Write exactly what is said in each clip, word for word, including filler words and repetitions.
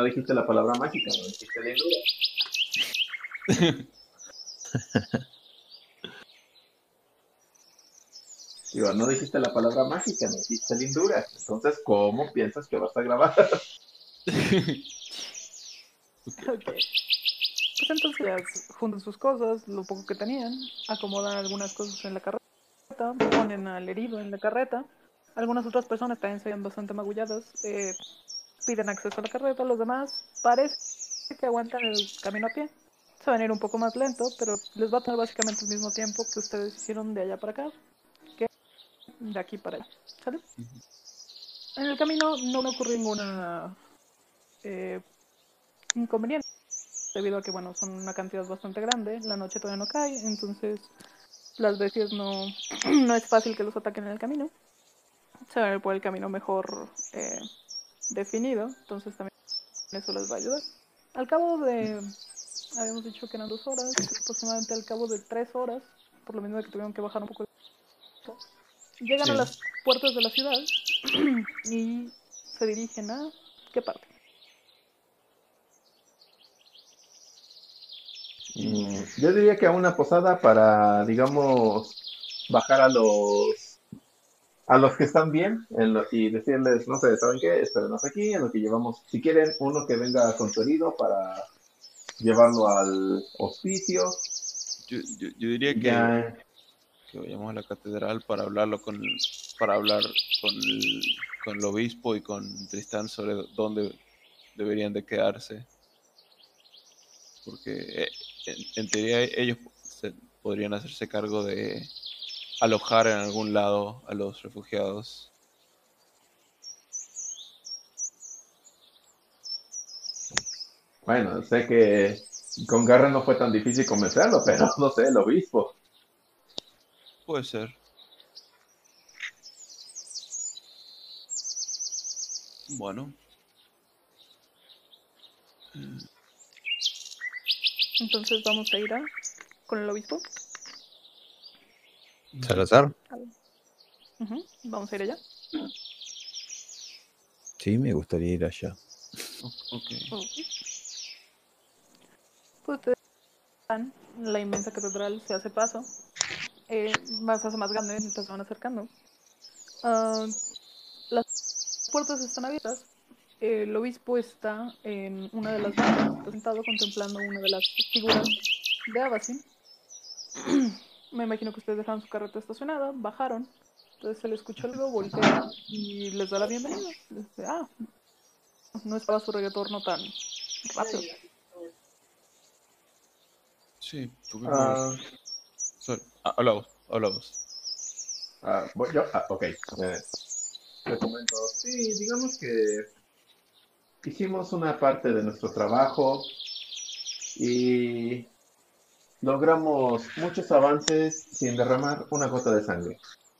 no dijiste la palabra mágica, no dijiste lindura. Digo, no dijiste la palabra mágica, no dijiste lindura. Entonces, ¿cómo piensas que vas a grabar? Ok. Pues entonces ya juntan sus cosas, lo poco que tenían, acomodan algunas cosas en la carreta, ponen al herido en la carreta. Algunas otras personas también se ven bastante magulladas, eh, piden acceso a la carreta. Los demás parece que aguantan el camino a pie. Se van a ir un poco más lento, pero les va a tomar básicamente el mismo tiempo que ustedes hicieron de allá para acá, que de aquí para allá. ¿Sale? En el camino no me ocurrió ninguna eh, inconveniente, debido a que, bueno, son una cantidad bastante grande, la noche todavía no cae, entonces las bestias no, no es fácil que los ataquen en el camino. Se van a ir por el camino mejor eh, definido, entonces también eso les va a ayudar. Al cabo de, habíamos dicho que eran dos horas, aproximadamente al cabo de tres horas, por lo mismo de que tuvieron que bajar un poco, llegan a Sí. las puertas de la ciudad y se dirigen a ¿qué parte? Mm, yo diría que a una posada para, digamos, bajar a los a los que están bien en lo- y decirles, no sé, ¿saben qué? Espérenos aquí en lo que llevamos. Si quieren, uno que venga con su herido para llevarlo al hospicio. Yo, yo, yo diría que, Ya, que vayamos a la catedral para hablarlo con, para hablar con el, con el obispo y con Tristán sobre dónde deberían de quedarse, porque eh, en, en teoría ellos se- podrían hacerse cargo de alojar en algún lado a los refugiados. bueno, sé que con Garra no fue tan difícil convencerlo, pero no sé, el obispo. Puede ser. Bueno, Entonces vamos a ir a con el obispo. Salazar, Ujú, vamos a ir allá. sí, me gustaría ir allá. o- ok. Ok. Pues ustedes van, la inmensa catedral se hace paso, eh, más se hace más grande mientras se van acercando. Ah, las puertas están abiertas. El obispo está en una de las bancas, está sentado contemplando una de las figuras de Abacin. Me imagino que ustedes dejaron su carreta estacionada, bajaron. Entonces se le escuchó algo, voltea y les da la bienvenida. Les dice, ah, no esperaba su retorno tan rápido. Sí, tuvimos... Ah, Sorry. Ah, habla vos, habla vos. ah, voy yo, ah, ok. Eh, te comento, sí, digamos que hicimos una parte de nuestro trabajo y logramos muchos avances sin derramar una gota de sangre.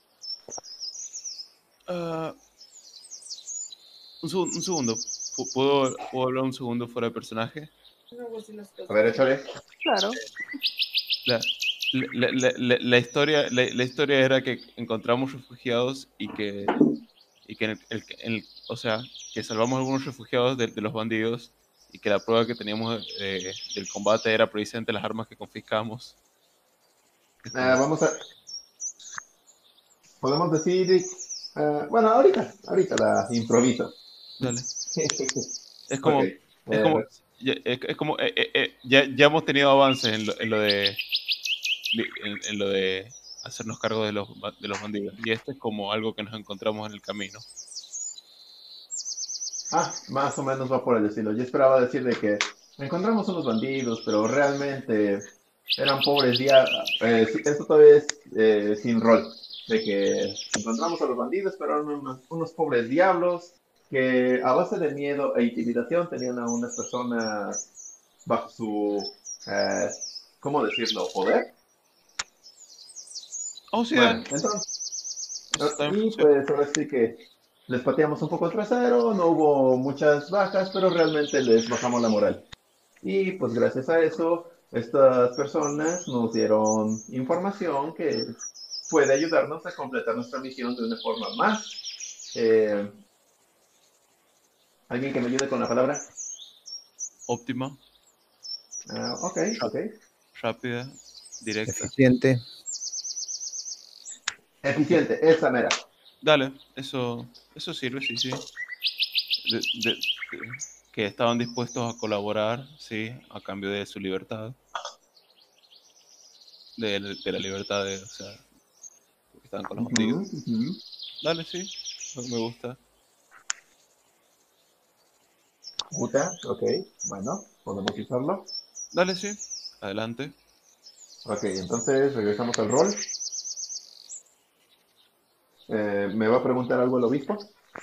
Ah, un, segun- un segundo. Pu- ¿Puedo, ¿Puedo hablar un segundo fuera de personaje? A ver, échale. Claro, La, la, la, la, la historia, la, la historia era que encontramos refugiados y que, y que en el, el- en el- o sea, que salvamos algunos refugiados de, de los bandidos y que la prueba que teníamos eh, del combate era precisamente las armas que confiscamos. Es Ah, como, vamos a, podemos decir, ah, bueno, ahorita, ahorita la improviso. dale. Es Ok, como, es eh, como, ya- es, es como, eh, eh, eh, ya, ya hemos tenido avances en lo, en lo de, en, en lo de hacernos cargo de los, ba- de los bandidos. Y esto es como algo que nos encontramos en el camino. ah, más o menos va por el estilo. Yo esperaba decir de que encontramos unos bandidos, pero realmente eran pobres días. Eh, sí, esto todavía es eh, sin rol. De que encontramos a los bandidos, pero eran unos, unos pobres diablos que a base de miedo e intimidación tenían a unas personas bajo su, eh, ¿cómo decirlo? ¿Poder? Oh, sí, Bueno, dale. entonces, Eso ah, también y funciona. pues ahora sí que les pateamos un poco el trasero, no hubo muchas bajas, pero realmente les bajamos la moral. Y pues gracias a eso, estas personas nos dieron información que puede ayudarnos a completar nuestra misión de una forma más. eh, ¿Alguien que me ayude con la palabra? óptima, Ah, ok, ra- ok. rápida, directa. Eficiente. Eficiente, esa mera. Dale, eso, eso sirve, sí, sí. De- de- de- que estaban dispuestos a colaborar, sí, a cambio de su libertad, de, de la libertad de, o sea, porque estaban con los Ujú, bandidos. ujú. Dale, sí, me me gusta. Puta, ok. Bueno, podemos usarlo. Dale, sí, adelante. Ok, entonces regresamos al rol. Eh, ¿me va a preguntar algo el obispo?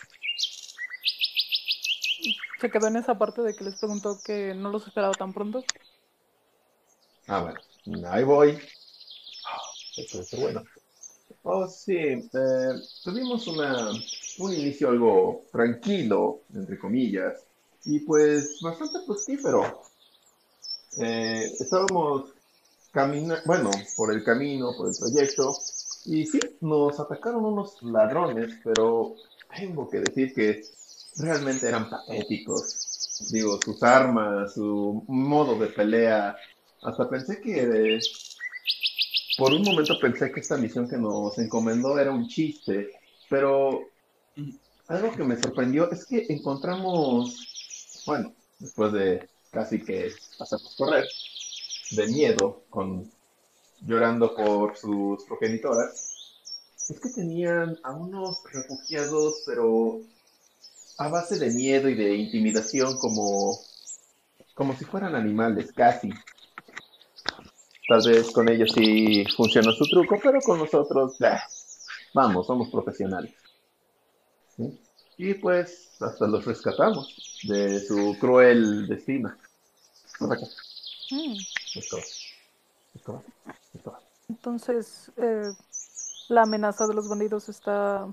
Se quedó en esa parte de que les preguntó que no los esperaba tan pronto. Ah, bueno. Ahí voy. Esto es bueno. Oh, sí. eh, tuvimos una, un inicio algo tranquilo, entre comillas, y pues bastante fructífero. Eh, estábamos caminando, bueno, por el camino, por el trayecto, y sí, nos atacaron unos ladrones, pero tengo que decir que realmente eran patéticos. Digo, sus armas, su modo de pelea, hasta pensé que, eh, por un momento pensé que esta misión que nos encomendó era un chiste, pero Mm, algo que me sorprendió es que encontramos, bueno, después de casi que hacernos correr, de miedo, con, llorando por sus progenitoras, es que tenían a unos refugiados, pero a base de miedo y de intimidación, como, como si fueran animales, casi. Tal vez con ellos sí funciona su truco, pero con nosotros, ah, vamos, somos profesionales. ¿Sí? Y pues hasta los rescatamos de su cruel destino. Por acá, Mm. esto, esto, esto. Entonces, eh, la amenaza de los bandidos está...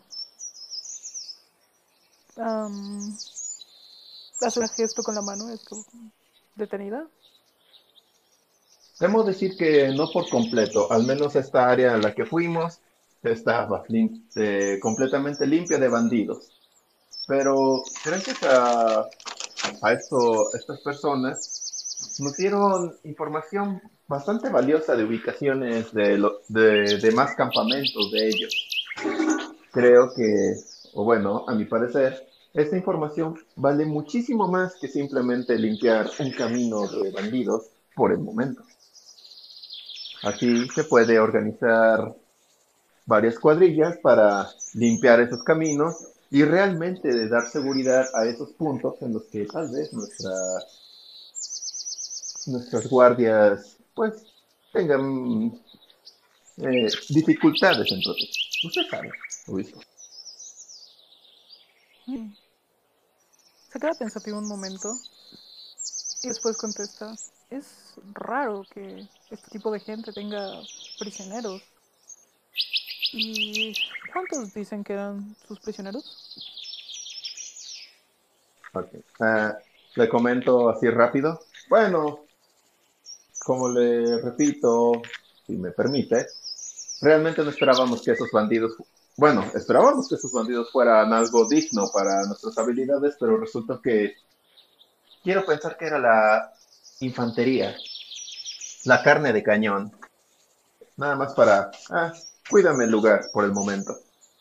am, hace un gesto con la mano, esto, detenida. Debo decir que no por completo, al menos esta área a la que fuimos estaba lim- eh, completamente limpia de bandidos. Pero gracias a, a esto, estas personas nos dieron información bastante valiosa de ubicaciones de, lo- de demás campamentos de ellos. Creo que, o bueno, a mi parecer, esta información vale muchísimo más que simplemente limpiar un camino de bandidos por el momento. Así se puede organizar varias cuadrillas para limpiar esos caminos y realmente de dar seguridad a esos puntos en los que tal vez nuestra, nuestras guardias pues tengan eh, dificultades en proteger. Usted sabe, obispo. Mm. Se queda pensativo un momento y después contesta, es raro que este tipo de gente tenga prisioneros. ¿Y cuántos dicen que eran sus prisioneros? Okay. Ah, le comento así rápido. Bueno, como le repito, si me permite, realmente no esperábamos que esos bandidos, bueno, esperábamos que esos bandidos fueran algo digno para nuestras habilidades, pero resulta que quiero pensar que era la infantería, la carne de cañón, nada más para, ah, cuídame el lugar por el momento.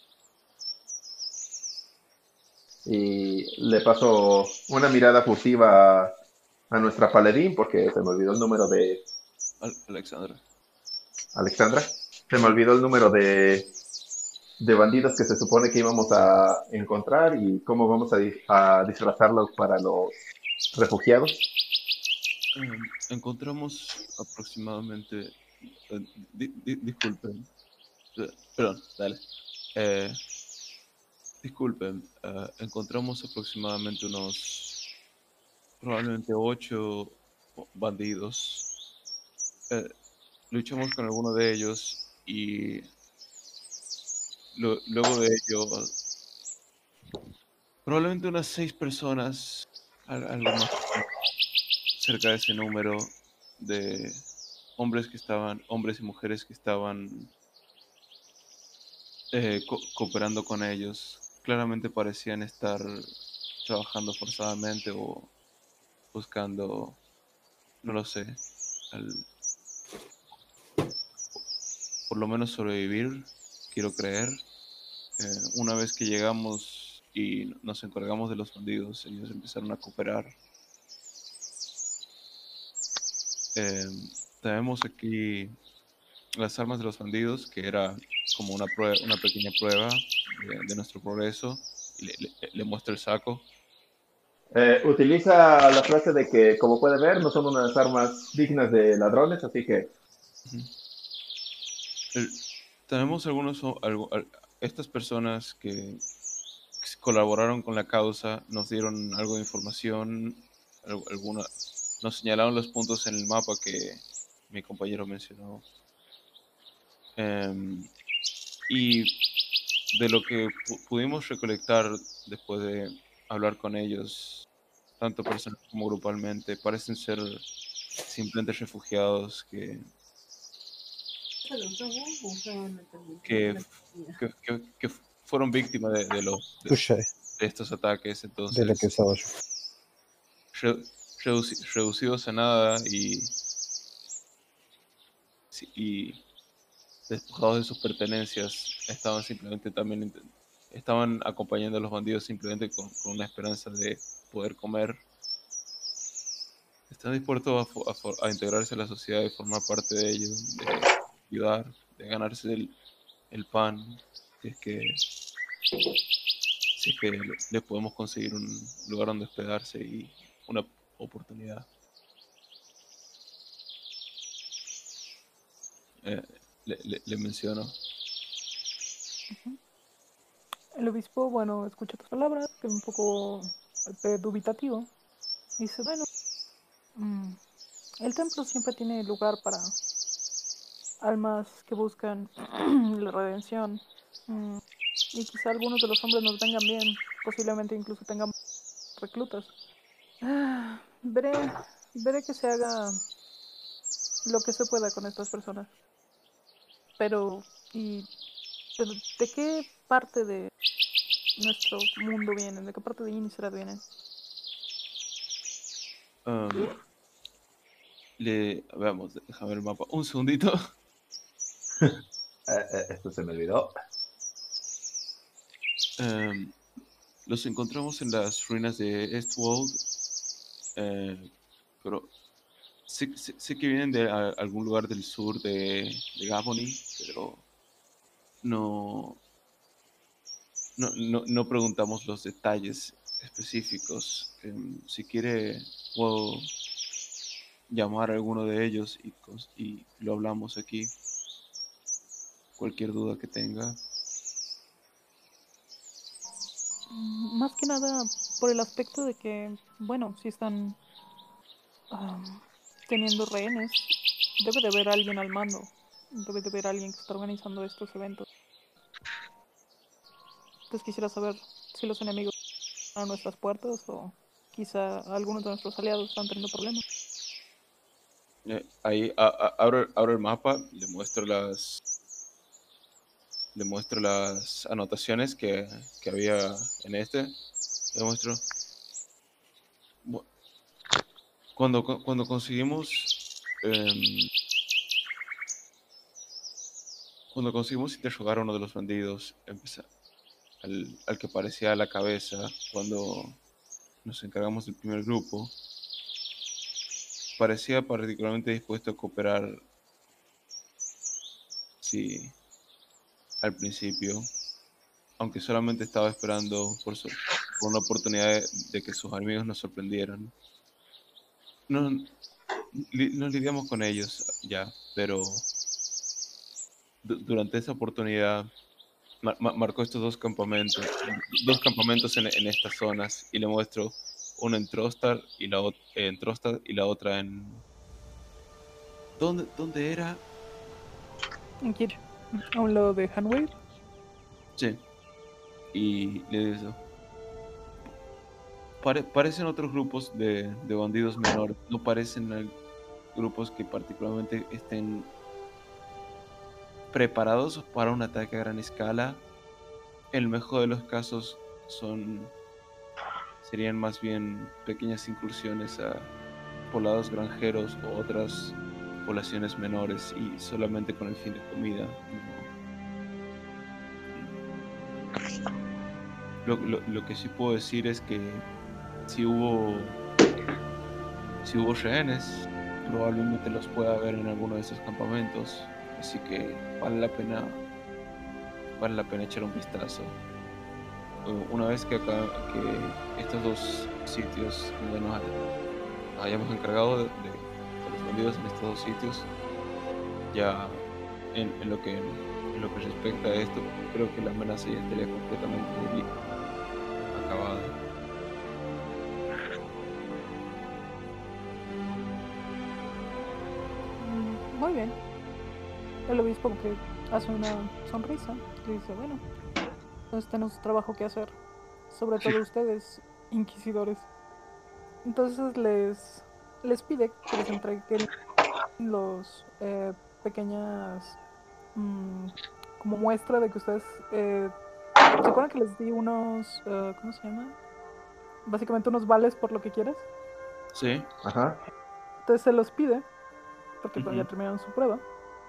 Y le paso una mirada furtiva a, a nuestra paladín, porque se me olvidó el número de Al- Alexandra. Alexandra, se me olvidó el número de, de bandidos que se supone que íbamos a encontrar y cómo vamos a, di- a disfrazarlos para los refugiados. Em, encontramos aproximadamente... eh, di- di- disculpen. eh, Perdón, dale. Eh, disculpen, eh, encontramos aproximadamente unos... probablemente ocho bandidos. Eh, luchamos con alguno de ellos y lo- luego de ello, probablemente unas seis personas, al- algo más o menos, cerca de ese número de hombres que estaban, hombres y mujeres que estaban eh, co- cooperando con ellos. Claramente parecían estar trabajando forzadamente o, buscando, no lo sé, al, por lo menos sobrevivir, quiero creer. Eh, una vez que llegamos y nos encargamos de los bandidos, ellos empezaron a cooperar. Eh, Tenemos aquí las armas de los bandidos, que era como una prueba, una pequeña prueba de, de nuestro progreso. Y le, le, le muestro el saco. Eh, utiliza la frase de que, como puede ver, no son unas armas dignas de ladrones, así que Ujú. El- tenemos algunos, o- algo- al- estas personas que colaboraron con la causa, nos dieron algo de información, al- alguna, nos señalaron los puntos en el mapa que mi compañero mencionó. Em, y de lo que pu- pudimos recolectar después de hablar con ellos, tanto personal como grupalmente, parecen ser simplemente refugiados que, que, que, que- que fueron víctimas de, de los, de, Tuya, de estos ataques. de la que Entonces, usaba yo. re- reduci- reducidos a nada y, sí, y despojados de sus pertenencias, estaban simplemente también int- estaban acompañando a los bandidos simplemente con, con una esperanza de poder comer. Están dispuestos a, fo- a for- a integrarse a la sociedad y formar parte de ello, de ayudar, de ganarse el, el pan, si es que, si es que le, le podemos conseguir un lugar donde hospedarse y una oportunidad. Eh, le, le- le menciono. El obispo, bueno, escucha tus palabras, que un poco eh, dubitativo. Dice, bueno, mm, el templo siempre tiene lugar para almas que buscan la redención. Mm, y quizá algunos de los hombres nos vengan bien, posiblemente incluso tengamos reclutas. Ah, veré, veré que se haga lo que se pueda con estas personas. Pero, ¿y de, de qué parte de nuestro mundo vienen? ¿De qué parte de Inisherin vienen? Um, le, veamos, déjame ver el mapa. Un segundito. eh, eh, esto se me olvidó. Um, los encontramos en las ruinas de Eastwold, eh, pero sé, sé- sé que vienen de a- algún lugar del sur de, de Gabony, pero no, no, no, no preguntamos los detalles específicos. Em, si quiere, puedo llamar a alguno de ellos y, cons- y lo hablamos aquí. Cualquier duda que tenga. Mm, Más que nada por el aspecto de que, bueno, si están am, teniendo rehenes, debe de haber alguien al mando. Debe de haber alguien que está organizando estos eventos. Entonces quisiera saber si los enemigos están a nuestras puertas o quizá algunos de nuestros aliados están teniendo problemas. Eh, ahí a- a- abro, abro el mapa, le muestro las, le muestro las anotaciones que, que había en este. Le muestro. Bu- Cuando, cu- cuando conseguimos, em, cuando conseguimos interrogar a uno de los bandidos, empeza- al, al que parecía la cabeza, cuando nos encargamos del primer grupo, parecía particularmente dispuesto a cooperar, sí, al principio, aunque solamente estaba esperando por, su- por una oportunidad de, de que sus amigos nos sorprendieran. No, li- nos lidiamos con ellos ya, pero du- durante esa oportunidad mar- ma- marcó estos dos campamentos, dos campamentos en, en estas zonas y le muestro uno en Trostar y la, ot- en Trostar y la otra en... ¿Dónde, dónde era? En Kir, a un lado de Hanway. Sí, y le digo, "Pare- parecen otros grupos de, de bandidos menores, no parecen al- grupos que particularmente estén preparados para un ataque a gran escala. En el mejor de los casos son serían más bien pequeñas incursiones a poblados granjeros o otras poblaciones menores y solamente con el fin de comida. No. Lo, lo, lo que sí puedo decir es que si hubo si hubo rehenes, probablemente los pueda ver en alguno de estos campamentos, así que vale la pena vale la pena echar un vistazo. Una vez que acá que estos dos sitios donde nos hayamos encargado de, de, de los bandidos en estos dos sitios, ya en, en lo que en lo que respecta a esto, creo que la amenaza ya estaría completamente acabada. Muy bien. El obispo que hace una sonrisa y dice, bueno, entonces tenemos trabajo que hacer, sobre todo ustedes, inquisidores. Entonces les les pide que les entreguen los eh, pequeñas mm, como muestra de que ustedes eh, ¿se acuerdan que les di unos uh, ¿cómo se llama? Básicamente unos vales por lo que quieras. Sí. Ajá. Entonces se los pide porque pues, Uh-huh. ya terminaron su prueba.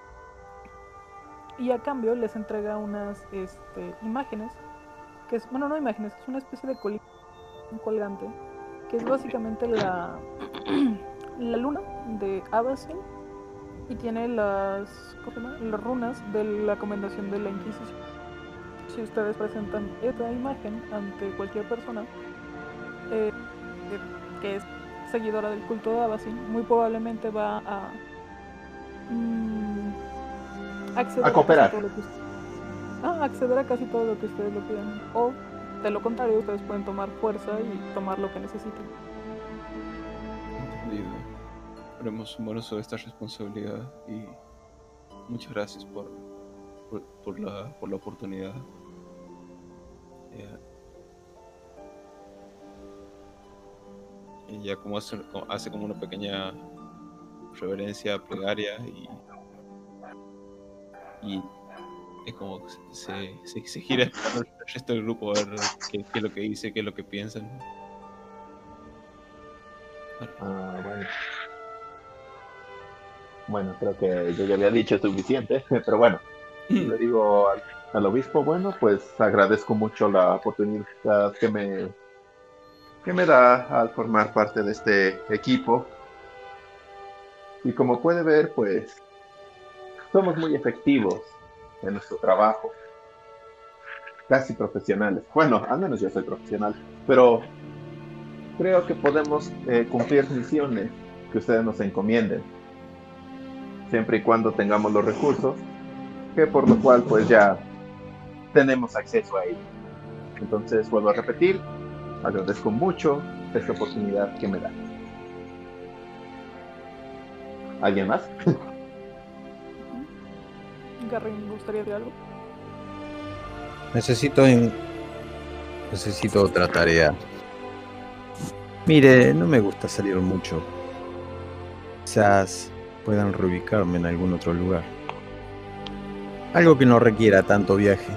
Y a cambio les entrega unas este, imágenes, que es, bueno, no imágenes, es una especie de col- un colgante, que es básicamente la, la luna de Abacin y tiene las, ¿cómo se llama? Las runas de la comendación de la Inquisición. Si ustedes presentan esta imagen ante cualquier persona eh, que es seguidora del culto de Abacin, muy probablemente va a... Mmm, acceder A a, cooperar. casi todo lo que ustedes, ah, acceder a casi todo lo que ustedes le pidan. O, de lo contrario, ustedes pueden tomar fuerza y tomar lo que necesiten. Entendido. Haremos un buen uso de esta responsabilidad y muchas gracias por, por, por, la, por la oportunidad. Eh, y ya como hace, hace como una pequeña reverencia, plegaria y, y es como se, se, se gira esperando el resto del grupo a ver qué, qué es lo que dice, qué es lo que piensan. Ah, bueno. Bueno, creo que yo ya había dicho suficiente, pero bueno, le digo al, al obispo, bueno, pues agradezco mucho la oportunidad que me, que me da al formar parte de este equipo. Y como puede ver, pues somos muy efectivos en nuestro trabajo, casi profesionales. Bueno, al menos yo soy profesional, pero creo que podemos eh, cumplir misiones que ustedes nos encomienden, siempre y cuando tengamos los recursos, que por lo cual pues ya tenemos acceso a ellos. Entonces, vuelvo a repetir, agradezco mucho esta oportunidad que me da. ¿Alguien más? Garrin, ¿me gustaría decir algo? Necesito en... Necesito otra tarea. Mire, no me gusta salir mucho. Quizás puedan reubicarme en algún otro lugar. Algo que no requiera tanto viaje.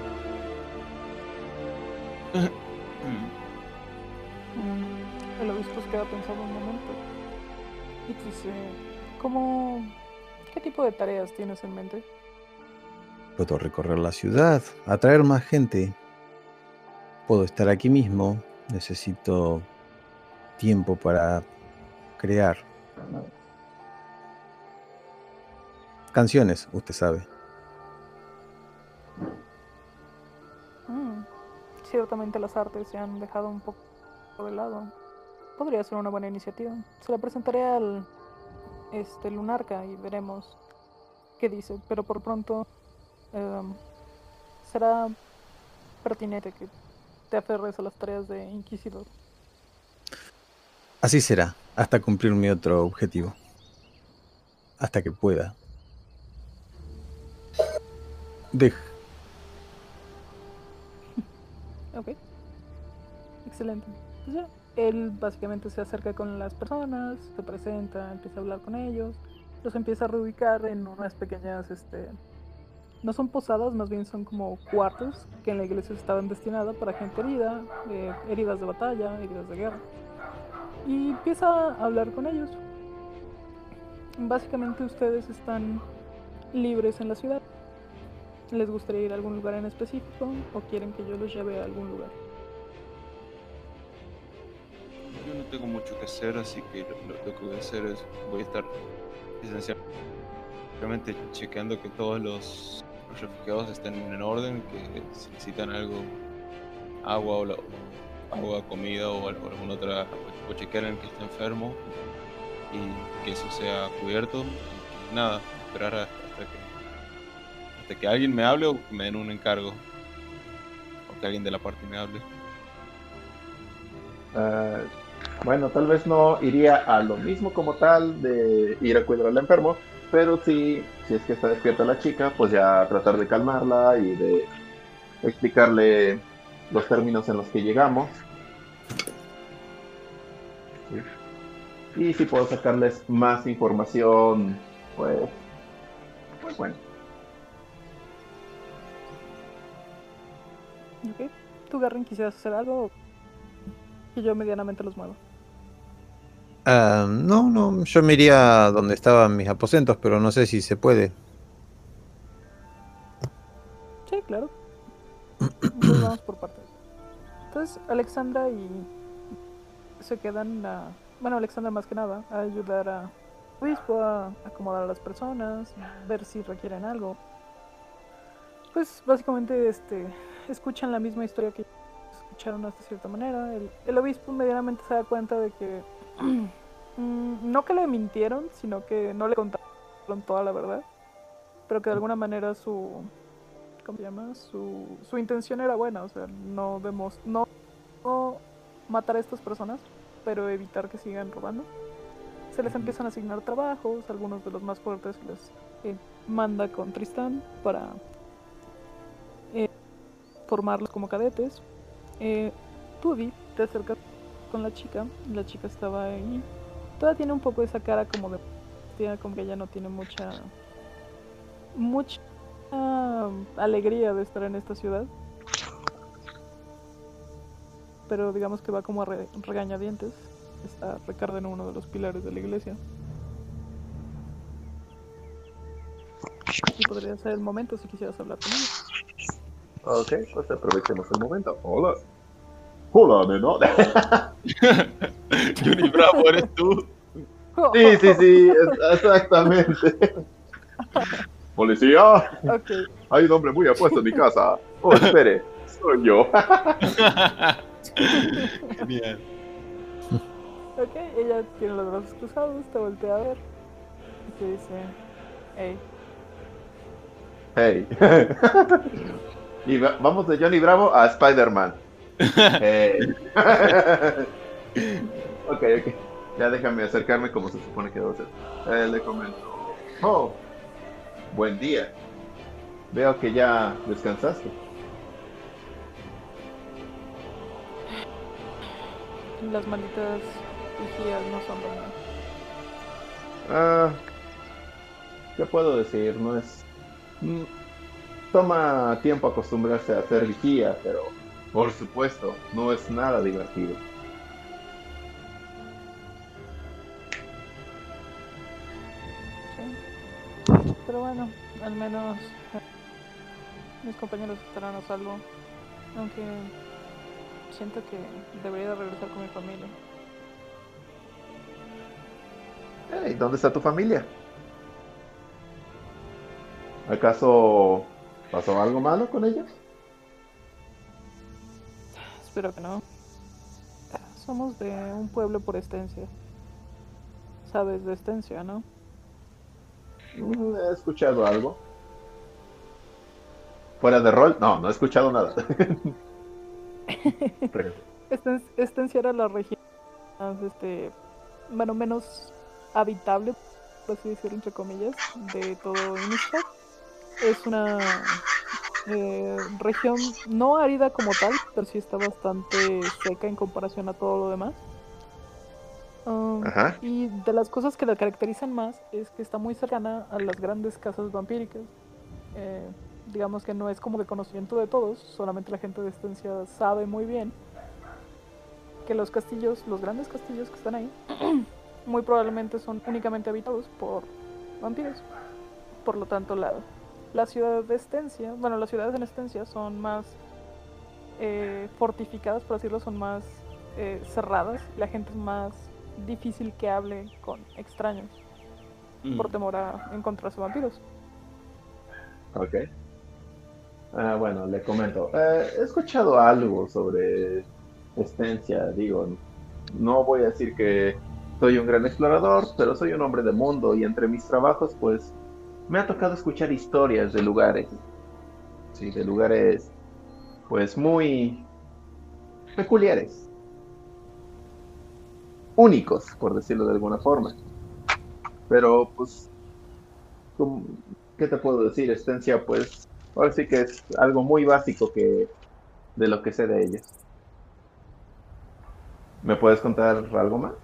El obispo se queda pensando un momento y dice, ¿cómo, qué tipo de tareas tienes en mente? Puedo recorrer la ciudad, atraer más gente. Puedo estar aquí mismo. Necesito tiempo para crear. Canciones, usted sabe. Mm, ciertamente las artes se han dejado un poco de lado. Podría ser una buena iniciativa. Se la presentaré al este Lunarca y veremos qué dice. Pero por pronto um, será pertinente que te aferres a las tareas de inquisidor. Así será, hasta cumplir mi otro objetivo. Hasta que pueda. Deja. Ok, excelente. Pues ya, él básicamente se acerca con las personas, se presenta, empieza a hablar con ellos, los empieza a reubicar en unas pequeñas este, no son posadas, más bien son como cuartos que en la iglesia estaban destinados para gente herida, eh, heridas de batalla, heridas de guerra. Y empieza a hablar con ellos. Básicamente ustedes están libres en la ciudad. ¿Les gustaría ir a algún lugar en específico o quieren que yo los lleve a algún lugar? Yo no tengo mucho que hacer, así que lo, lo que voy a hacer es, voy a estar esencialmente chequeando que todos los, los refugiados estén en orden, que si necesitan algo, agua o la, agua, comida o, al- o alguna otra, o chequear en el que esté enfermo y que eso sea cubierto. Y nada, esperar hasta, hasta que, hasta que alguien me hable o que me den un encargo, o que alguien de la parte me hable. Ah, bueno, tal vez no iría a lo mismo como tal de ir a cuidar al enfermo, pero sí, si es que está despierta la chica, pues ya tratar de calmarla y de explicarle los términos en los que llegamos. ¿Sí? Y si puedo sacarles más información, pues, pues bueno. ¿Ok? ¿Tú, Garren, quisieras hacer algo o que yo medianamente los muevo? Ah, no, no, yo me iría donde estaban mis aposentos, pero no sé si se puede. Sí, claro. Entonces vamos por partes. Entonces Alexandra y se quedan a... Bueno, Alexandra más que nada, a ayudar a obispo a acomodar a las personas, ver si requieren algo. Pues básicamente este, escuchan la misma historia que escucharon hasta cierta manera. El, el obispo medianamente se da cuenta de que mm, no que le mintieron, sino que no le contaron toda la verdad, pero que de alguna manera su, ¿cómo se llama? Su, su intención era buena, o sea, no vemos, no, no matar a estas personas, pero evitar que sigan robando. Se les empiezan a asignar trabajos, algunos de los más fuertes les eh, manda con Tristán para eh, formarlos como cadetes. Eh, Tudi te acercas con la chica, la chica estaba ahí, todavía tiene un poco esa cara como de tiene como que ella no tiene mucha mucha uh, alegría de estar en esta ciudad, pero digamos que va como a re regañadientes. Está Ricardo en uno de los pilares de la iglesia y podría ser el momento si quisieras hablar con ella. Ok, pues aprovechemos el momento. Hola. Hola, neno. Johnny Bravo, ¿eres tú? Sí, sí, sí, es- exactamente. Policía, Ok, hay un hombre muy apuesto en mi casa. Oh, espere, soy yo. Genial. ok, ella tiene los brazos cruzados, te voltea a ver y te dice, hey, Hey. Y va- vamos de Johnny Bravo a Spider-Man. Hey. Ok, ok. Ya déjame acercarme como se supone que debo hacer. Eh, le comento. Oh, buen día. Veo que ya descansaste. las malditas vigías no son buenas. Ah, ¿qué puedo decir? No es... mm, Toma tiempo acostumbrarse a hacer vigía, pero por supuesto, no es nada divertido. Sí. Pero bueno, al menos eh, mis compañeros estarán a salvo, aunque siento que debería de regresar con mi familia. Hey, ¿dónde está tu familia? ¿Acaso pasó algo malo con ellos? Espero que no. Somos de un pueblo por Estencia. Sabes de Estencia, ¿no? Mm, He escuchado algo. ¿Fuera de rol? No, no he escuchado nada. Pero- Esten- Estencia era la región más, este, bueno, menos habitable, por así decirlo, entre comillas, de todo Innistrad. Es una eh, región no árida como tal, pero sí está bastante seca en comparación a todo lo demás. Um, Ajá. y de las cosas que la caracterizan más es que está muy cercana a las grandes casas vampíricas. Eh, digamos que no es como de conocimiento de todos, solamente la gente de Estencia sabe muy bien que los castillos, los grandes castillos que están ahí, muy probablemente son únicamente habitados por vampiros. Por lo tanto, la, la ciudad de Estencia, bueno, las ciudades en Estencia son más eh, fortificadas, por decirlo, son más eh, cerradas. La gente es más difícil que hable con extraños mm. por temor a encontrarse vampiros. Ok. Ah, bueno, le comento. Eh, he escuchado algo sobre Estencia, digo, no voy a decir que soy un gran explorador, pero soy un hombre de mundo y entre mis trabajos, pues, me ha tocado escuchar historias de lugares, sí, de lugares, pues, muy peculiares, únicos, por decirlo de alguna forma. Pero, pues, ¿qué te puedo decir? Estencia, pues, ahora sí que es algo muy básico que de lo que sé de ellos. ¿Me puedes contar algo más?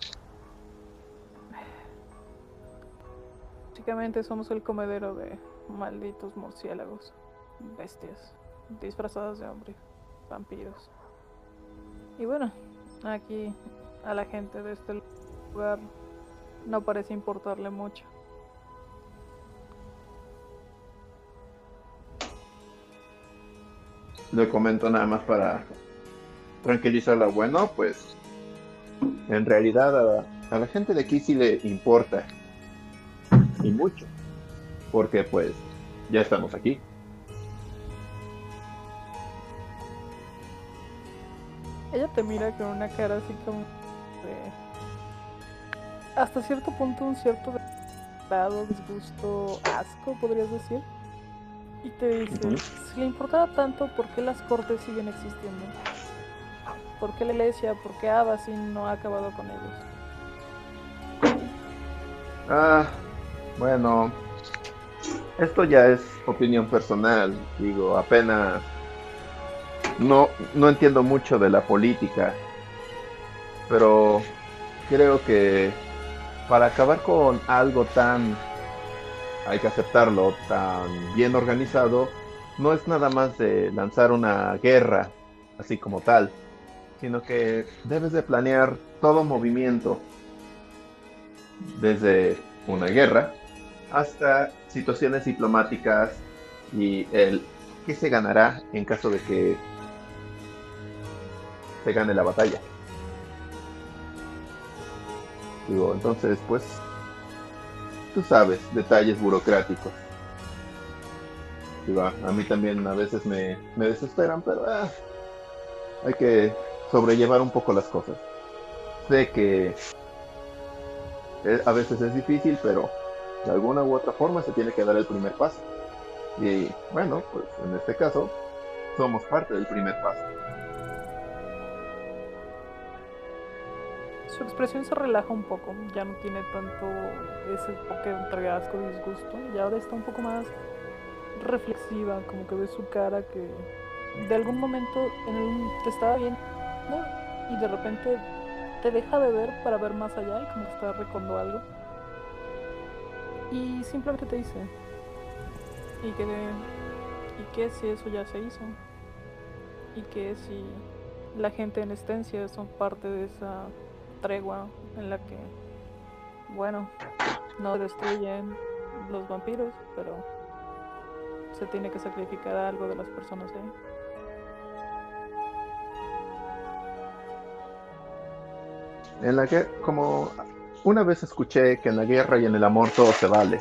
Básicamente somos el comedero de malditos murciélagos, bestias, disfrazadas de hombre, vampiros. Y bueno, aquí a la gente de este lugar no parece importarle mucho. Le comento nada más para tranquilizarla. Bueno, pues en realidad a, a la gente de aquí sí le importa. Y mucho. Porque pues ya estamos aquí. Ella te mira con una cara así como de... hasta cierto punto un cierto grado, disgusto, asco, podrías decir. Y te dice, uh-huh. si le importara tanto, ¿por qué las cortes siguen existiendo? ¿Por qué la iglesia, por qué Abacin no ha acabado con ellos? Ah, bueno, esto ya es opinión personal, digo, apenas no, no entiendo mucho de la política, pero creo que para acabar con algo tan, hay que aceptarlo, tan bien organizado, no es nada más de lanzar una guerra, así como tal, sino que debes de planear todo movimiento, desde una guerra hasta situaciones diplomáticas y el qué se ganará en caso de que se gane la batalla. Digo, entonces, pues, tú sabes, detalles burocráticos. Digo, a mí también a veces me, me desesperan, pero ah, hay que sobrellevar un poco las cosas. Sé que a veces es difícil, pero de alguna u otra forma se tiene que dar el primer paso. Y bueno, pues en este caso, somos parte del primer paso. Su expresión se relaja un poco, ya no tiene tanto ese toque entre asco y disgusto, y ahora está un poco más reflexiva, como que ves su cara que de algún momento en el, te estaba viendo, ¿no? Y de repente te deja de ver para ver más allá y como que está recordando algo. Y simplemente te dice, ¿y qué, ¿y qué si eso ya se hizo? ¿Y qué si la gente en Estencia son parte de esa tregua en la que, bueno, no destruyen los vampiros, pero se tiene que sacrificar algo de las personas ahí? En la guerra, como una vez escuché que en la guerra y en el amor todo se vale.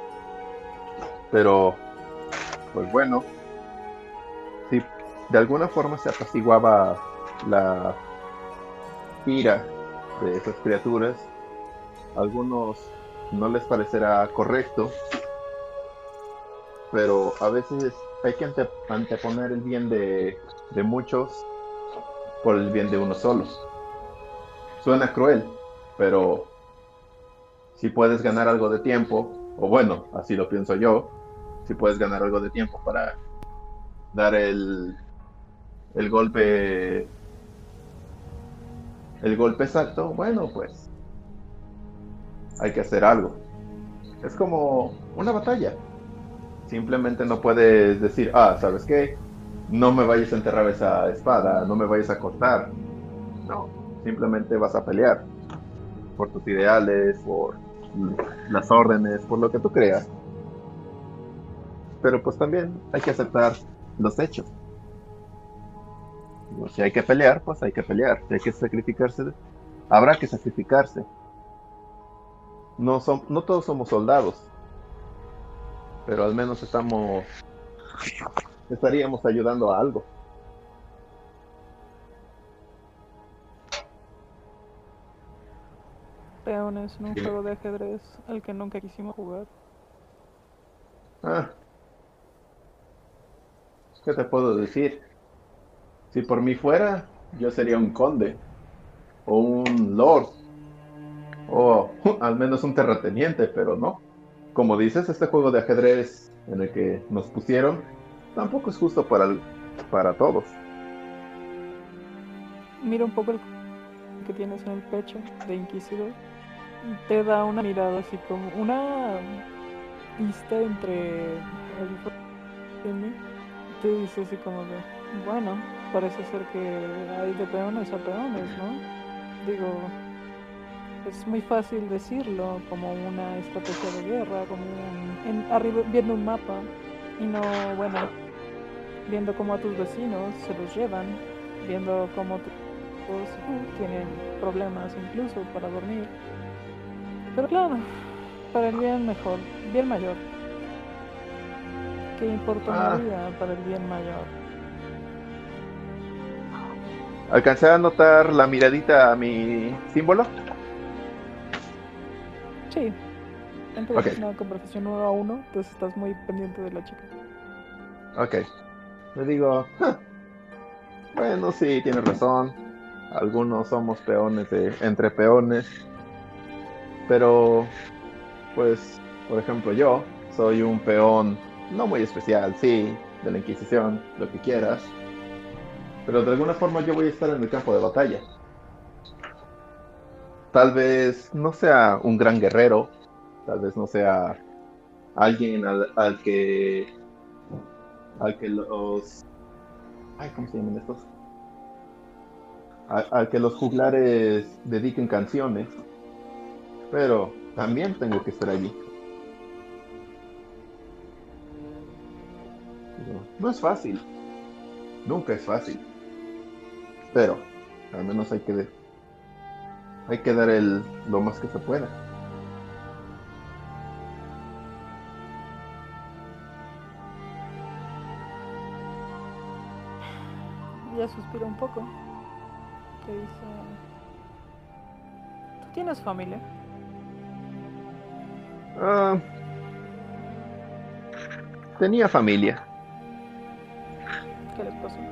Pero, pues bueno, si de alguna forma se apaciguaba la ira de esas criaturas, a algunos no les parecerá correcto, pero a veces hay que ante, anteponer el bien de, de muchos por el bien de uno solo. Suena cruel, pero si puedes ganar algo de tiempo, o bueno, así lo pienso yo, si puedes ganar algo de tiempo para dar el, el golpe el golpe exacto, bueno, pues hay que hacer algo. Es como una batalla. Simplemente no puedes decir, ah, ¿sabes qué? No me vayas a enterrar esa espada, no me vayas a cortar. No, simplemente vas a pelear por tus ideales, por las órdenes, por lo que tú creas. Pero pues también hay que aceptar los hechos. Digo, si hay que pelear, pues hay que pelear. Si hay que sacrificarse, habrá que sacrificarse. No, son, no todos somos soldados, pero al menos estamos, estaríamos ayudando a algo. Peones en un Dime. juego de ajedrez al que nunca quisimos jugar. Ah, ¿qué te puedo decir? Si por mí fuera, yo sería un conde, o un lord, o al menos un terrateniente, pero no. Como dices, este juego de ajedrez en el que nos pusieron tampoco es justo para, el- para todos. Mira un poco el que tienes en el pecho de Inquisidor. Te da una mirada así como una pista entre elfo y mí. Te dice así como de, bueno, parece ser que hay de peones a peones, ¿no? Digo, es muy fácil decirlo como una estrategia de guerra, como un, en, arriba, viendo un mapa y no, bueno, viendo cómo a tus vecinos se los llevan, viendo cómo tus uh, tienen problemas incluso para dormir. Pero claro, para el bien mejor, bien mayor. ¿Qué importa una Ah, vida para el bien mayor? alcancé a notar la miradita a mi símbolo. Sí, entonces Ok, es una conversación uno a uno, entonces estás muy pendiente de la chica. ok. Le digo, "Ja, bueno, sí, tienes razón. Algunos somos peones de, entre peones, pero pues, por ejemplo, yo soy un peón no muy especial, sí, de la Inquisición, lo que quieras, pero de alguna forma yo voy a estar en el campo de batalla. Tal vez no sea un gran guerrero, tal vez no sea alguien al, al que al que los ay, ¿cómo se llaman estos? Al, al que los juglares dediquen canciones, pero también tengo que estar allí. Digo, no es fácil, nunca es fácil, pero al menos hay que hay que dar el lo más que se pueda. Ella suspira un poco. Te dice, ¿tú tienes familia? Ah, tenía familia. ¿Qué les pasó?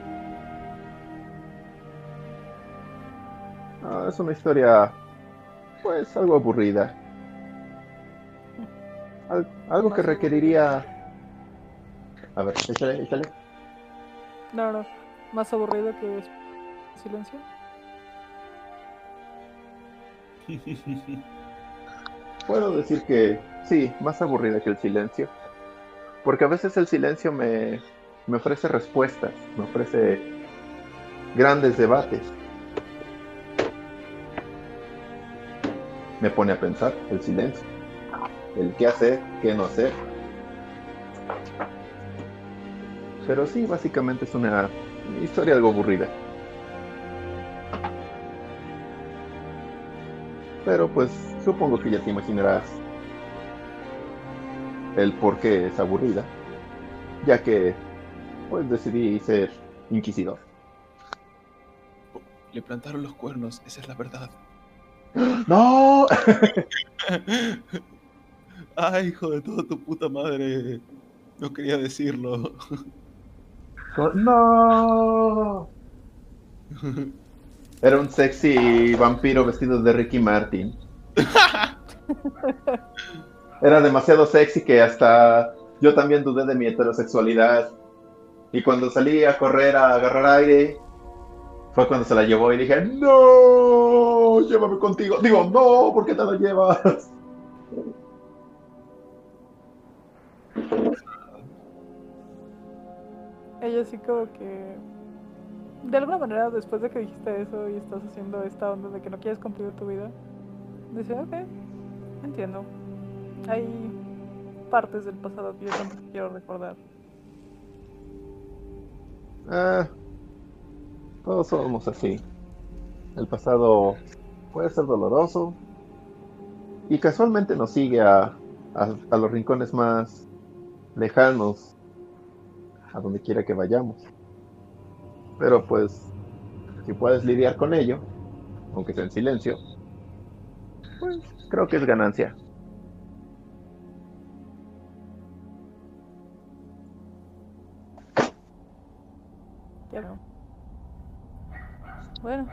Ah, es una historia, pues, algo aburrida. Al- algo que Más aburrido. requeriría. A ver, échale, échale. No, no, más aburrido que es- silencio. Puedo decir que sí, más aburrida que el silencio. Porque a veces el silencio me, me ofrece respuestas, me ofrece grandes debates. Me pone a pensar el silencio, el qué hacer, qué no hacer. Pero sí, básicamente es una historia algo aburrida. Pero pues supongo que ya te imaginarás el por qué es aburrida, ya que pues decidí ser inquisidor. Le plantaron los cuernos, esa es la verdad. ¡No! Ay, hijo de toda tu puta madre. No quería decirlo. ¡No! Era un sexy vampiro vestido de Ricky Martin. Era demasiado sexy que hasta yo también dudé de mi heterosexualidad. Y cuando salí a correr a agarrar aire, fue cuando se la llevó y dije, ¡no! Llévame contigo. Digo, no, ¿por qué te la llevas? ella sí como que... De alguna manera, después de que dijiste eso y estás haciendo esta onda de que no quieres cumplir tu vida, dice, ok, entiendo. Hay partes del pasado que yo tampoco quiero recordar. Ah, todos somos así. El pasado puede ser doloroso y casualmente nos sigue a, a, a los rincones más lejanos, a donde quiera que vayamos. Pero pues, si puedes lidiar con ello, aunque sea en silencio, pues creo que es ganancia. Ya veo. Bueno,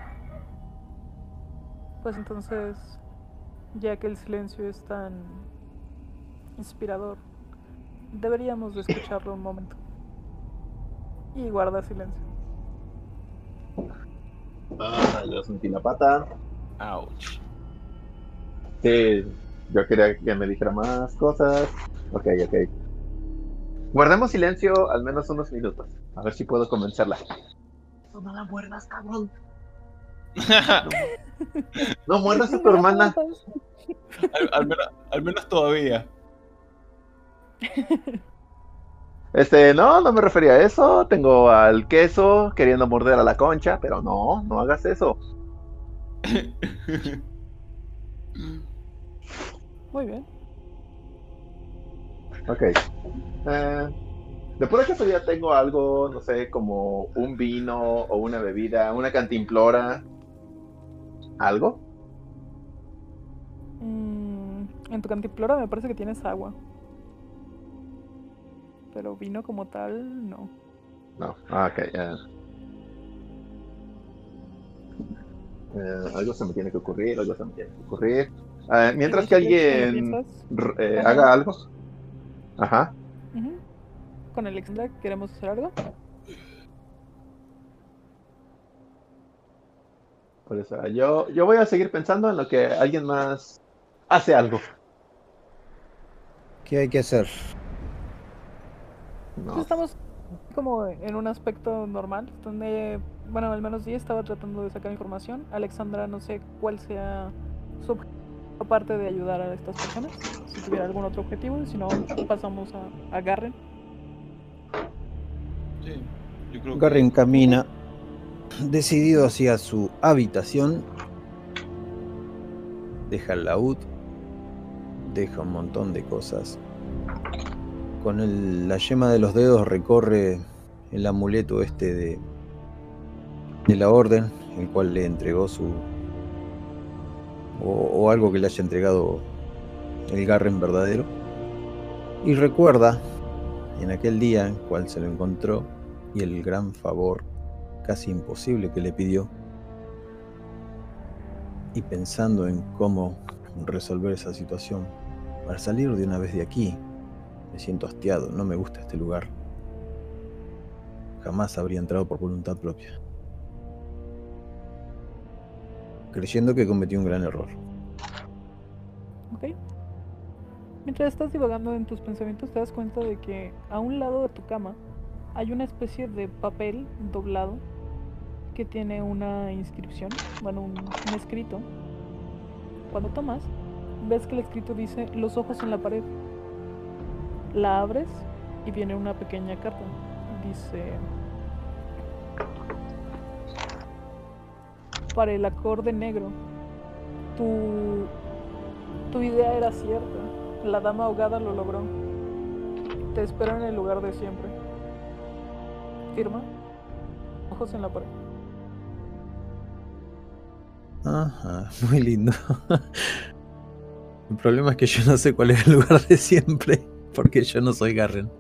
pues entonces, ya que el silencio es tan inspirador, deberíamos de escucharlo un momento. Y guarda silencio. Ah, yo sentí la pata. Ouch. Sí, yo quería que me dijera más cosas. Ok, ok. Guardemos silencio al menos unos minutos. A ver si puedo convencerla. No, no la muerdas, cabrón. No, no muerdas a tu hermana. Al, al menos, al menos todavía. Este, no, no me refería a eso. Tengo al queso queriendo morder a la concha, pero no, no hagas eso. Muy bien. Ok. Eh, de pura casualidad tengo algo, no sé, como un vino o una bebida, una cantimplora, algo. Mm, en tu cantimplora me parece que tienes agua. Pero vino como tal, no. No, ah, ok. eh. Eh, algo se me tiene que ocurrir, algo se me tiene que ocurrir. Eh, mientras Igual que si quieres, en lo que alguien piensas. r- eh, Ajá. haga algo. Ajá. Ujú. Con Alexandra, ¿queremos hacer algo? Por eso, yo, yo voy a seguir pensando en lo que alguien más hace algo. ¿Qué hay que hacer? No. Pues estamos como en un aspecto normal, donde, bueno, al menos yo estaba tratando de sacar información. Alexandra, no sé cuál sea su objetivo aparte de ayudar a estas personas, si tuviera algún otro objetivo, y si no, pasamos a, a Garren. Sí, yo creo Garren que camina decidido hacia su habitación, deja el laúd, deja un montón de cosas. Con el- la yema de los dedos recorre el amuleto este de, de la orden, el cual le entregó su... O, o algo que le haya entregado el Garren verdadero. Y recuerda en aquel día en cual se lo encontró y el gran favor casi imposible que le pidió. Y pensando en cómo resolver esa situación para salir de una vez de aquí. Me siento hastiado, no me gusta este lugar. Jamás habría entrado por voluntad propia, creyendo que cometí un gran error. ¿Ok? Mientras estás divagando en tus pensamientos, te das cuenta de que a un lado de tu cama hay una especie de papel doblado que tiene una inscripción, bueno, un, un escrito. Cuando tomas, ves que el escrito dice los ojos en la pared. La abres y viene una pequeña carta. Dice: para el acorde negro, tu, tu idea era cierta. La dama ahogada lo logró. Te espero en el lugar de siempre. Firma, ojos en la pared. Ajá, muy lindo. El problema es que yo no sé cuál es el lugar de siempre, porque yo no soy Garren.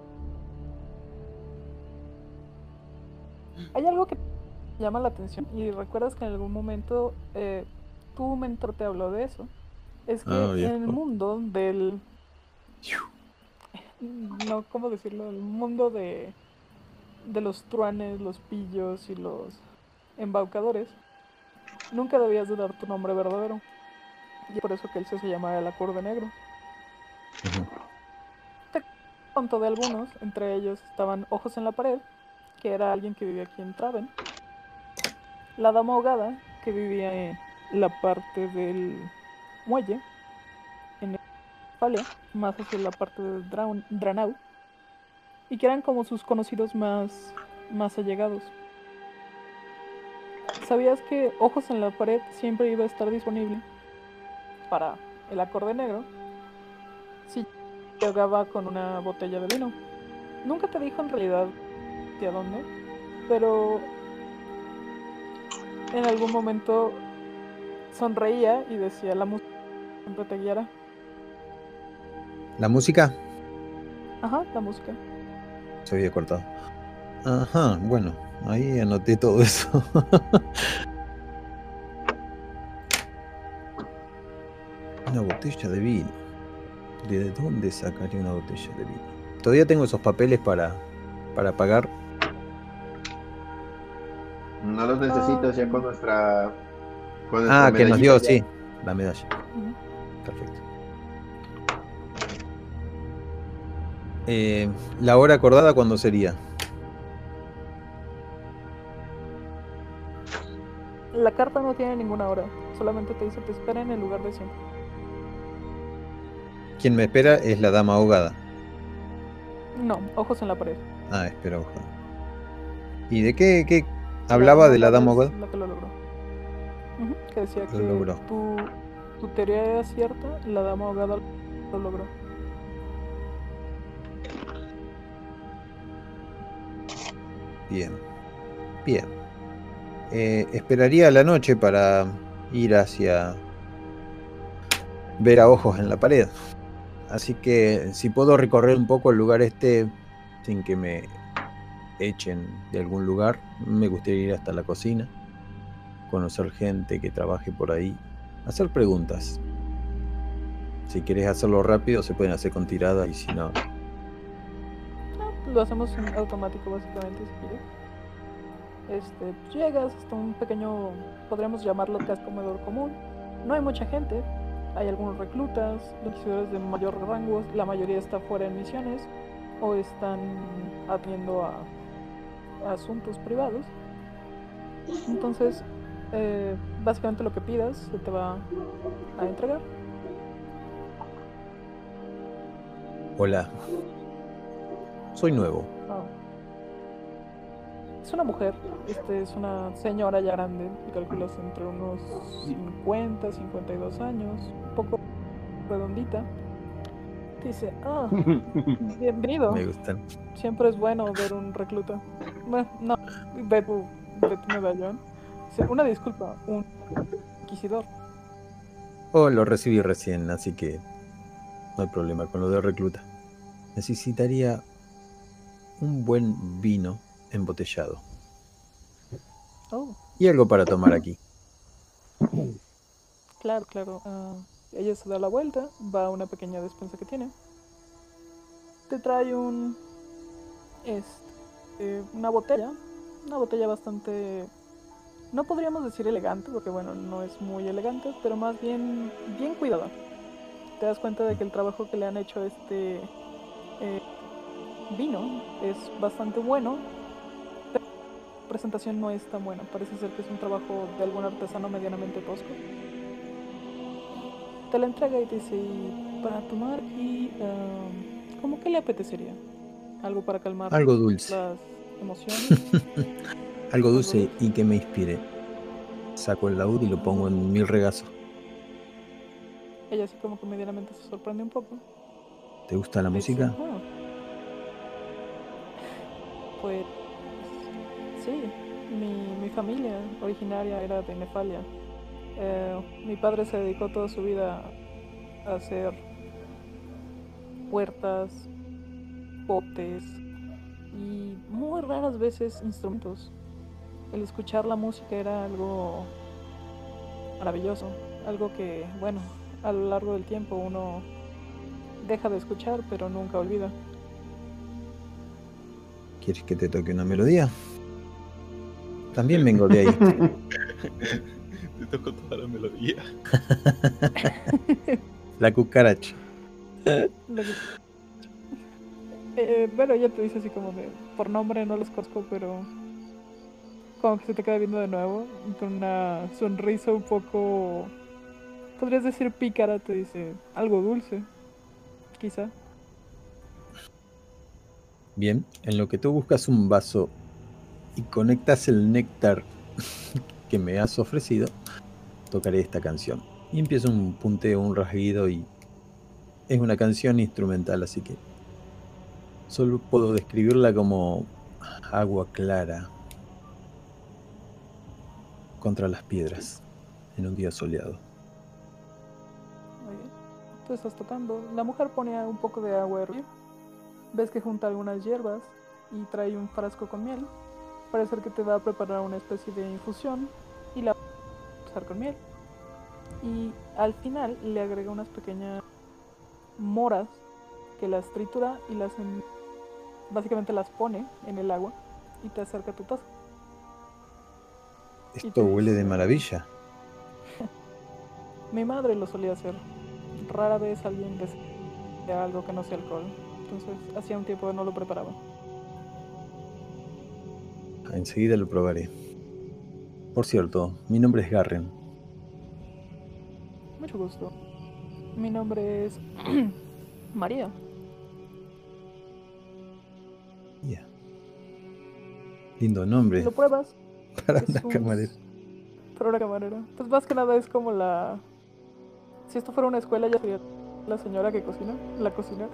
Hay algo que te llama la atención y recuerdas que en algún momento eh, tu mentor te habló de eso. Es que Ah, en el viejo. mundo del... No, ¿cómo decirlo? El mundo de, de los truanes, los pillos y los embaucadores, nunca debías de dar tu nombre verdadero. Y por eso que él se llama el acorde negro. Ujú. Te contó de algunos, entre ellos estaban ojos en la pared que era alguien que vivía aquí en Traven. La dama ahogada, que vivía en la parte del muelle, en Falia, más hacia la parte de Draun- Dranau, y que eran como sus conocidos más, más allegados. ¿Sabías que Ojos en la Pared siempre iba a estar disponible para el acorde negro si llegaba con una botella de vino? Nunca te dijo en realidad hacia dónde, pero en algún momento sonreía y decía: la música siempre te guiará. ¿La música? Ajá, la música. Se había cortado. Ajá, bueno, ahí anoté todo eso. Una botella de vino. ¿De dónde sacaría una botella de vino? Todavía tengo esos papeles para, para pagar. No los necesitas ya con nuestra, con nuestra Ah, que nos medallita dio, ya. sí, la medalla. Ujú. Perfecto. Eh, ¿La hora acordada cuándo sería? La carta no tiene ninguna hora, solamente te dice: te espera en el lugar de siempre. Quien me espera es la dama ahogada. No, Ojos en la Pared. Ah, espera ahogada. ¿Y de qué, qué La hablaba de la ahogada dama es ahogada? la que lo logró. Ujú, que decía Lo que logró. tu, tu teoría era cierta, la dama ahogada lo logró. Bien, bien. Eh, esperaría la noche para ir hacia ver a Ojos en la Pared. Así que si puedo recorrer un poco el lugar este sin que me echen de algún lugar, me gustaría ir hasta la cocina, conocer gente que trabaje por ahí, hacer preguntas. Si querés hacerlo rápido, se pueden hacer con tirada, y si no, No, lo hacemos en automático básicamente, si quieres. Este, pues llegas hasta un pequeño, podríamos llamarlo casi comedor común. No hay mucha gente, hay algunos reclutas, inquisidores de mayor rango, la mayoría está fuera en misiones o están atendiendo a, a asuntos privados. Entonces, eh, básicamente lo que pidas se te va a entregar. hola, soy nuevo. Ah. Es una mujer, este es una señora ya grande, calculas entre unos cincuenta, cincuenta y dos años, un poco redondita. Te dice: ah, bienvenido. Me gustan. Siempre es bueno ver un recluta. Bueno, no, ve tu, ve tu medallón. Dice: una disculpa, un inquisidor. Oh, lo recibí recién, así que no hay problema con lo de recluta. Necesitaría un buen vino embotellado. Oh, Y algo para tomar aquí. claro, claro. Ah, ella se da la vuelta, va a una pequeña despensa que tiene. Te trae un... Este, una botella. Una botella bastante... No podríamos decir elegante, porque bueno, no es muy elegante, pero más bien bien cuidada. Te das cuenta de que el trabajo que le han hecho a este eh, vino es bastante bueno, pero la presentación no es tan buena. Parece ser que es un trabajo de algún artesano medianamente tosco. Te la entrega y te dice: "Y para tomar y um, ¿cómo que le apetecería? Algo para calmar Algo dulce. las emociones, Algo algo dulce dulce". y que me inspire. Saco el laúd y lo pongo en mi regazo. Ella así como que medianamente se sorprende un poco. ¿Te gusta la Te dice: música? "Ah, pues sí, mi, mi familia originaria era de Nefalia. Eh, mi padre se dedicó toda su vida a hacer puertas, potes y muy raras veces instrumentos. El escuchar la música era algo maravilloso, algo que, bueno, a lo largo del tiempo uno deja de escuchar, pero nunca olvida". ¿Quieres que te toque una melodía? También vengo de ahí. Te tocó toda la melodía. La cucaracha. Lo que- Eh, bueno, ella te dice así como de, por nombre no los conozco, pero como que se te queda viendo de nuevo, y con una sonrisa un poco, podrías decir pícara, te dice, algo dulce, quizá. Bien, en lo que tú buscas un vaso y conectas el néctar que me has ofrecido, tocaré esta canción. Y empieza un punteo, un rasguido y es una canción instrumental, así que solo puedo describirla como agua clara contra las piedras en un día soleado. Muy bien. Tú estás tocando. La mujer pone un poco de agua a hervir. Ves que junta algunas hierbas y trae un frasco con miel. Parece ser que te va a preparar una especie de infusión y la va a usar con miel. Y al final le agrega unas pequeñas moras que las tritura y las en- básicamente las pone en el agua y te acerca a tu taza. Y te Esto huele de dice, maravilla. mi madre lo solía hacer. Rara vez alguien desea algo que no sea alcohol. Entonces hacía un tiempo que no lo preparaba. Enseguida lo probaré. Por cierto, mi nombre es Garren. Mucho gusto. Mi nombre es María. Yeah. Lindo nombre ¿Lo pruebas? para Es una un... camarera. Para una camarera. Pues más que nada es como la... Si esto fuera una escuela ya sería la señora que cocina. La cocina.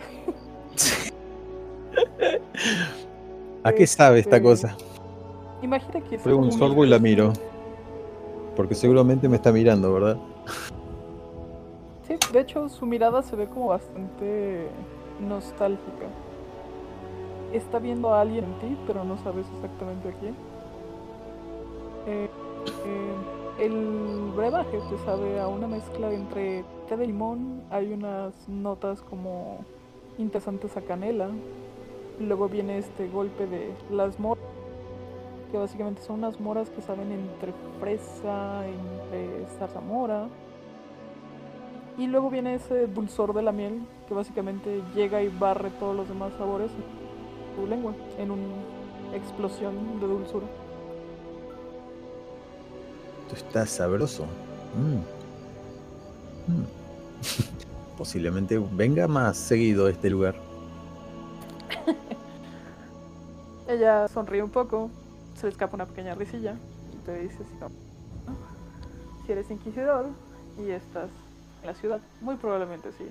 ¿A qué sabe esta Este, cosa? Imagina que es Pruebo como un una sorbo y la miro. especie... Porque seguramente me está mirando, ¿verdad? Sí, de hecho su mirada se ve como bastante nostálgica. Está viendo a alguien en ti, pero no sabes exactamente a quién. Eh, eh, el brebaje te sabe a una mezcla entre té de limón, hay unas notas como interesantes a canela. Luego viene este golpe de las moras, que básicamente son unas moras que saben entre fresa, entre zarzamora. Y luego viene ese dulzor de la miel, que básicamente llega y barre todos los demás sabores en tu lengua, en una explosión de dulzura. Esto está sabroso. Mm. Mm. Posiblemente venga más seguido a este lugar. Ella sonríe un poco, se le escapa una pequeña risilla y te dice así como, si eres inquisidor y estás en la ciudad, muy probablemente sí.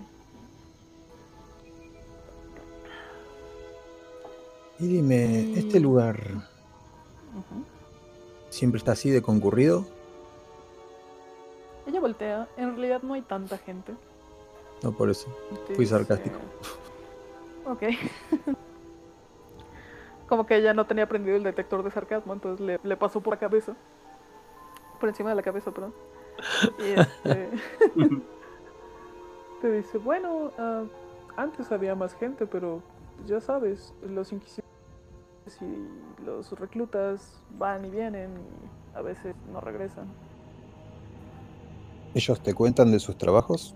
Y dime, Y... ¿este lugar Ujú. siempre está así de concurrido? Ella voltea, en realidad no hay tanta gente. No, por eso. Y te Fui dice, sarcástico. ok. Como que ella no tenía aprendido el detector de sarcasmo, entonces le, le pasó por la cabeza. Por encima de la cabeza, perdón. Y este... te dice, bueno, uh, antes había más gente, pero ya sabes, los inquisidores y los reclutas van y vienen y a veces no regresan. ¿Ellos te cuentan de sus trabajos?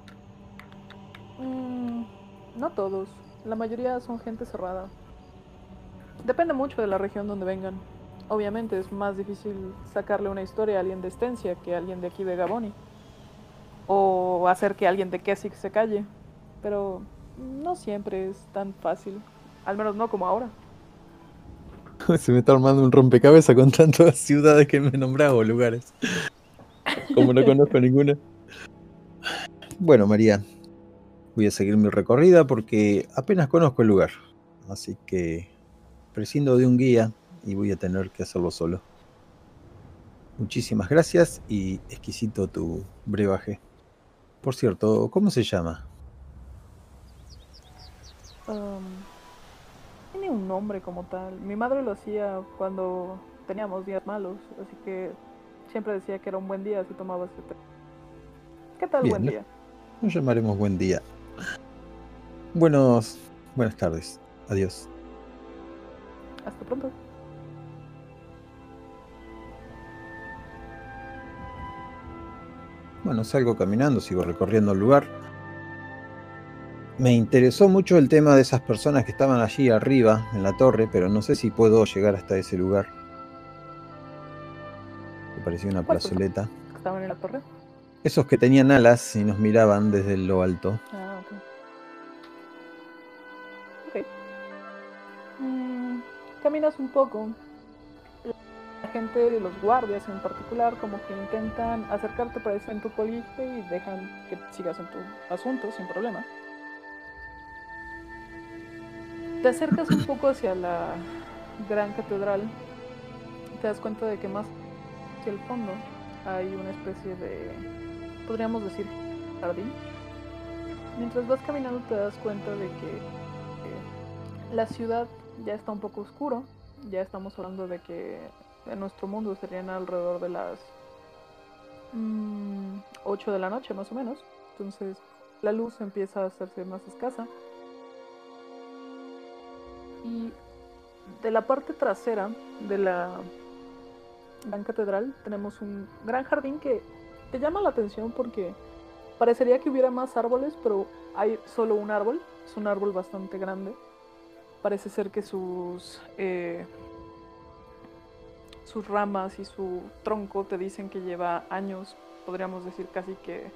Mm, no todos, la mayoría son gente cerrada. Depende mucho de la región donde vengan. Obviamente es más difícil sacarle una historia a alguien de Estencia que a alguien de aquí de Gaboni. O hacer que alguien de Keswick se calle. Pero no siempre es tan fácil. Al menos no como ahora. Se me está armando un rompecabezas con tantas ciudades que me nombraba o lugares. Como no conozco ninguna. Bueno, María, voy a seguir mi recorrida porque apenas conozco el lugar. Así que prescindo de un guía y voy a tener que hacerlo solo. Muchísimas gracias y exquisito tu brebaje. Por cierto, ¿cómo se llama? Um, tiene un nombre como tal. Mi madre lo hacía cuando teníamos días malos. Así que siempre decía que era un buen día si tomabas ese té. ¿Qué tal Bien, buen lo día? lo llamaremos buen día. Buenos, buenas tardes. Adiós. Hasta pronto. Bueno, salgo caminando, sigo recorriendo el lugar. Me interesó mucho el tema de esas personas que estaban allí arriba en la torre, pero no sé si puedo llegar hasta ese lugar. Me parecía una ¿Cuál plazoleta. ¿Estaban en la torre? Esos que tenían alas y nos miraban desde lo alto. Ah, ok. Ok. Mm, caminas un poco. La gente de los guardias en particular como que intentan acercarte para eso en tu colegio y dejan que sigas en tu asunto sin problema. Te acercas un poco hacia la gran catedral. Te das cuenta de que más hacia el fondo hay una especie de, podríamos decir, jardín. Mientras vas caminando te das cuenta de que eh, la ciudad ya está un poco oscuro. Ya estamos hablando de que en nuestro mundo serían alrededor de las mmm, ocho de la noche más o menos. Entonces la luz empieza a hacerse más escasa. Y de la parte trasera de la gran catedral tenemos un gran jardín que te llama la atención porque parecería que hubiera más árboles, pero hay solo un árbol. Es un árbol bastante grande. Parece ser que sus eh, sus ramas y su tronco te dicen que lleva años, podríamos decir casi que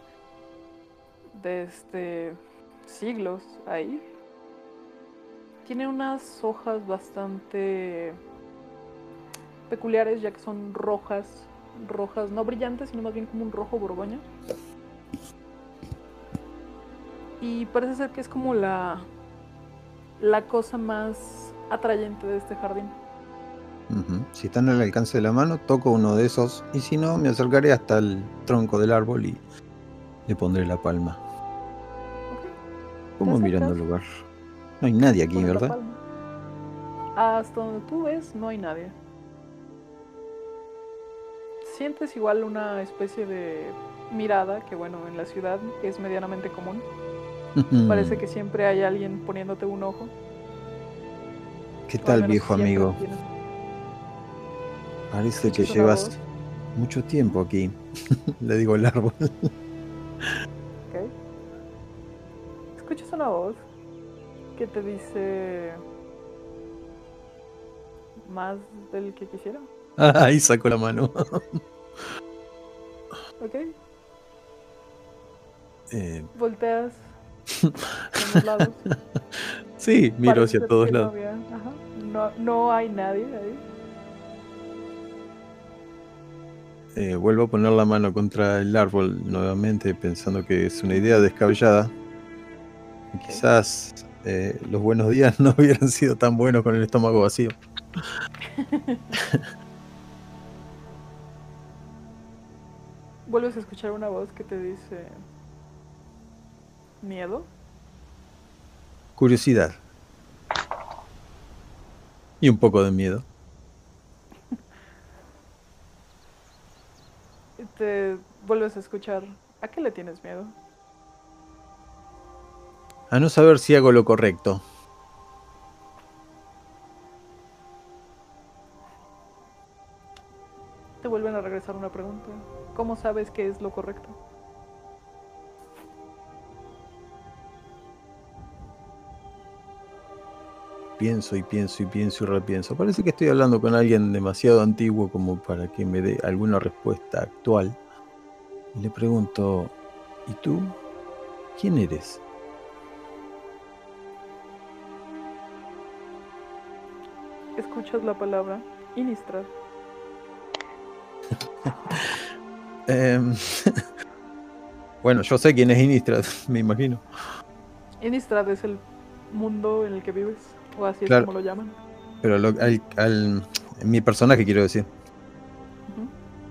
desde siglos ahí. Tiene unas hojas bastante peculiares, ya que son rojas, rojas no brillantes, sino más bien como un rojo borgoña. Y parece ser que es como la, la cosa más atrayente de este jardín. Uh-huh. Si están al alcance de la mano, toco uno de esos. Y si no, me acercaré hasta el tronco del árbol y le pondré la palma. Okay. Como mirando el lugar. No hay nadie aquí, ¿verdad? Hasta donde tú ves, no hay nadie. Sientes igual una especie de mirada que, bueno, en la ciudad es medianamente común. Parece que siempre hay alguien poniéndote un ojo. ¿Qué tal, viejo amigo? Tienes... Parece que llevas voz? mucho tiempo aquí. Le digo al árbol. Ok. Escuchas una voz que te dice más del que quisiera. Ah, ahí sacó la mano. Ok. Eh... Volteas a los lados. Sí, miro Parece hacia todos lados. No, había... Ajá. No, no hay nadie ahí. Eh, vuelvo a poner la mano contra el árbol nuevamente, pensando que es una idea descabellada. Okay. Quizás eh, los buenos días no hubieran sido tan buenos con el estómago vacío. Vuelves a escuchar una voz que te dice... ¿Miedo? Curiosidad. Y un poco de miedo. Te vuelves a escuchar. ¿A qué le tienes miedo? A no saber si hago lo correcto. Te vuelven a regresar una pregunta. ¿Cómo sabes qué es lo correcto? Pienso y pienso y pienso y repienso. Parece que estoy hablando con alguien demasiado antiguo como para que me dé alguna respuesta actual. Y le pregunto, ¿y tú? ¿Quién eres? Escuchas la palabra Innistrad. eh, bueno, yo sé quién es Innistrad, me imagino. Innistrad es el mundo en el que vives, o así claro, es como lo llaman. Pero lo, al, al, mi personaje quiero decir. Uh-huh.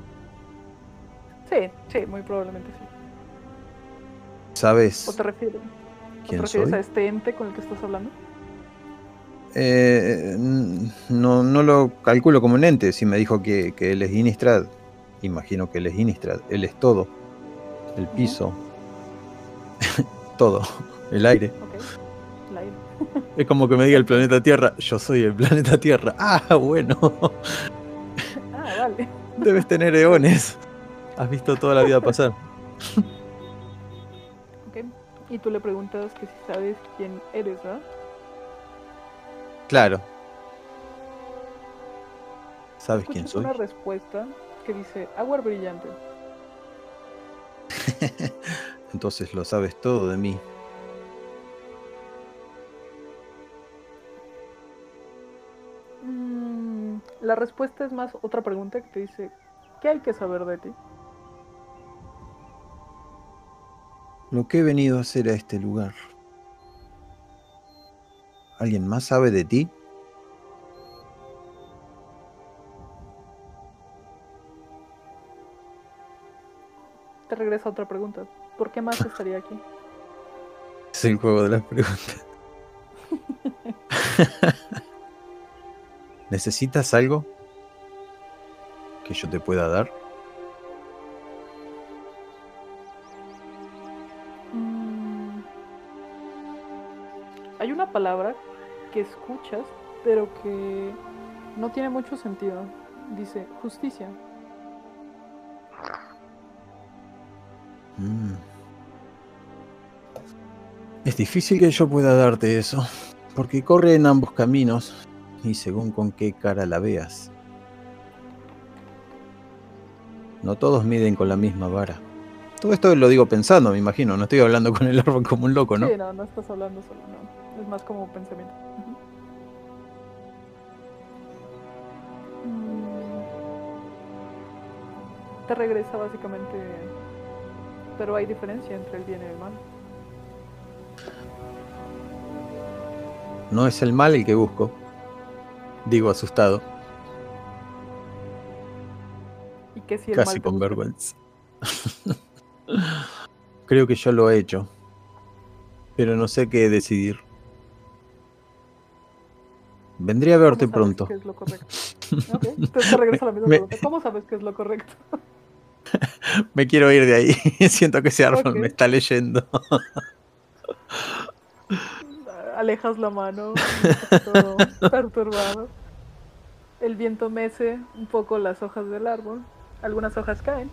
Sí, sí, muy probablemente sí. ¿Sabes? ¿O te refieres, ¿quién ¿o te refieres soy? a este ente con el que estás hablando? Eh, no, no lo calculo como un ente. Si me dijo que, que él es Innistrad, imagino que él es Innistrad. Él es todo. El piso. Uh-huh. Todo. El aire. Okay. El aire. Es como que me diga el planeta Tierra. Yo soy el planeta Tierra. Ah, bueno. Ah, vale. Debes tener eones. Has visto toda la vida pasar. Ok. Y tú le preguntas que si sabes quién eres, ¿verdad? Claro. ¿Sabes quién Escuchas soy? una respuesta que dice, agua brillante. Entonces lo sabes todo de mí. Mm, la respuesta es más otra pregunta que te dice, ¿qué hay que saber de ti? Lo que he venido a hacer a este lugar. ¿Alguien más sabe de ti? Te regresa otra pregunta. ¿Por qué más estaría aquí? Es el juego de las preguntas. ¿Necesitas algo que yo te pueda dar? Mm, hay una palabra que escuchas, pero que no tiene mucho sentido. Dice justicia. Mm. Es difícil que yo pueda darte eso, porque corre en ambos caminos y según con qué cara la veas. No todos miden con la misma vara. Todo esto lo digo pensando, me imagino. No estoy hablando con el árbol como un loco, ¿no? Sí, no, no estás hablando solo, no. Es más como pensamiento. Ujú. Mm, te regresa básicamente, pero hay diferencia entre el bien y el mal. No es el mal el que busco. Digo asustado, Y que si el casi mal te con busca. vergüenza. Creo que yo lo he hecho, pero no sé qué decidir. Vendría a verte ¿Cómo sabes pronto. qué es lo correcto? Ok, entonces te regreso la misma Me, pregunta. ¿Cómo sabes qué es lo correcto? me quiero ir de ahí. Siento que ese árbol Ok. me está leyendo. Alejas la mano, un poquito perturbado. El viento mece un poco las hojas del árbol. Algunas hojas caen.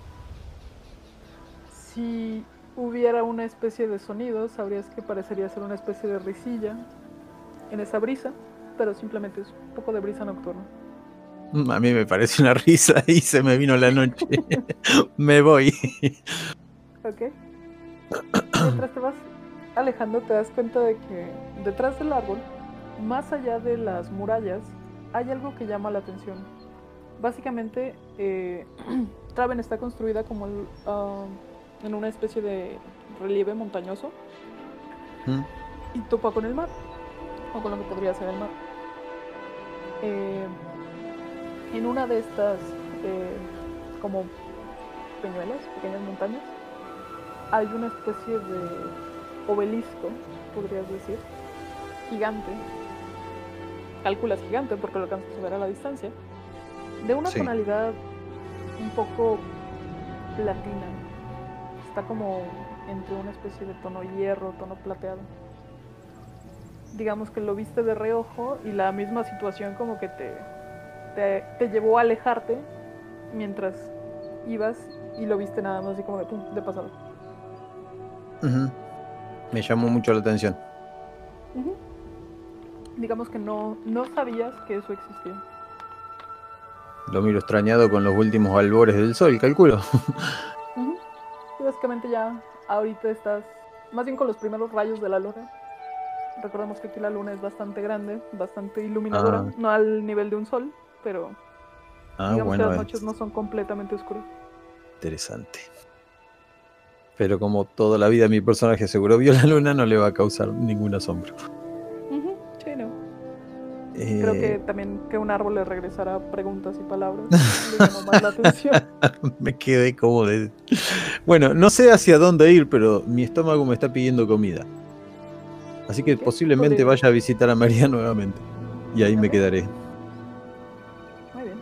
Si hubiera una especie de sonido, sabrías que parecería ser una especie de risilla en esa brisa, pero simplemente es un poco de brisa nocturna. A mí me parece una risa y se me vino la noche. Me voy. Ok. Mientras te vas alejando, te das cuenta de que detrás del árbol, más allá de las murallas, hay algo que llama la atención. Básicamente, eh, Traven está construida como el, uh, en una especie de relieve montañoso ¿Mm? y topa con el mar, o con lo que podría ser el mar. Eh, en una de estas eh, como peñuelas, pequeñas montañas, hay una especie de obelisco, podrías decir, gigante. Calculas gigante porque lo alcanzas a ver a la distancia, de una Sí. tonalidad un poco platina. Está como entre una especie de tono hierro, tono plateado. Digamos que lo viste de reojo y la misma situación como que te, te, te llevó a alejarte mientras ibas y lo viste nada más así como de pum, de pasado. Uh-huh. Me llamó mucho la atención. Uh-huh. Digamos que no, no sabías que eso existía. Lo miro extrañado con los últimos albores del sol, calculo. Uh-huh. Y básicamente ya ahorita estás más bien con los primeros rayos de la luna. Recordemos que aquí la luna es bastante grande, bastante iluminadora, Ah, no al nivel de un sol, pero ah digamos que bueno, las es noches no son completamente oscuras. interesante. Pero como toda la vida mi personaje seguro vio la luna, no le va a causar ningún asombro. Uh-huh. Sí, no. Eh... Creo que también que un árbol le regresara preguntas y palabras le llamó más la atención. Me quedé como de... Bueno, no sé hacia dónde ir, pero mi estómago me está pidiendo comida. Así que Okay, posiblemente podría... vaya a visitar a María nuevamente. Y ahí okay. me quedaré. Muy bien.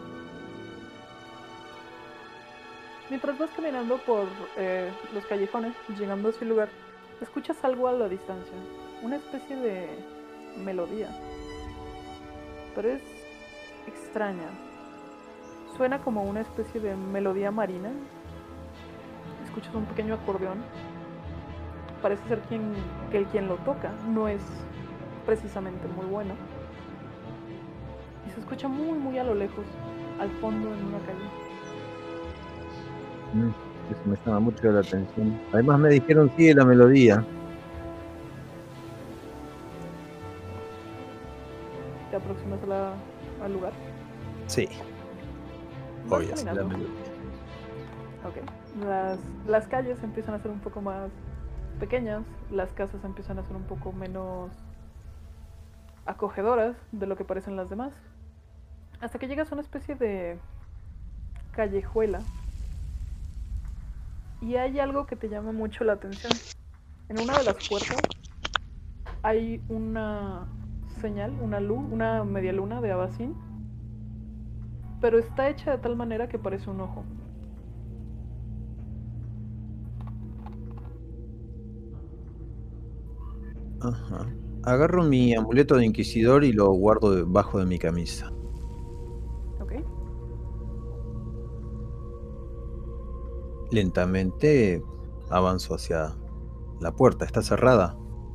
Mientras vas caminando por eh, los callejones, llegando a ese lugar, escuchas algo a la distancia. Una especie de melodía. Pero es extraña. Suena como una especie de melodía marina. Escuchas un pequeño acordeón. parece ser quien, que el quien lo toca no es precisamente muy bueno. Y se escucha muy, muy a lo lejos, al fondo en una calle. Mm, eso me llama mucho la atención. Además me dijeron sigue la melodía. ¿Te aproximas a la, al lugar? Sí, Vas obvio, sí, la caminando. melodía. Ok. Las, las calles empiezan a ser un poco más pequeñas, las casas empiezan a ser un poco menos acogedoras de lo que parecen las demás. Hasta que llegas a una especie de callejuela. Y hay algo que te llama mucho la atención. En una de las puertas hay una señal, una luz, una media luna de abacín. Pero está hecha de tal manera que parece un ojo. Ajá. Agarro mi amuleto de inquisidor y lo guardo debajo de mi camisa. ¿Ok? Lentamente avanzo hacia la puerta. Está cerrada.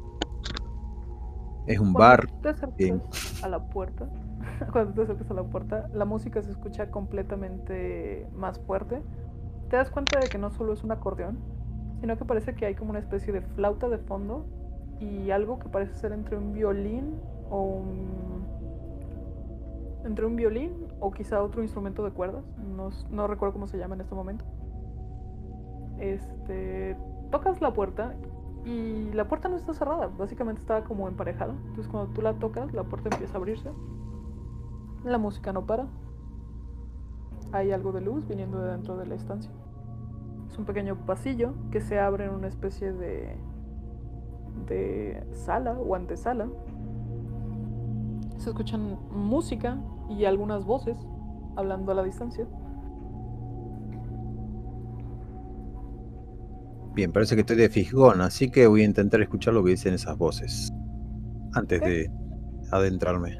Es un Cuando bar. te acercas que- a la puerta, cuando te acercas a la puerta, la música se escucha completamente más fuerte. Te das cuenta de que no solo es un acordeón, sino que parece que hay como una especie de flauta de fondo y algo que parece ser entre un violín o un... entre un violín o quizá otro instrumento de cuerdas. No, s- no recuerdo cómo se llama en este momento. Este, tocas la puerta y la puerta no está cerrada, básicamente está como emparejada. Entonces cuando tú la tocas, la puerta empieza a abrirse. La música no para. Hay algo de luz viniendo de dentro de la estancia. Es un pequeño pasillo que se abre en una especie de de sala o antesala. Se escuchan música y algunas voces hablando a la distancia. Bien, parece que estoy de fijón, así que voy a intentar escuchar lo que dicen esas voces antes Ok. de adentrarme.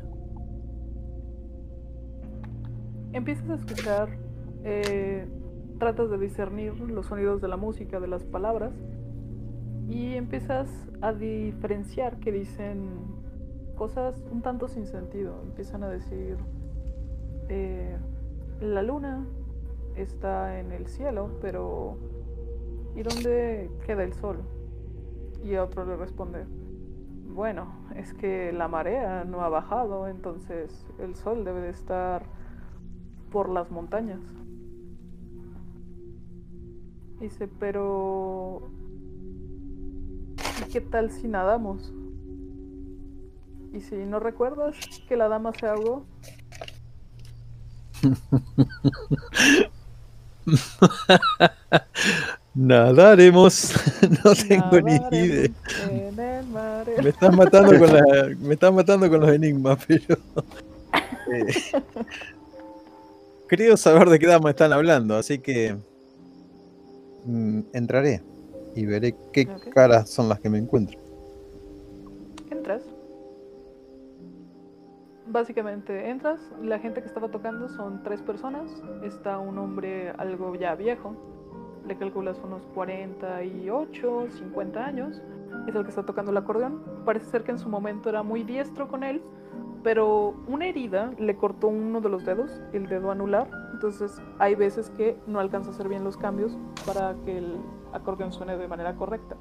Empiezas a escuchar, eh, tratas de discernir los sonidos de la música, de las palabras, y empiezas a diferenciar que dicen cosas un tanto sin sentido. Empiezan a decir, eh, la luna está en el cielo, pero ¿y dónde queda el sol? Y otro le responde, bueno, es que la marea no ha bajado, entonces el sol debe de estar por las montañas. Dice, pero ¿y qué tal si nadamos? Y si no recuerdas que la dama se ahogó. Nadaremos. No tengo ni idea. Nadaremos en el mar. Me estás matando con la, me estás matando con los enigmas, pero eh, creo saber de qué dama están hablando, así que mm, entraré y veré qué Ok. caras son las que me encuentro. Entras. Básicamente entras, la gente que estaba tocando son tres personas. Está un hombre algo ya viejo, le calculas unos cuarenta y ocho, cincuenta años. Es el que está tocando el acordeón. Parece ser que en su momento era muy diestro con él, pero una herida le cortó uno de los dedos, el dedo anular. Entonces hay veces que no alcanza a hacer bien los cambios para que el acordeón suene de manera correcta.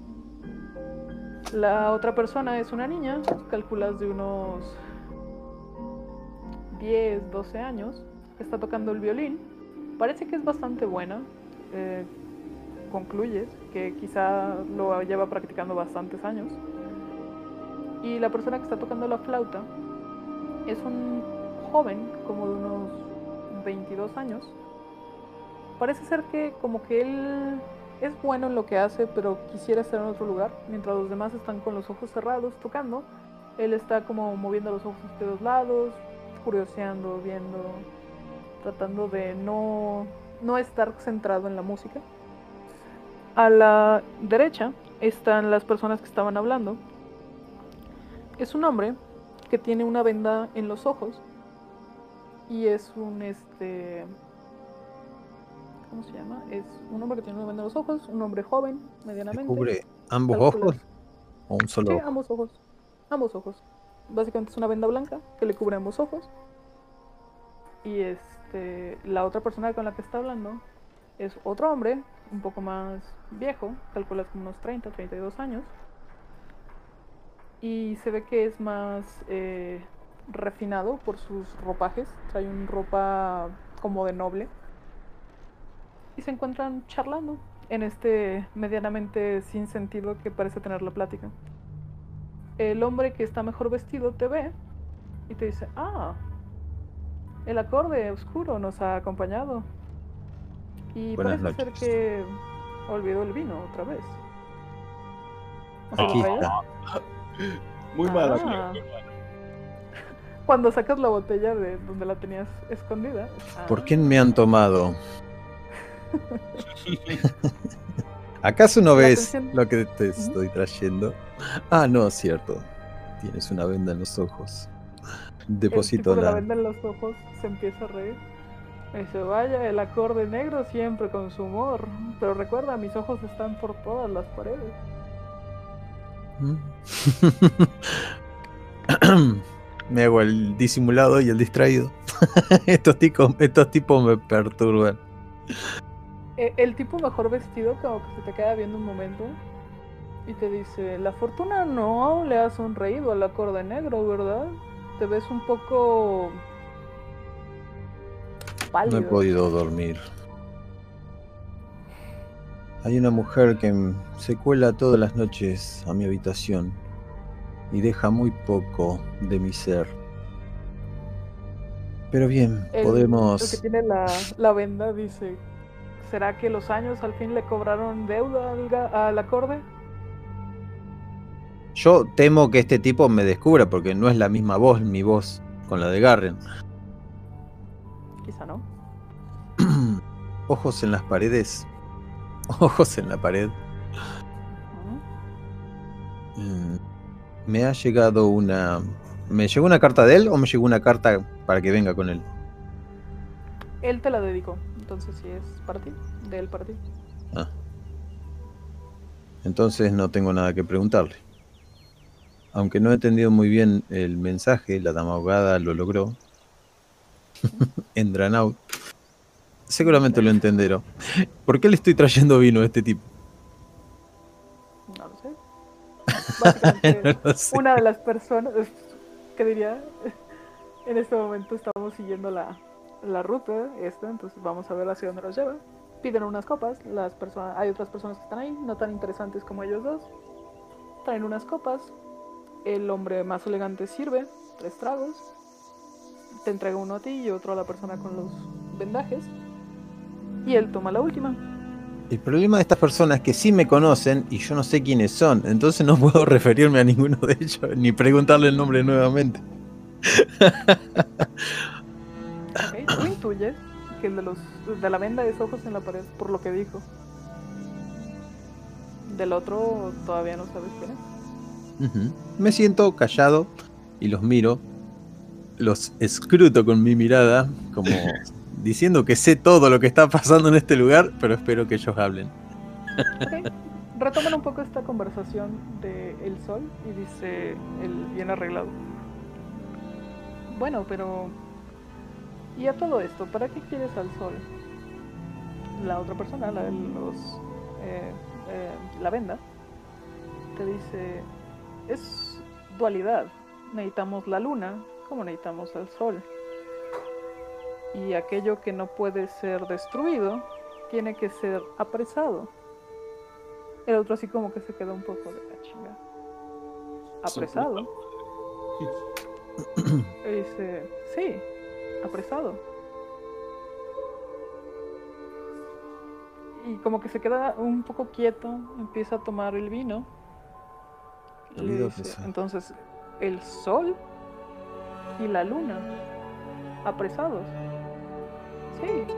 La otra persona es una niña, calculas de unos diez, doce años, está tocando el violín. Parece que es bastante buena. Eh, concluyes que quizá lo lleva practicando bastantes años. Y la persona que está tocando la flauta es un joven, como de unos veintidós años. Parece ser que como que él es bueno en lo que hace, pero quisiera estar en otro lugar. Mientras los demás están con los ojos cerrados tocando, él está como moviendo los ojos hacia los lados, curioseando, viendo, tratando de no, no estar centrado en la música. A la derecha están las personas que estaban hablando. Es un hombre que tiene una venda en los ojos y es un este ¿cómo se llama? Es un hombre que tiene una venda en los ojos, un hombre joven, Me medianamente. cubre, ¿Ambos Calculas. ojos? ¿O un solo Sí, ojo? ambos ojos. Ambos ojos. Básicamente es una venda blanca que le cubre ambos ojos. Y este, la otra persona con la que está hablando es otro hombre, un poco más viejo, calculas como unos treinta, treinta y dos años. Y se ve que es más eh, refinado por sus ropajes. Trae un ropa como de noble. Y se encuentran charlando en este medianamente sin sentido que parece tener la plática. El hombre que está mejor vestido te ve y te dice, ah, el acorde oscuro nos ha acompañado. Y Buenas parece ser noches. que olvidó el vino otra vez. ¿No se lo Aquí trae? está. Muy mala. Ah. Cuando sacas la botella de donde la tenías escondida. ¿Por ah, qué me han tomado? ¿Acaso no La ves atención- lo que te Ujú. estoy trayendo? Ah, no, cierto. Tienes una venda en los ojos. El tipo Deposito de la la... venda en los ojos se empieza a reír. Me dice, vaya, el acorde negro siempre con su humor. Pero recuerda, mis ojos están por todas las paredes. Me hago el disimulado y el distraído. estos, tipos, estos tipos me perturban. E- El tipo mejor vestido como que se te queda viendo un momento y te dice, la fortuna no le ha sonreído al acorde negro, ¿verdad? Te ves un poco No he pálido. podido dormir. Hay una mujer que m- se cuela todas las noches a mi habitación y deja muy poco de mi ser. Pero bien, El, el que podemos... tiene la, la venda dice, ¿será que los años al fin le cobraron deuda al, ga- al acorde? Yo temo que este tipo me descubra porque no es la misma voz, mi voz, con la de Garren. Quizá no. Ojos en las paredes. Ojos en la pared. Ujú. Mm, Me ha llegado una... ¿Me llegó una carta de él o me llegó una carta para que venga con él? Él te la dedicó, entonces sí es para ti, de él para ti. Ah. Entonces no tengo nada que preguntarle. Aunque no he entendido muy bien el mensaje, la dama ahogada lo logró. En Dranout. Seguramente lo entenderé. ¿Por qué le estoy trayendo vino a este tipo? No lo sé. Básicamente, No lo sé. una de las personas, ¿qué diría? En este momento estamos siguiendo la, la ruta esta, entonces vamos a ver hacia dónde nos lleva. Piden unas copas, las personas, hay otras personas que están ahí, no tan interesantes como ellos dos. Traen unas copas, el hombre más elegante sirve, tres tragos. Te entrega uno a ti y otro a la persona con los vendajes. Y él toma la última. El problema de estas personas es que sí me conocen y yo no sé quiénes son, entonces no puedo referirme a ninguno de ellos ni preguntarle el nombre nuevamente. Ok, tú intuyes que el de, los, de la venda es ojos en la pared, por lo que dijo. Del otro todavía no sabes quién es. Ujú. Me siento callado y los miro, los escruto con mi mirada, como diciendo que sé todo lo que está pasando en este lugar, pero espero que ellos hablen. Ok, retoman un poco esta conversación de El Sol y dice el bien arreglado. Bueno, pero... ¿y a todo esto? ¿Para qué quieres al Sol? La otra persona, la de los... Eh, eh, la venda, te dice... es dualidad. Necesitamos la luna como necesitamos al Sol. Y aquello que no puede ser destruido tiene que ser apresado. El otro así como que se quedó un poco de la chinga. ¿Apresado? Y dice, sí, apresado. Y como que se queda un poco quieto, empieza a tomar el vino. Y le Olvido dice, eso. entonces, el sol y la luna, apresados. Sí.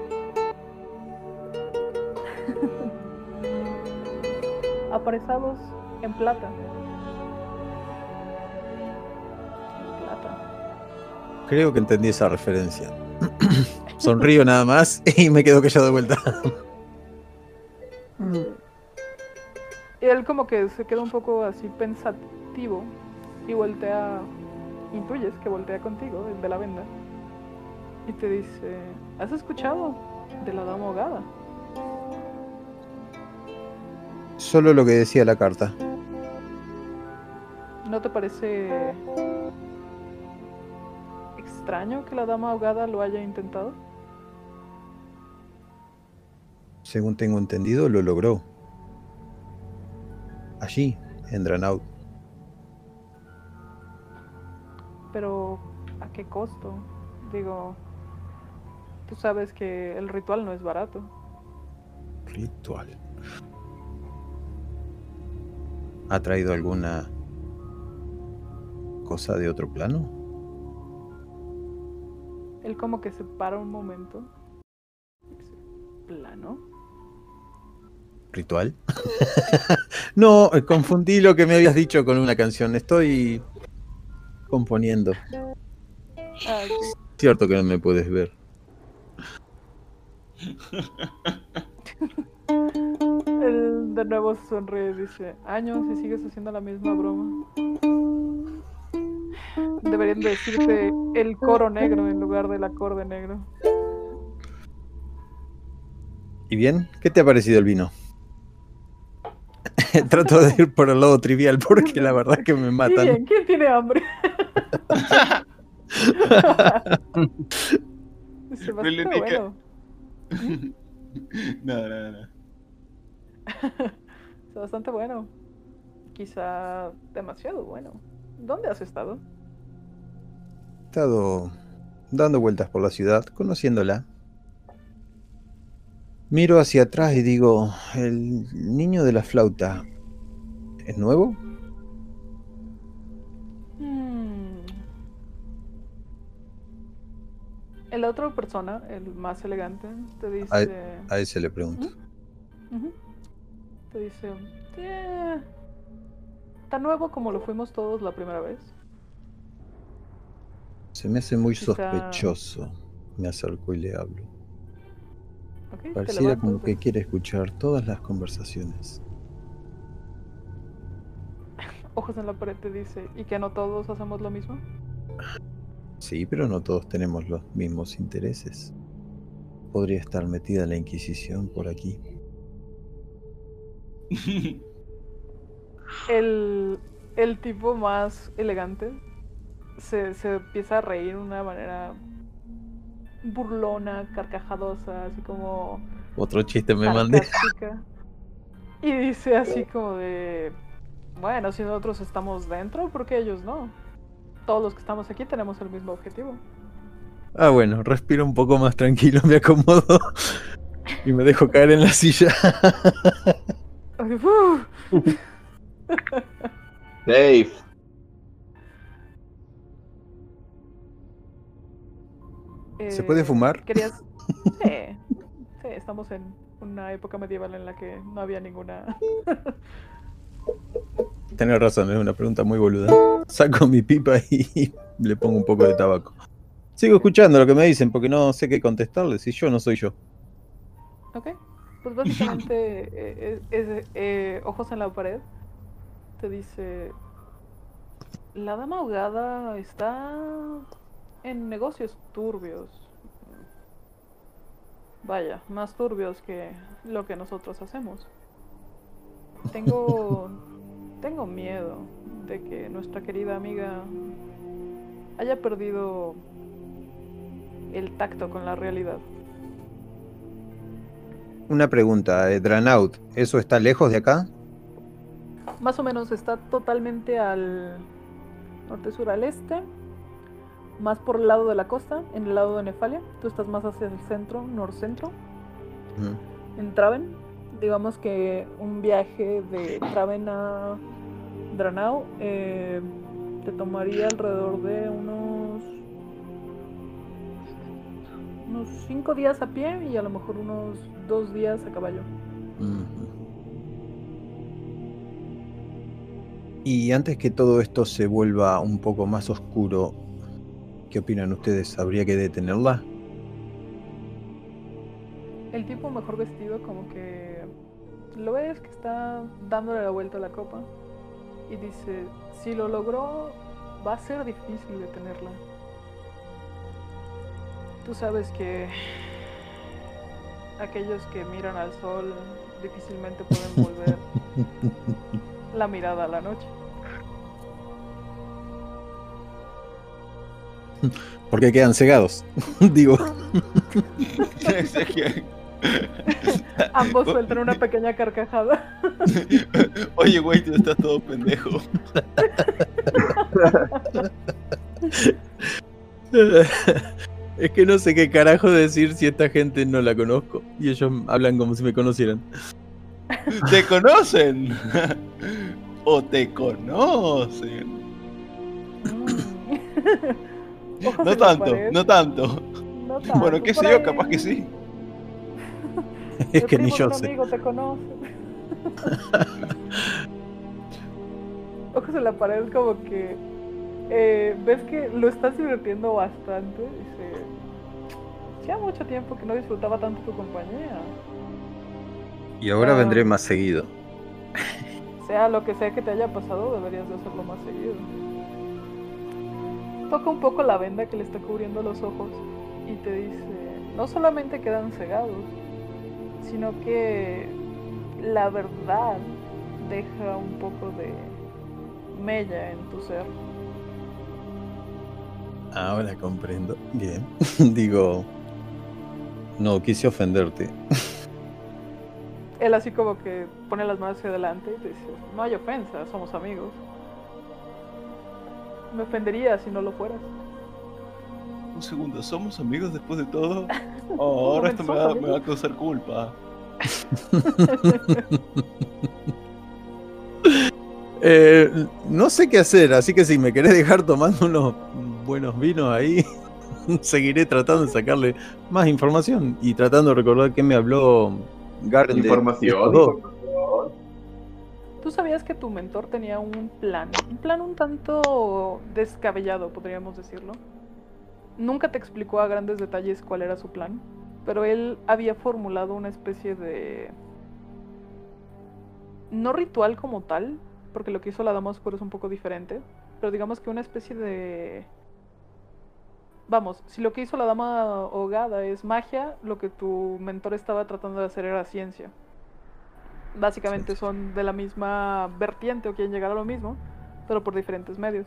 Apresados en plata. En plata. Creo que entendí esa referencia. Sonrío nada más y me quedo callado de vuelta. Y él como que se queda un poco así pensativo y voltea, intuyes que voltea contigo, el de la venda, y te dice, ¿has escuchado de la dama ahogada? Solo lo que decía la carta. ¿No te parece extraño que la dama ahogada lo haya intentado? Según tengo entendido, lo logró. Allí, en Dranaut. Pero, ¿a qué costo? Digo, tú sabes que el ritual no es barato. Ritual. ¿Ha traído alguna cosa de otro plano? Él como que se para un momento. ¿Plano? ¿Ritual? No, confundí lo que me habías dicho con una canción. Estoy componiendo. Ah, ok. Cierto que no me puedes ver. Él de nuevo se sonríe y dice, años y sigues haciendo la misma broma. Deberían decirte el coro negro en lugar del acorde negro. ¿Y bien? ¿Qué te ha parecido el vino? Trato de ir por el lado trivial porque la verdad es que me Y matan. bien, ¿quién tiene hambre? Dice, Really, bastante Nika. bueno. No, no, no. Está bastante bueno. Quizá demasiado bueno. ¿Dónde has estado? He estado dando vueltas por la ciudad, conociéndola. Miro hacia atrás y digo, ¿el niño de la flauta es nuevo? Hmm. La otra persona, el más elegante, te dice... A, a ese le pregunto. ¿Mm? Uh-huh. Te dice... Eh, tan nuevo como lo fuimos todos la primera vez. Se me hace muy Quizá... sospechoso. Me acerco y le hablo. Okay, Pareciera te como que levantas. quiere escuchar todas las conversaciones. Ojos en la pared te dice, ¿y que no todos hacemos lo mismo? Sí, pero no todos tenemos los mismos intereses. Podría estar metida la Inquisición por aquí. El, el tipo más elegante se, se empieza a reír de una manera burlona, carcajadosa, así como Otro chiste me mandé. sarcástica. Y dice así como de, bueno, si nosotros estamos dentro, ¿por qué ellos no? Todos los que estamos aquí tenemos el mismo objetivo. Ah, bueno, respiro un poco más tranquilo, me acomodo y me dejo caer en la silla. Dave. ¿Se puede fumar? ¿Querías? Sí, sí, estamos en una época medieval en la que no había ninguna... Tenés razón, es una pregunta muy boluda. Saco mi pipa y le pongo un poco de tabaco. Sigo escuchando lo que me dicen porque no sé qué contestarles y yo no soy yo. Ok, pues básicamente eh, es, es, eh, ojos en la pared te dice, la dama ahogada está en negocios turbios. Vaya, más turbios que lo que nosotros hacemos. Tengo, tengo miedo de que nuestra querida amiga haya perdido el tacto con la realidad. Una pregunta, eh, Dranaut, ¿eso está lejos de acá? Más o menos está totalmente al norte sur al este, más por el lado de la costa, en el lado de Nefalia. Tú estás más hacia el centro, norcentro, Mm. en Traven. Digamos que un viaje de Traven a Dranau eh, te tomaría alrededor de unos unos cinco días a pie y a lo mejor unos dos días a caballo. Mm. Y antes que todo esto se vuelva un poco más oscuro, ¿qué opinan ustedes? ¿Habría que detenerla? El tipo mejor vestido como que lo ves que está dándole la vuelta a la copa y dice, si lo logró, va a ser difícil detenerla. Tú sabes que aquellos que miran al sol difícilmente pueden volver la mirada a la noche. Porque quedan cegados. Digo. Ambos sueltan una pequeña carcajada. Oye, güey, tú estás todo pendejo. Es que no sé qué carajo decir si esta gente no la conozco. Y ellos hablan como si me conocieran. ¿Te conocen? ¿O te conocen? Ojos No en la tanto, pared. no tanto. No tanto, Bueno, qué sé por yo, ahí. capaz que sí. Es El que ni primo de yo un sé. amigo te conoce. Ojos en la pared, como que eh, ves que lo estás divirtiendo bastante. Dice, hacía mucho tiempo que no disfrutaba tanto tu compañía. Y ahora Ah. vendré más seguido. Sea lo que sea que te haya pasado, deberías de hacerlo más seguido. Toca un poco la venda que le está cubriendo los ojos y te dice, no solamente quedan cegados, sino que la verdad deja un poco de mella en tu ser. Ahora comprendo. Bien. Digo, no quise ofenderte. Él así como que pone las manos hacia adelante y te dice, no hay ofensa, somos amigos. Me ofendería si no lo fueras. Un segundo, ¿somos amigos después de todo? Oh, ahora esto me va, me va a causar culpa. eh, no sé qué hacer, así que si me querés dejar tomando unos buenos vinos ahí, seguiré tratando de sacarle más información y tratando de recordar qué me habló Garen de Información, estos dos. información. ¿Tú sabías que tu mentor tenía un plan? Un plan un tanto descabellado, podríamos decirlo. Nunca te explicó a grandes detalles cuál era su plan, pero él había formulado una especie de... no ritual como tal, porque lo que hizo la Dama Oscura es un poco diferente, pero digamos que una especie de... Vamos, si lo que hizo la Dama Ahogada es magia, lo que tu mentor estaba tratando de hacer era ciencia. Básicamente Sí. son de la misma vertiente o quieren llegar a lo mismo, pero por diferentes medios.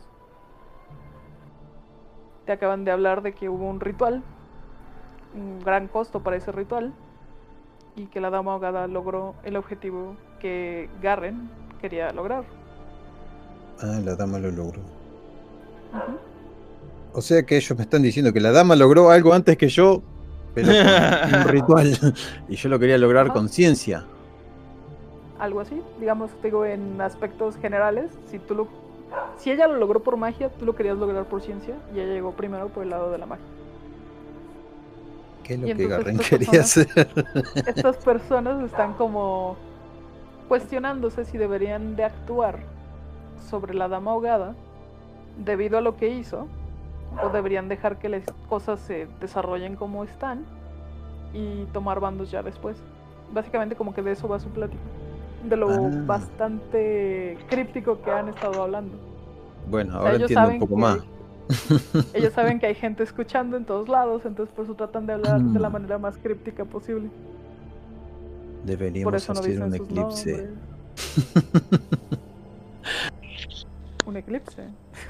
Te acaban de hablar de que hubo un ritual, un gran costo para ese ritual, y que la Dama Ahogada logró el objetivo que Garren quería lograr. Ah, la dama lo logró. Uh-huh. O sea que ellos me están diciendo que la dama logró algo antes que yo, pero con un ritual. Y yo lo quería lograr Ajá. con ciencia. Algo así, digamos, digo, en aspectos generales, si tú lo, si ella lo logró por magia, tú lo querías lograr por ciencia, y ella llegó primero por el lado de la magia. ¿Qué es lo Y que entonces Garren estas quería personas- hacer? Estas personas están como cuestionándose si deberían de actuar sobre la Dama Ahogada debido a lo que hizo, o deberían dejar que las cosas se desarrollen como están y tomar bandos ya después. Básicamente como que de eso va su plática, de lo Ah. bastante críptico que han estado hablando. Bueno, O sea, ahora ellos entiendo un saben poco que- más. Ellos saben que hay gente escuchando en todos lados, entonces por eso tratan de hablar de la Mm. manera más críptica posible. Deberíamos Por eso no hacer dicen un sus eclipse. nombres. Un eclipse.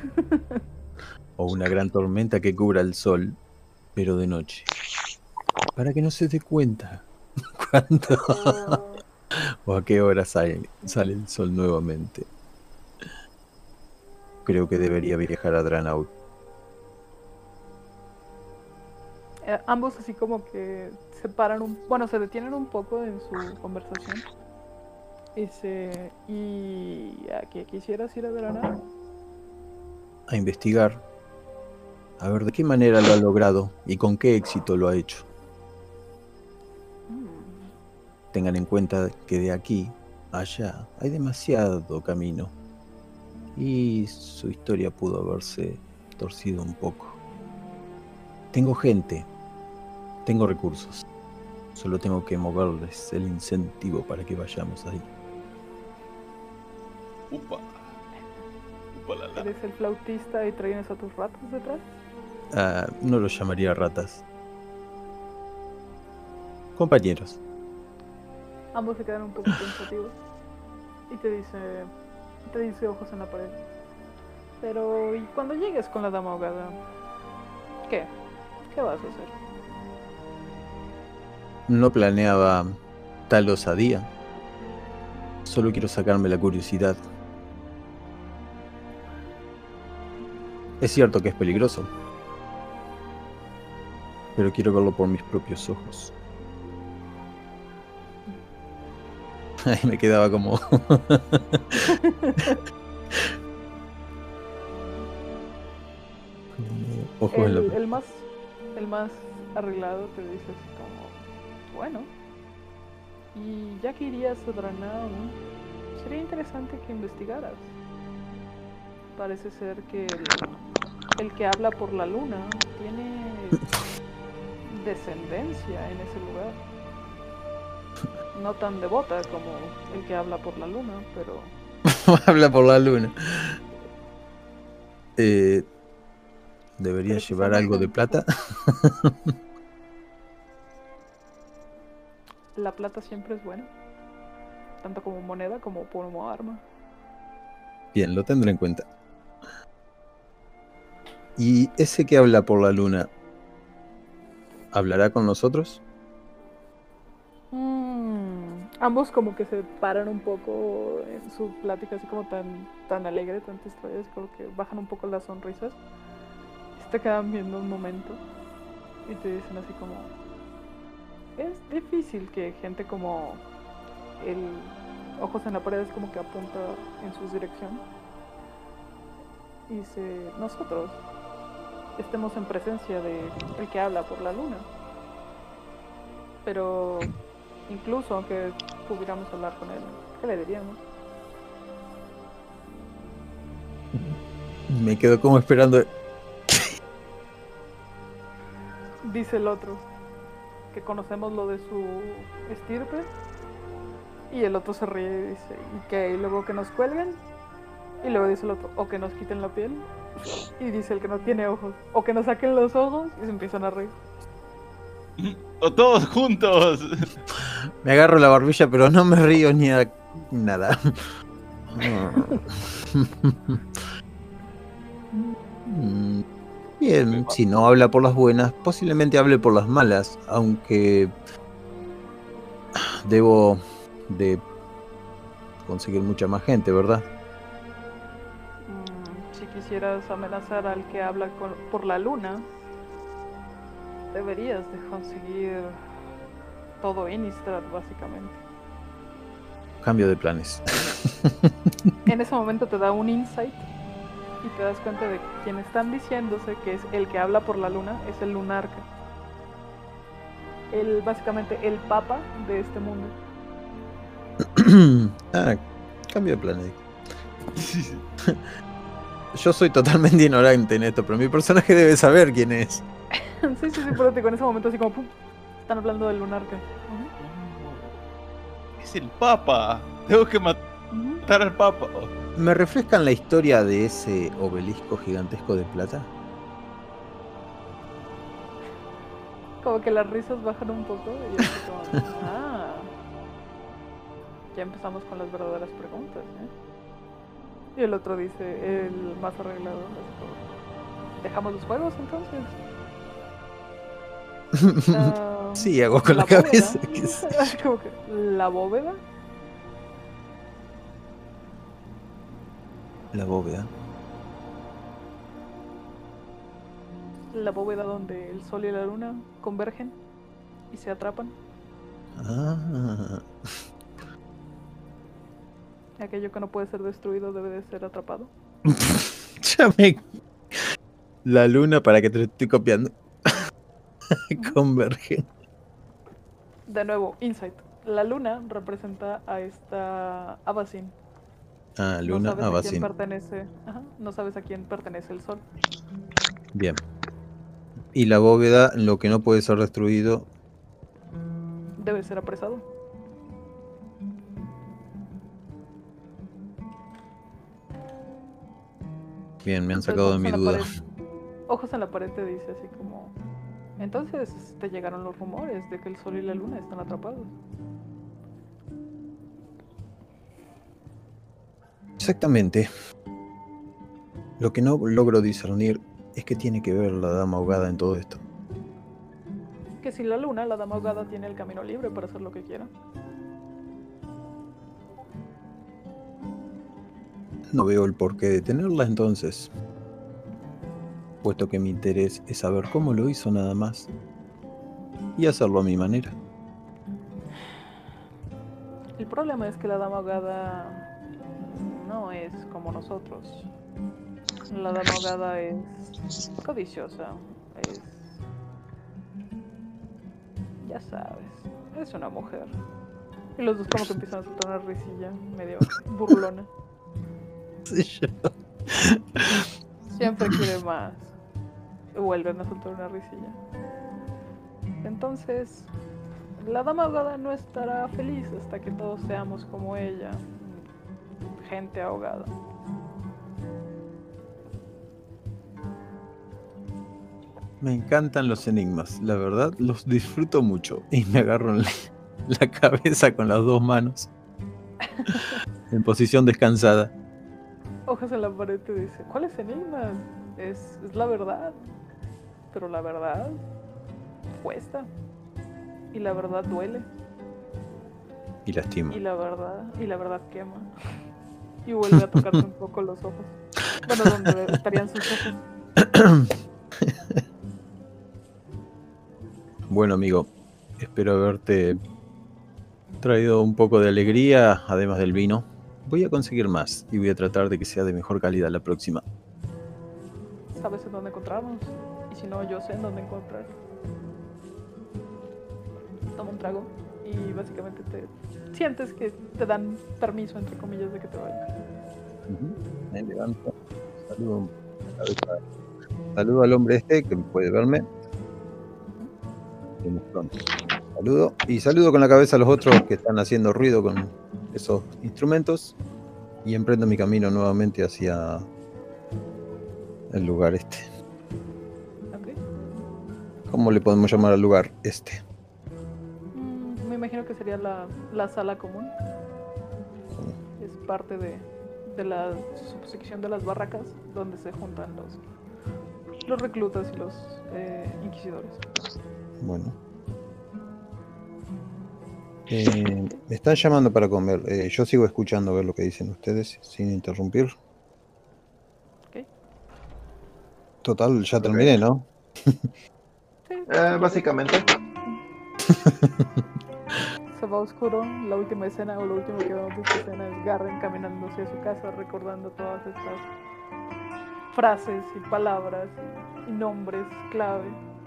O una gran tormenta que cubra el sol, pero de noche. Para que no se dé cuenta cuándo o a qué hora sale, sale el sol nuevamente. Creo que debería viajar a Dranaut. Eh, ambos así como que se paran un... Bueno, se detienen un poco en su conversación. Dice, ¿y a qué quisieras ir a Dranar? A investigar. A ver de qué manera lo ha logrado y con qué éxito lo ha hecho. Mm, Tengan en cuenta que de aquí a allá hay demasiado camino. Y su historia pudo haberse torcido un poco. Tengo gente. Tengo recursos. Solo tengo que moverles el incentivo para que vayamos ahí. Upa. Upa la la. ¿Eres el flautista y traes a tus ratos detrás? Ah, no los llamaría ratas. Compañeros. Ambos se quedan un poco pensativos. Y te dice, te dice ojos en la pared. Pero, ¿y cuando llegues con la dama ahogada? ¿Qué? ¿Qué vas a hacer? No planeaba tal osadía. Solo quiero sacarme la curiosidad. Es cierto que es peligroso, pero quiero verlo por mis propios ojos. Ahí me quedaba como... Ojos en El, la... el más el más arreglado te dice así como, bueno, y ya que irías a Draenau, sería interesante que investigaras. Parece ser que el, el que habla por la luna tiene descendencia en ese lugar. No tan devota como el que habla por la luna, pero... Habla por la luna. Eh, ¿Debería llevar algo de plata? La plata siempre es buena, tanto como moneda como como arma. Bien, lo tendré en cuenta. ¿Y ese que habla por la luna hablará con nosotros? Mm, ambos como que se paran un poco en su plática así como tan, tan alegre, tan distraídos, como que bajan un poco las sonrisas. Y se te quedan viendo un momento y te dicen así como, es difícil que gente como el ojos en la pared es como que apunta en su dirección y dice, nosotros estemos en presencia de el que habla por la luna, pero incluso aunque pudiéramos hablar con él, ¿qué le diríamos? Me quedo como esperando. Dice el otro que conocemos lo de su estirpe y el otro se ríe y dice, y que y luego que nos cuelguen, y luego dice el otro, o que nos quiten la piel, y dice el que no tiene ojos, o que nos saquen los ojos, y se empiezan a reír. ¡O todos juntos! Me agarro la barbilla, pero no me río ni a nada. Bien, si no habla por las buenas, posiblemente hable por las malas, aunque debo de conseguir mucha más gente, ¿verdad? Mm, si quisieras amenazar al que habla con- por la luna, deberías de conseguir todo Innistrad, básicamente. Cambio de planes. En ese momento te da un insight y te das cuenta de que quien están diciéndose que es el que habla por la luna es el Lunarca. El, básicamente el papa de este mundo. Ah, cambio de planes. Yo soy totalmente ignorante en esto, pero mi personaje debe saber quién es. Sí, sí, sí, pero te digo, en ese momento así como pum, están hablando del Lunarca. Ujú, ¡Es el Papa! Tengo que mat- ujú. matar al Papa. ¿Me refrescan la historia de ese obelisco gigantesco de plata? Como que las risas bajan un poco y así como, ah, ya empezamos con las verdaderas preguntas, ¿eh? Y el otro dice, el más arreglado, así como, ¿dejamos los juegos entonces? Ah, Sí, hago con la, bóveda. cabeza. que es- Así como que, ¿la bóveda? La bóveda. La bóveda donde el sol y la luna convergen y se atrapan. Ah, Aquello que no puede ser destruido debe de ser atrapado. ya me... La luna, para que te lo estoy copiando. Converge. De nuevo, insight. La luna representa a esta Abacin. Ah, No luna, sabes a quién Abacin. pertenece. Ajá, no sabes a quién pertenece el sol. Bien. Y la bóveda, lo que no puede ser destruido. debe ser apresado. Bien, me han Entonces, sacado de ojos mi en la duda. pared- Ojos en la pared te dice así como... Entonces te llegaron los rumores de que el sol y la luna están atrapados. Exactamente. Lo que no logro discernir es que tiene que ver la dama ahogada en todo esto. Que sin la luna, la dama ahogada tiene el camino libre para hacer lo que quiera. No veo el porqué de tenerla entonces, puesto que mi interés es saber cómo lo hizo nada más y hacerlo a mi manera. El problema es que la dama ahogada no es como nosotros. La dama ahogada es codiciosa, es... ya sabes, es una mujer. Y los dos como que empiezan a soltar una risilla medio burlona. Sí, yo. Siempre quiere más. Y vuelven a soltar una risilla. Entonces, la dama ahogada no estará feliz hasta que todos seamos como ella. Gente ahogada. Me encantan los enigmas, la verdad los disfruto mucho y me agarro en la, la cabeza con las dos manos en posición descansada. Hojas en la pared te dice, ¿cuáles enigmas? Es, es la verdad. Pero la verdad cuesta. Y la verdad duele. Y lastima. Y la verdad, y la verdad quema. Y vuelve a tocarte un poco los ojos. Bueno, donde estarían sus ojos. Bueno, amigo, espero haberte traído un poco de alegría, además del vino. Voy a conseguir más y voy a tratar de que sea de mejor calidad la próxima. ¿Sabes en dónde encontrarnos? Y si no, yo sé en dónde encontrar. Toma un trago y básicamente te sientes que te dan permiso, entre comillas, de que te vayas. Uh-huh. Me levanto, saludo, saludo al hombre este que puede verme. Vemos pronto. Saludo y saludo con la cabeza a los otros que están haciendo ruido con esos instrumentos y emprendo mi camino nuevamente hacia el lugar este. Okay. ¿Cómo le podemos llamar al lugar este? Mm, me imagino que sería la, la sala común. Es parte de, de la subsección de las barracas donde se juntan los, los reclutas y los eh, inquisidores. Bueno. Eh, me están llamando para comer. Eh, yo sigo escuchando a ver lo que dicen ustedes sin interrumpir. Okay. Total, ya terminé, ¿no? Sí, Eh, básicamente. se va oscuro. La última escena o lo último que vemos de esta escena es Garren caminando hacia su casa recordando todas estas frases y palabras y, y nombres clave.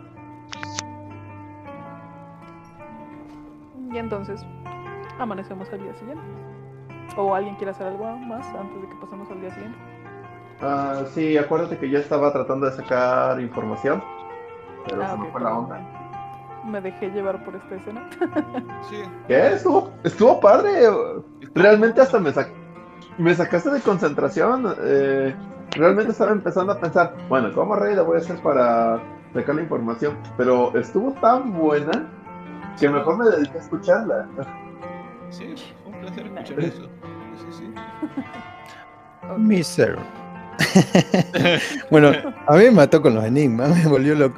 Y entonces amanecemos al día siguiente. ¿O alguien quiere hacer algo más antes de que pasemos al día siguiente? Ah, sí, acuérdate que yo estaba tratando de sacar información, pero Ah, se me ok, fue la perdón. onda. Me dejé llevar por esta escena. Sí. ¿Qué? Estuvo, estuvo padre. Realmente hasta me, sac- me sacaste de concentración. Eh, realmente estaba empezando a pensar, bueno, ¿cómo rey le voy a hacer para sacar la información? Pero estuvo tan buena que mejor me dediqué a escucharla. Sí, fue un placer escuchar eso. Sí, sí. Ok. Miser. Bueno, a mí me mató con los enigmas, me volvió loco.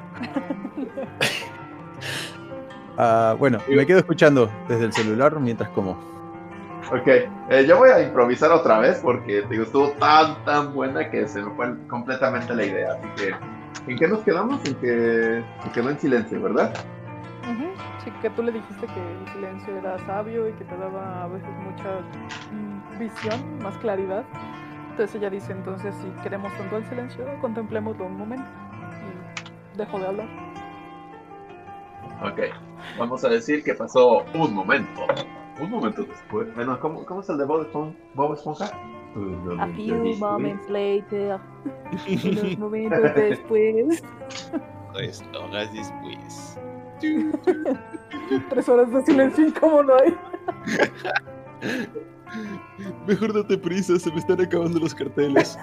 Ah, bueno, me quedo escuchando desde el celular mientras como. Ok, eh, yo voy a improvisar otra vez porque digo, estuvo tan tan buena que se me fue completamente la idea. Así que, ¿en qué nos quedamos? En que se quedó en silencio, ¿verdad? Ujú. Sí, que tú le dijiste que el silencio era sabio y que te daba a veces mucha mm, visión, más claridad. Entonces ella dice, entonces si queremos tanto el silencio, contemplémoslo un momento. Y dejo de hablar. Ok, vamos a decir que pasó un momento. Un momento después. Bueno, ¿cómo, cómo es el de Bob Esponja? ¿Bob Esponja? Un A momento few después. moments later. Unos momentos después. Pues horas después. Tres horas de silencio incómodo ahí. Mejor date prisa, se me están acabando los carteles.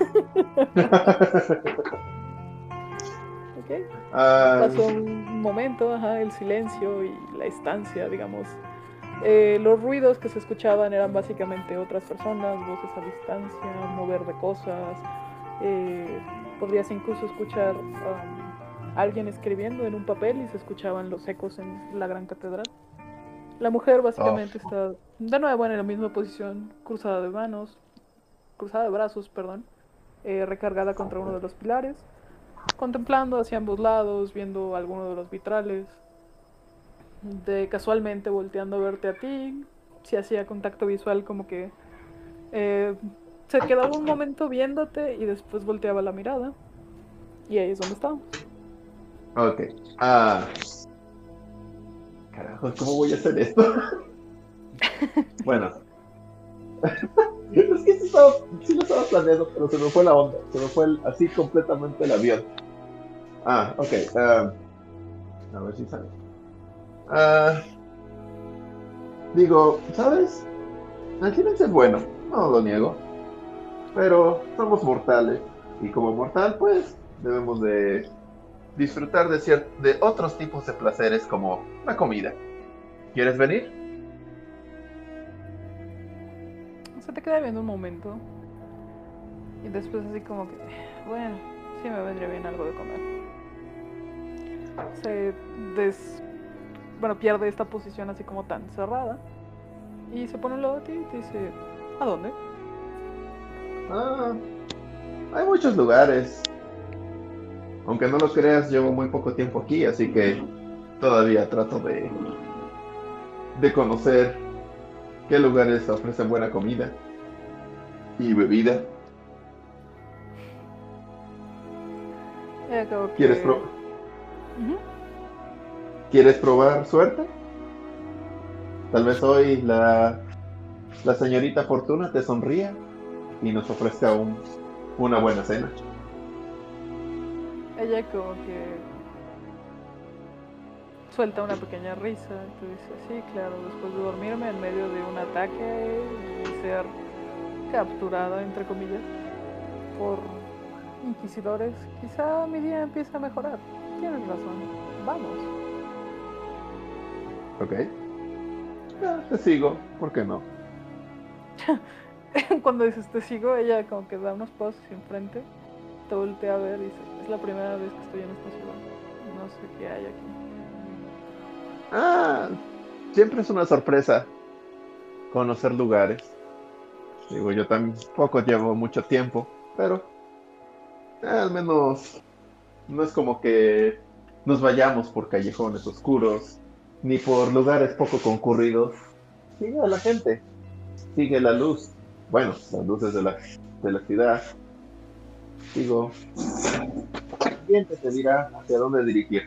Ok. Ah, Pasó un momento, ajá, el silencio y la estancia, digamos. Eh, los ruidos que se escuchaban eran básicamente otras personas, voces a distancia, mover de cosas. Eh, podrías incluso escuchar um, a alguien escribiendo en un papel y se escuchaban los ecos en la gran catedral. La mujer básicamente Oh. está de nuevo en la misma posición, cruzada de manos, cruzada de brazos, perdón, eh, recargada contra uno de los pilares, contemplando hacia ambos lados, viendo alguno de los vitrales, de casualmente volteando a verte a ti, si hacía contacto visual como que eh, se quedaba un momento viéndote y después volteaba la mirada. Y ahí es donde estábamos. ok. Ah, carajo, ¿cómo voy a hacer esto? Bueno. Es que sí, estaba, sí lo estaba planeando, pero se me fue la onda. Se me fue el- así completamente el avión. Ah, ok. ah, a ver si sale. Ah, digo, ¿sabes? El silencio es bueno, no lo niego. Pero somos mortales. Y como mortal, pues, debemos de disfrutar de, cier- de otros tipos de placeres como la comida. ¿Quieres venir? Se te queda viendo un momento. Y después así como que, bueno, sí me vendría bien algo de comer. Se des... Bueno, pierde esta posición así como tan cerrada. Y se pone al lado de ti y te dice, ¿a dónde? Ah, hay muchos lugares. Aunque no lo creas, llevo muy poco tiempo aquí, así que todavía trato de, de conocer qué lugares ofrecen buena comida y bebida. Y acabo ¿Quieres, que... pro- Ujú. ¿Quieres probar suerte? Tal vez hoy la, la señorita Fortuna te sonría y nos ofrezca un, una buena cena. Ella como que suelta una pequeña risa. Tú dices, sí, claro, después de dormirme en medio de un ataque y ser capturada, entre comillas, por inquisidores, quizá mi día empiece a mejorar. Tienes razón. Vamos. ¿Ok? Ah, te sigo, ¿por qué no? Cuando dices te sigo, ella como que da unos pasos hacia enfrente, te voltea a ver y dice, es la primera vez que estoy en esta ciudad. No sé qué hay aquí. Ah, siempre es una sorpresa conocer lugares. Digo, yo tampoco llevo mucho tiempo, pero eh, al menos no es como que nos vayamos por callejones oscuros, ni por lugares poco concurridos. Sigue a la gente, sigue la luz. Bueno, las luces de la, de la ciudad. Digo, el siguiente te dirá hacia dónde dirigir.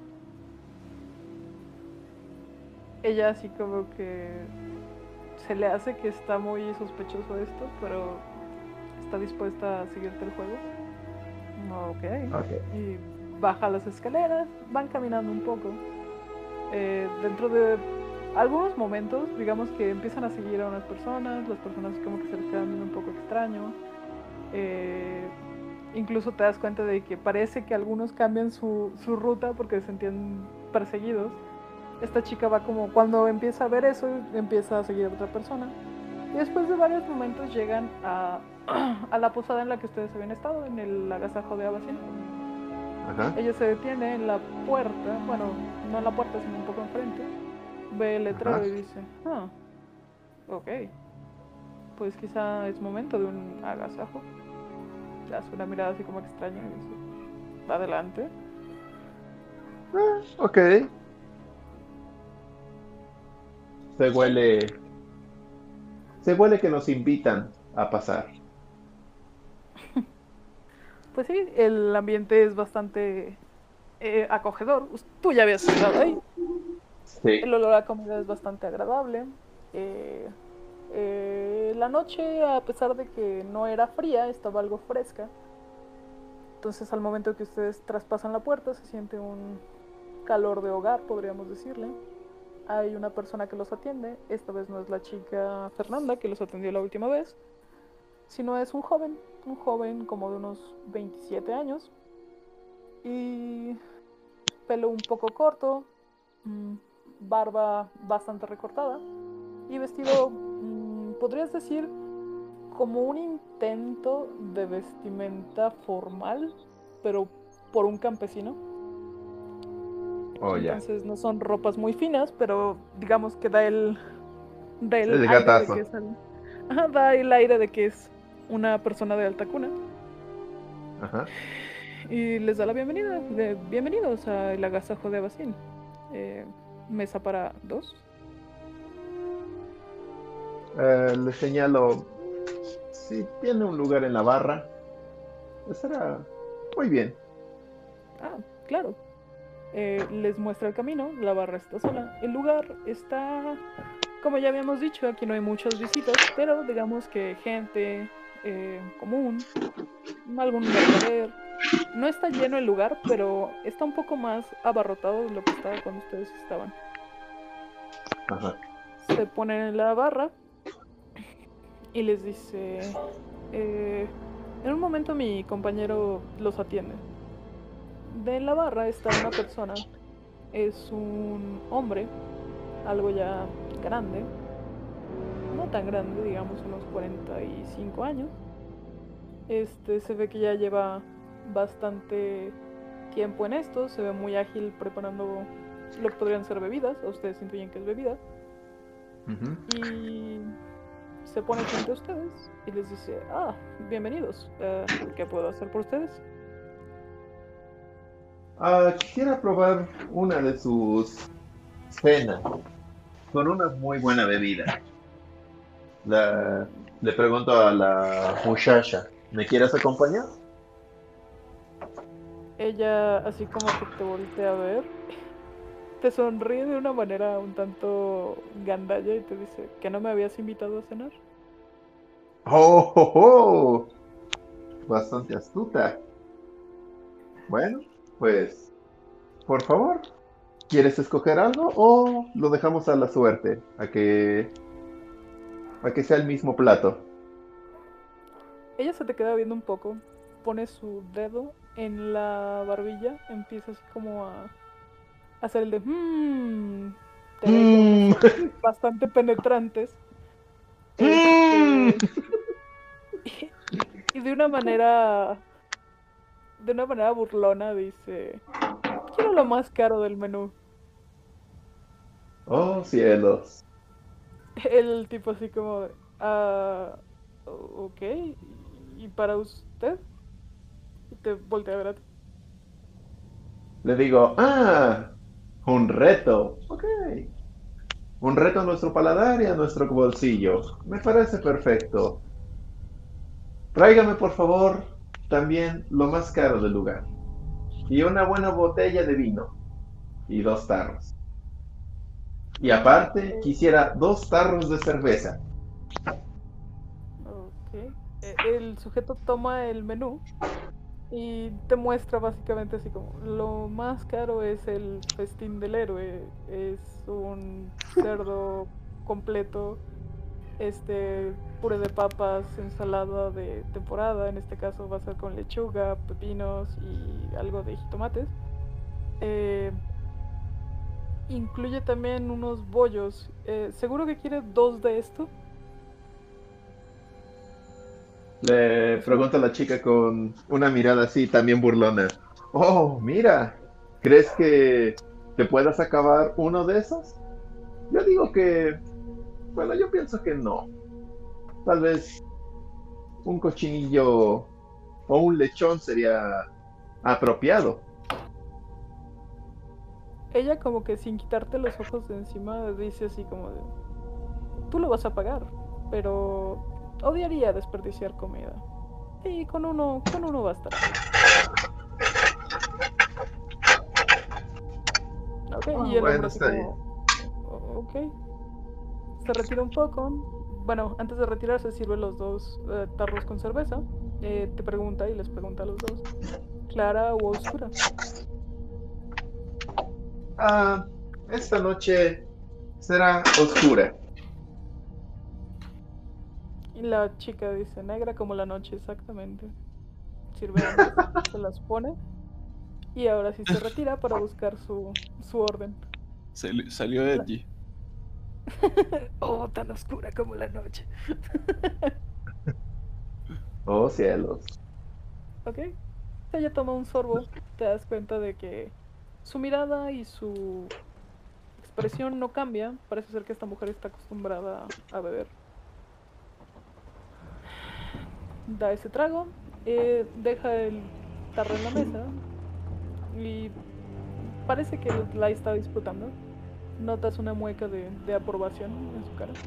Ella así como que se le hace que está muy sospechoso esto, pero está dispuesta a seguirte el juego. Ok. Ok. Y baja las escaleras, van caminando un poco. Eh, dentro de algunos momentos, digamos que empiezan a seguir a unas personas, las personas como que se les quedan viendo un poco extraño. Eh, incluso te das cuenta de que parece que algunos cambian su, su ruta porque se sentían perseguidos. Esta chica va como, cuando empieza a ver eso, empieza a seguir a otra persona. Y después de varios momentos llegan a, a la posada en la que ustedes habían estado, en el agasajo de Abacín. Ajá. Ella se detiene en la puerta, bueno, no en la puerta, sino un poco enfrente. Ve el letrero Ajá. y dice, ah, ok, pues quizá es momento de un agasajo. Le hace una mirada así como extraña y dice, adelante. Ok. Se huele. Se huele que nos invitan a pasar. Pues sí, el ambiente es bastante eh, acogedor. Us- Tú ya habías estado ahí. Sí. El olor a comida es bastante agradable. Eh, eh, la noche, a pesar de que no era fría, estaba algo fresca. Entonces, al momento que ustedes traspasan la puerta, se siente un, calor de hogar, podríamos decirle. Hay una persona que los atiende. Esta vez no es la chica Fernanda que los atendió la última vez, sino es un joven, un joven como de unos veintisiete años y pelo un poco corto, mmm, barba bastante recortada y vestido, mmm, podrías decir, como un intento de vestimenta formal, pero por un campesino. Oh, ya. Entonces no son ropas muy finas, pero digamos que da el, da el, El aire gatazo. de que es el, ajá, da el aire de que es una persona de alta cuna. Ajá. Y les da la bienvenida. De, bienvenidos al agasajo de Abacín. Eh, mesa para dos. Eh, le señalo, si tiene un lugar en la barra, estará muy bien. Ah, claro. Eh, les muestra el camino. La barra está sola. El lugar está, como ya habíamos dicho, aquí no hay muchas visitas, pero digamos que gente eh, común, algún mercader. No está lleno el lugar, pero está un poco más abarrotado de lo que estaba cuando ustedes estaban. Ajá. Se ponen en la barra y les dice, eh, en un momento mi compañero los atiende. De la barra está una persona, es un hombre, algo ya grande, no tan grande, digamos unos cuarenta y cinco años. Este se ve que ya lleva bastante tiempo en esto, se ve muy ágil preparando lo que podrían ser bebidas, a ustedes intuyen que es bebida. Uh-huh. Y se pone frente a ustedes y les dice, ah, bienvenidos, uh, ¿qué puedo hacer por ustedes? Uh, quisiera probar una de sus cenas con una muy buena bebida. La, le pregunto a la muchacha, ¿me quieres acompañar? Ella, así como que te voltea a ver, te sonríe de una manera un tanto gandalla y te dice, ¿que no me habías invitado a cenar? ¡Oh, oh, oh! Bastante astuta. Bueno, pues, por favor, ¿quieres escoger algo o lo dejamos a la suerte? A que, a que sea el mismo plato. Ella se te queda viendo un poco, pone su dedo en la barbilla, empieza así como a hacer el de mmm, te ve Mm. con ojos bastante penetrantes. Este, y, y de una manera de una manera burlona dice, quiero lo más caro del menú. Oh, cielos. El tipo así como, ah, ok, ¿y para usted? Y te voltea a ver a ti. Le digo, ah, un reto. Ok. Un reto a nuestro paladar y a nuestro bolsillo. Me parece perfecto. Tráigame, por favor, también lo más caro del lugar. Y una buena botella de vino. Y dos tarros. Y aparte, quisiera dos tarros de cerveza. Ok. El sujeto toma el menú y te muestra básicamente así como, lo más caro es el festín del héroe. Es un cerdo completo, este puré de papas, ensalada de temporada, en este caso va a ser con lechuga, pepinos y algo de jitomates. Eh, incluye también unos bollos. Eh, ¿seguro que quiere dos de esto? Le pregunta a la chica con una mirada así, también burlona. Oh, mira, ¿crees que te puedas acabar uno de esos? Yo digo que, bueno, yo pienso que no. Tal vez un cochinillo o un lechón sería apropiado. Ella como que sin quitarte los ojos de encima dice así como de, tú lo vas a pagar, pero odiaría desperdiciar comida. Y con uno, con uno basta. Ok, Oh, y el bueno, hombre así está como, ok. Se retira un poco. Bueno, antes de retirarse sirve los dos eh, tarros con cerveza. Eh, te pregunta y les pregunta a los dos, ¿clara o oscura? Ah, esta noche será oscura. Y la chica dice, negra como la noche, exactamente. Sirve ambas, se las pone y ahora sí se retira para buscar su, su orden. Sali- salió La- Edgy. Oh, tan oscura como la noche. Oh, cielos. Ok. Ella toma un sorbo, te das cuenta de que su mirada y su expresión no cambia. Parece ser que esta mujer está acostumbrada a beber. Da ese trago, eh, deja el tarro en la mesa y parece que la está disfrutando. Notas una mueca de, de aprobación en su cara.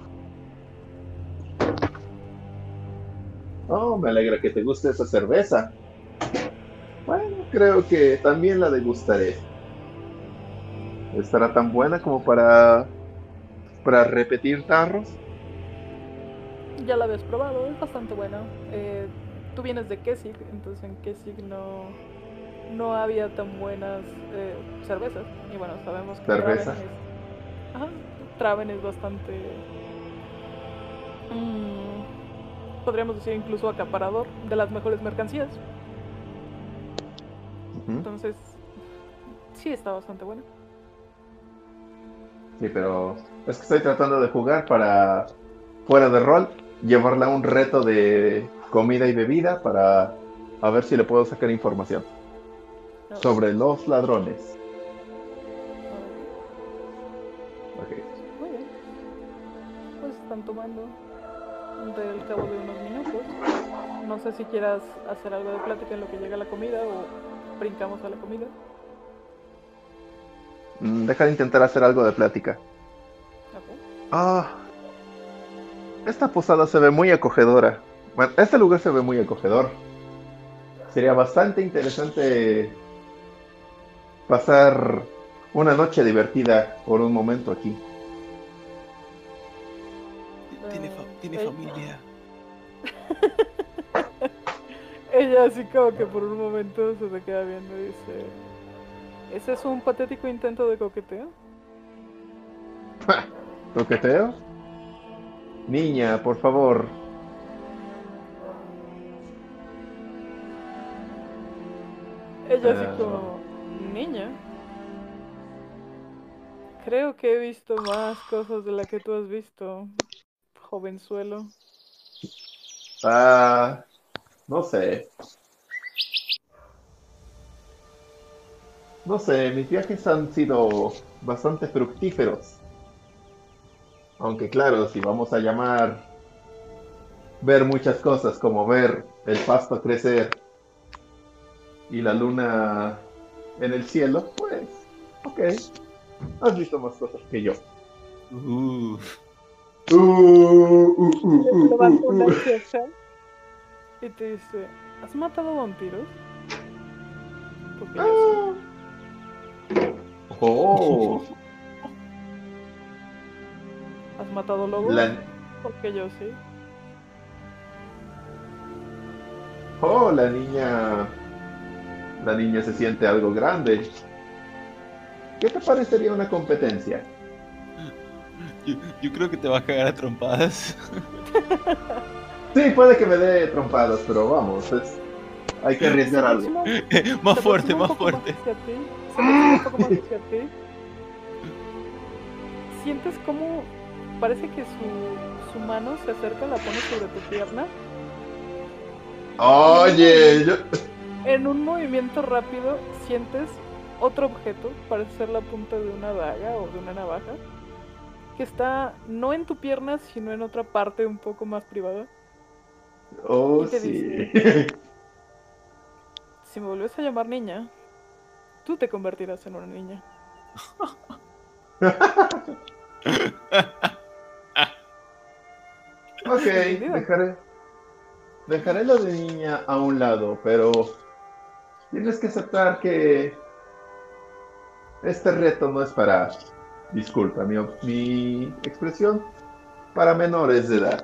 Oh, me alegra que te guste esa cerveza. Bueno, creo que también la degustaré. ¿Estará tan buena como para, para repetir tarros? Ya la habías probado, es bastante buena. Eh, tú vienes de Kesig, entonces en Kesig no, no había tan buenas eh, cervezas. Y bueno, sabemos que Traven Cerveza. es. Ajá, Traven es bastante. mm, podríamos decir incluso acaparador de las mejores mercancías. Ujú. Entonces, sí está bastante buena. Sí, pero es que estoy tratando de jugar para, fuera de rol, llevarla a un reto de comida y bebida para a ver si le puedo sacar información Ok, sobre los ladrones. ok, Ok. muy bien. Pues están tomando del cabo de unos minutos. No sé si quieras hacer algo de plática en lo que llega la comida o brincamos a la comida. Mm, Deja de intentar hacer algo de plática. Ok. Ah, esta posada se ve muy acogedora. Bueno, este lugar se ve muy acogedor. Sería bastante interesante pasar una noche divertida por un momento aquí. Tiene, fa- Eh, tiene ey- familia. Ella así como que por un momento se te queda viendo y dice, ¿ese es un patético intento de coqueteo? ¿Toqueteo? Niña, por favor. Ella así Ah, como, niña, creo que he visto más cosas de las que tú has visto, jovenzuelo. ah, no sé. No sé, mis viajes han sido bastante fructíferos. Aunque claro, si vamos a llamar ver muchas cosas como ver el pasto crecer y la luna en el cielo, pues, ok, has visto más cosas que yo. Uf. Uh, uh, uh, uh, Levanta uh, una uh. ceja y te dice, ¿has matado vampiros? Porque yo sí. Ah, oh, ¿Has matado lobos? la, Porque yo sí. oh, la niña, la niña se siente algo grande. ¿Qué te parecería una competencia? Yo, yo creo que te vas a cagar a trompadas. Sí, puede que me dé trompadas, pero vamos, es- hay que Se arriesgar algo. aproxima, Más se fuerte, aproxima un más poco más fuerte. hacia ti. Se aproxima un poco más hacia ti. Sientes como parece que su, su mano se acerca, la pone sobre tu pierna y en un Oye, movimiento, yo... en un movimiento rápido sientes otro objeto, parece ser la punta de una daga o de una navaja, que está no en tu pierna, sino en otra parte un poco más privada. Oh, Y te sí. dice, si me vuelves a llamar niña, tú te convertirás en una niña. Ok, ¿Entendido? dejaré, dejaré lo de niña a un lado, pero tienes que aceptar que este reto no es para... Disculpa, mi, op- mi expresión para menores de edad.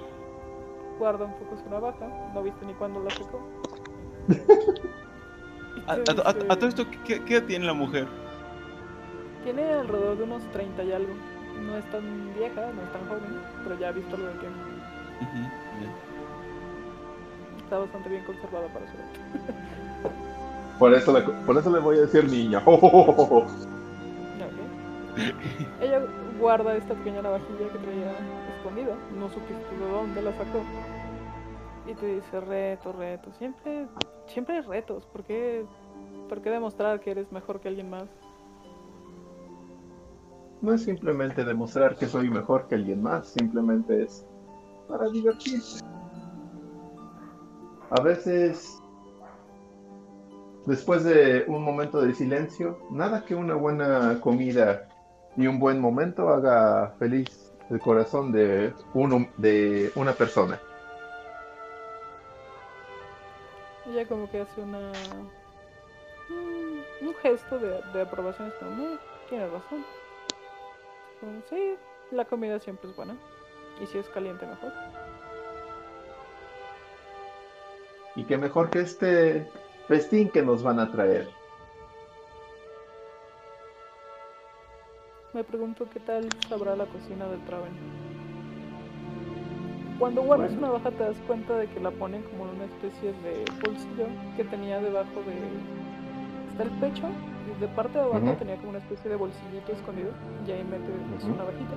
Guarda un poco su navaja, no viste ni cuándo la sacó. A, a- a- a todo esto, ¿qué, qué edad tiene la mujer? Tiene alrededor de unos treinta y algo. No es tan vieja, no es tan joven, pero ya ha visto algo de tiempo. Ujú, ya. Está bastante bien conservada para su edad. Por eso le, por eso le voy a decir niña. ¡Oh, oh, oh, oh! Ok. Ella guarda esta pequeña navajilla que traía escondida. No supiste de dónde la sacó. Y te dice, reto, reto. Siempre, siempre hay retos. ¿Por qué, por qué demostrar que eres mejor que alguien más? No es simplemente demostrar que soy mejor que alguien más, simplemente es para divertirse. A veces, después de un momento de silencio, nada que una buena comida y un buen momento haga feliz el corazón de, uno, de una persona. Ella como que hace una... mm, un gesto de, de aprobación. Es como, "Eh, tienes razón. Como, sí, la comida siempre es buena. Y si es caliente, mejor". Y qué mejor que este festín que nos van a traer. Me pregunto qué tal sabrá la cocina del Traven. Cuando guardas Bueno, una baja te das cuenta de que la ponen como en una especie de bolsillo que tenía debajo de... Está el pecho y de parte de abajo ujú, tenía como una especie de bolsillito escondido y ahí mete su ujú. navajita.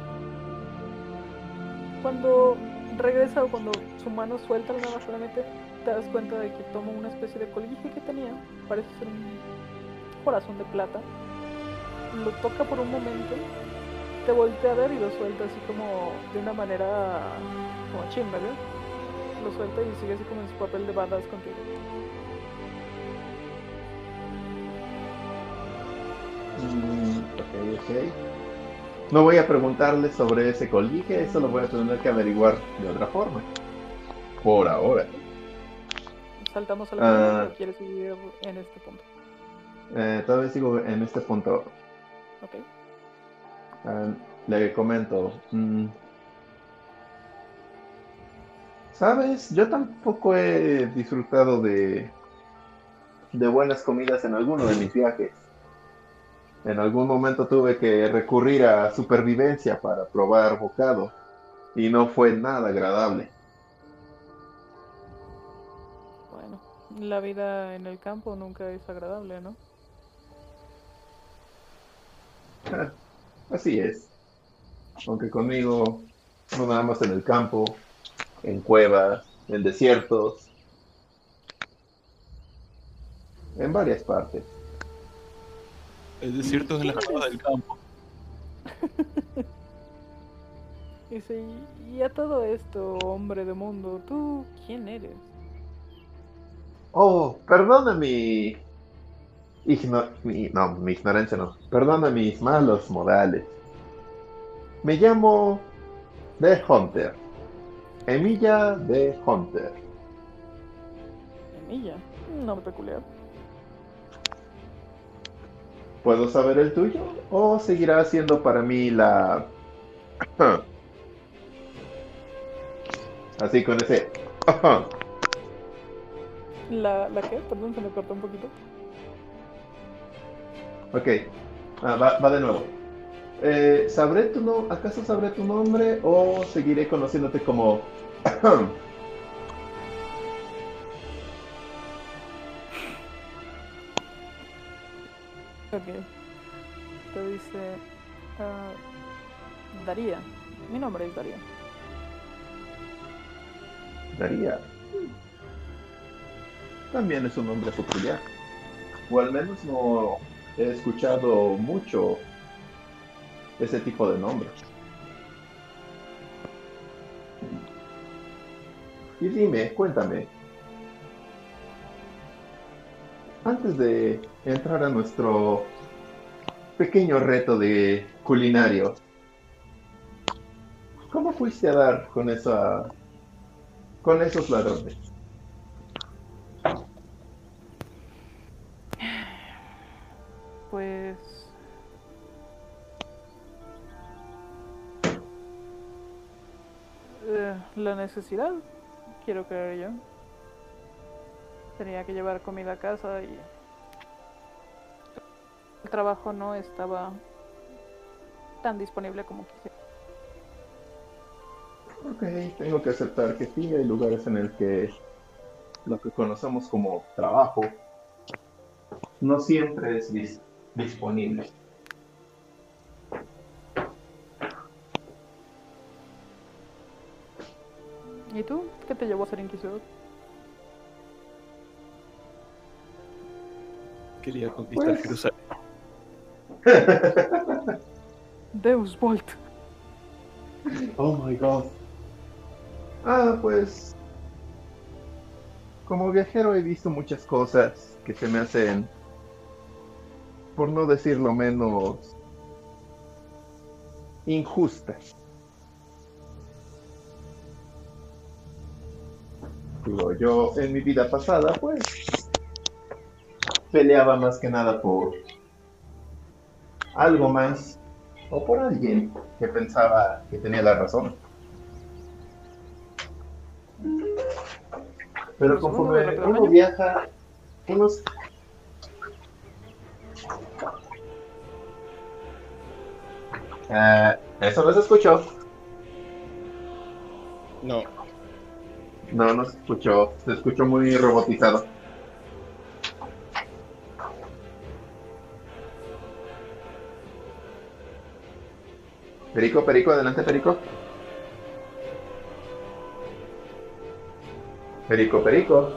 Cuando regresa o cuando su mano suelta la navaja la mete, te das cuenta de que toma una especie de colguije que tenía, parece ser un corazón de plata, lo toca por un momento, te voltea a ver y lo suelta así como de una manera como chimba, ¿verdad? Lo suelta y sigue así como en su papel de badass contigo. Mm, ok, ok. No voy a preguntarle sobre ese colguije, eso lo voy a tener que averiguar de otra forma. Por ahora. ¿Ok? ¿Saltamos a la comida Ah, o quieres seguir en este punto? eh, todavía sigo en este punto. Ok. Ah, le comento. mm, ¿Sabes? Yo tampoco he disfrutado de, de buenas comidas en alguno de mis viajes. En algún momento tuve que recurrir a supervivencia para probar bocado y no fue nada agradable. Bueno, la vida en el campo nunca es agradable, ¿no? Ah, así es. Aunque conmigo, no nada más en el campo, en cuevas, en desiertos, en varias partes. El ¿Y desierto es en las quién cuevas eres? del campo. Dice, y a todo esto, hombre de mundo, ¿tú quién eres? Oh, perdona mi, igno- mi- no, mi ignorancia no. Perdona mis malos modales. Me llamo The Hunter. Emilia The Hunter. Emilla, un nombre peculiar. ¿Puedo saber el tuyo? ¿O seguirá siendo para mí la... así con ese... ¿La, la qué? Perdón, se me cortó un poquito. ok, ah, va, va de nuevo. Eh, ¿sabré tu no... ¿Acaso sabré tu nombre o seguiré conociéndote como... Ok, te dice, ah, Daría. Mi nombre es Daría. Daría? También es un nombre peculiar. O al menos no he escuchado mucho ese tipo de nombre. Y dime, cuéntame, antes de entrar a nuestro pequeño reto de culinario, ¿cómo fuiste a dar con esa, con esos ladrones? Pues... eh, la necesidad, quiero creer yo. Tenía que llevar comida a casa y trabajo no estaba tan disponible como quisiera. Ok, tengo que aceptar que sí, hay lugares en el que lo que conocemos como trabajo no siempre es dis- disponible. ¿Y tú? ¿Qué te llevó a ser inquisidor? Quería conquistar Pues- Jerusalén. Deus Volt. Oh my god. Ah, pues como viajero he visto muchas cosas que se me hacen, por no decirlo menos, injustas. Digo, yo en mi vida pasada, pues, peleaba más que nada por algo más o por alguien que pensaba que tenía la razón. Pero Un segundo, voy conforme rápido al uno baño. viaja, uno... Ah, eso no se escuchó. No. No, no se escuchó. Se escuchó muy robotizado. Perico, Perico, adelante, Perico. Perico, Perico.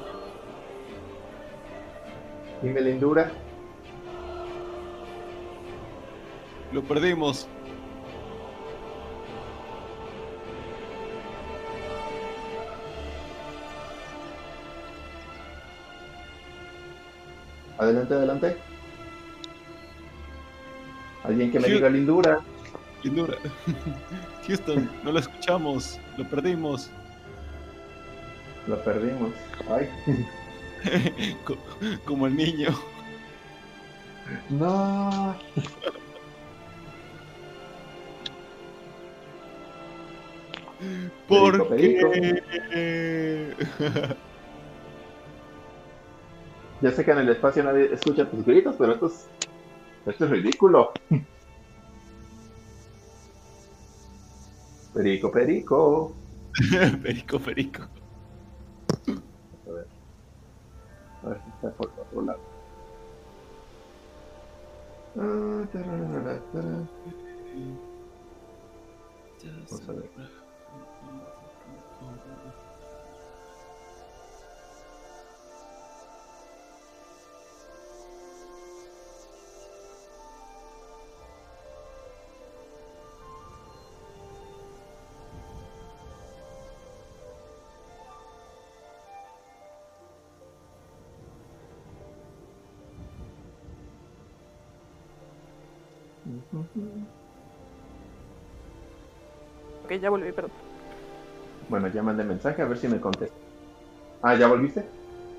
Dime, lindura. Lo perdimos. Adelante, adelante. Alguien que me Houston. diga lindura. Lindura. Houston, no lo escuchamos. Lo perdimos. Lo perdimos. Ay. Co- Como el niño. No. ¿Por Perico, qué? Ya sé que en el espacio nadie escucha tus gritos, pero esto es, esto es ridículo. Perico, Perico. Perico, perico. A ver. A ver si está por otro lado. Ah, tararara, tarara. Vamos a ver. Ok, ya volví, perdón. Bueno, ya mandé mensaje a ver si me contesta. Ah, ¿ya volviste?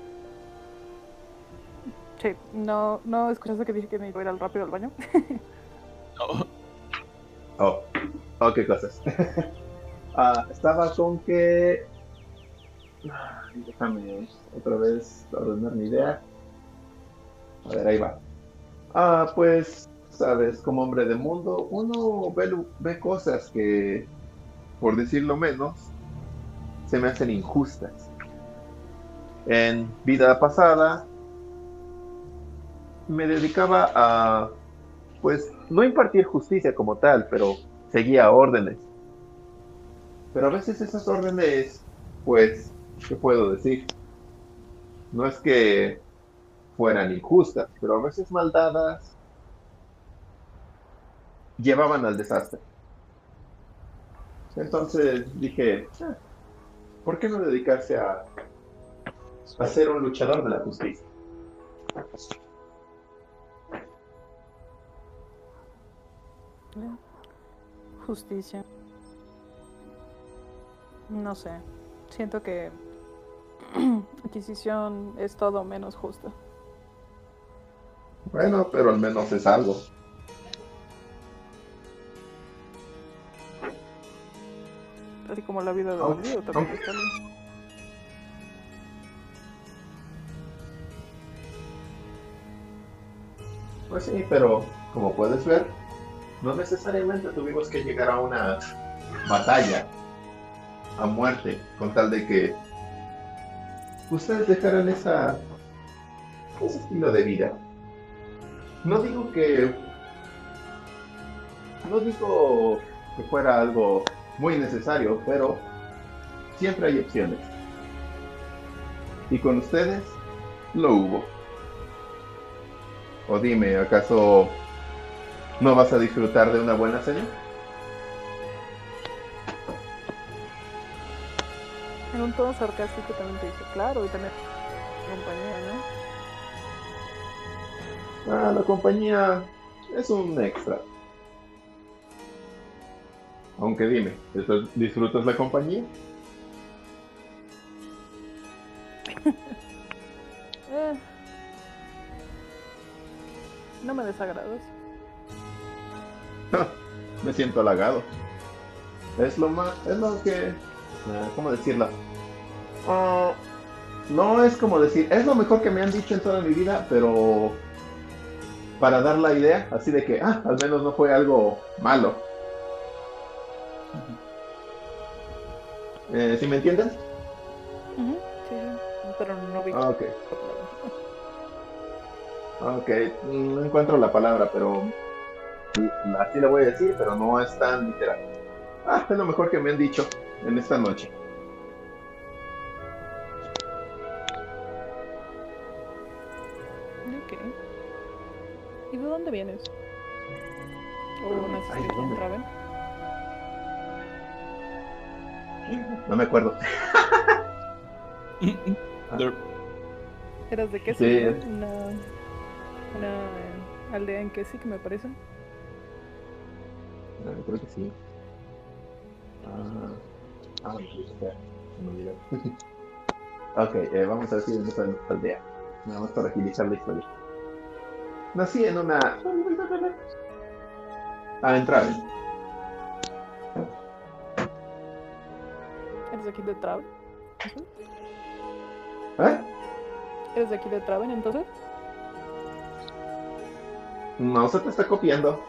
Sí, no, no escuchaste que dije que me iba a ir al rápido al baño. No. Oh, oh, qué cosas. Ah, estaba con que... Ah, déjame otra vez ordenar mi idea. A ver, ahí va. Ah, pues, sabes, como hombre de mundo, uno ve, lu- ve cosas que, por decirlo menos, se me hacen injustas. En vida pasada, me dedicaba a, pues, no impartir justicia como tal, pero seguía órdenes. Pero a veces esas órdenes, pues, ¿qué puedo decir? No es que fueran injustas, pero a veces mal dadas llevaban al desastre. Entonces dije, "Ah, ¿por qué no dedicarse a, a ser un luchador de la justicia?" Justicia. No sé. Siento que adquisición es todo menos justa. Bueno, pero al menos es algo. Así como la vida de Aunque- bandido también aunque- está bien. Pues sí, pero como puedes ver, no necesariamente tuvimos que llegar a una batalla a muerte con tal de que ustedes dejaran esa, ese estilo de vida. No digo que no digo que fuera algo muy necesario, pero siempre hay opciones. Y con ustedes lo hubo. O dime, ¿acaso no vas a disfrutar de una buena cena? En un tono sarcástico también te dice, claro, y también compañía, ¿no? Ah, la compañía es un extra. Aunque dime, ¿disfrutas la compañía? Eh, no me desagradas. Me siento halagado. Es lo más, es lo que, ah, ¿cómo decirlo? Ah, no es como decir, es lo mejor que me han dicho en toda mi vida, pero para dar la idea, así de que, ah, al menos no fue algo malo. Eh, ¿sí me entienden? Ujú, sí, sí, pero no vi. Ah, ok. Ok, no encuentro la palabra, pero así la voy a decir, pero no es tan literal. Ah, es lo mejor que me han dicho en esta noche. Ok. ¿Y de dónde vienes? ¿O Ay, naciste ¿de aquí en dónde? Traven? No me acuerdo. There- ¿Eras de Keswick, Sí, no? Una, una eh, aldea en Keswick, me parece. ah, creo que sí. Ah, ah, pues, espera, se me olvidó. Ok, eh, vamos a ver si en esta aldea. Nada más para agilizar la historia. Nací en una... Ah, en Traven. ¿Eres de aquí de Traven? ¿Eso? ¿Eh? ¿Eres de aquí de Traven, entonces? No se te está copiando.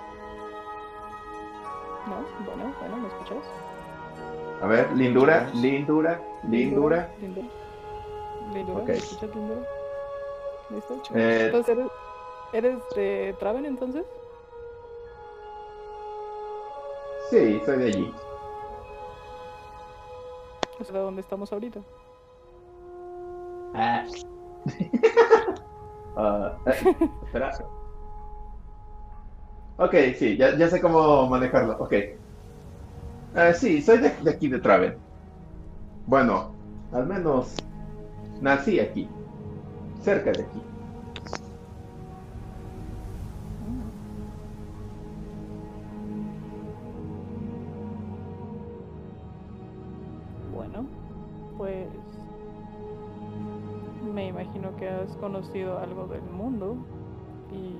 No, bueno, bueno, ¿me escuchas? A ver, lindura, Escuchamos. lindura, lindura. Lindura. Lindura, Ok. ¿me escuchas, Lindura? ¿Listo? Eh, Entonces, ¿eres, ¿eres de Traven, entonces? sí, soy de allí. O sea, ¿de dónde estamos ahorita? Ah. Ah, eh, espera. Ok, sí, ya, ya sé cómo manejarlo. Ok. Eh, sí, soy de, de aquí de Traven. Bueno, al menos nací aquí, cerca de aquí. Bueno, pues me imagino que has conocido algo del mundo y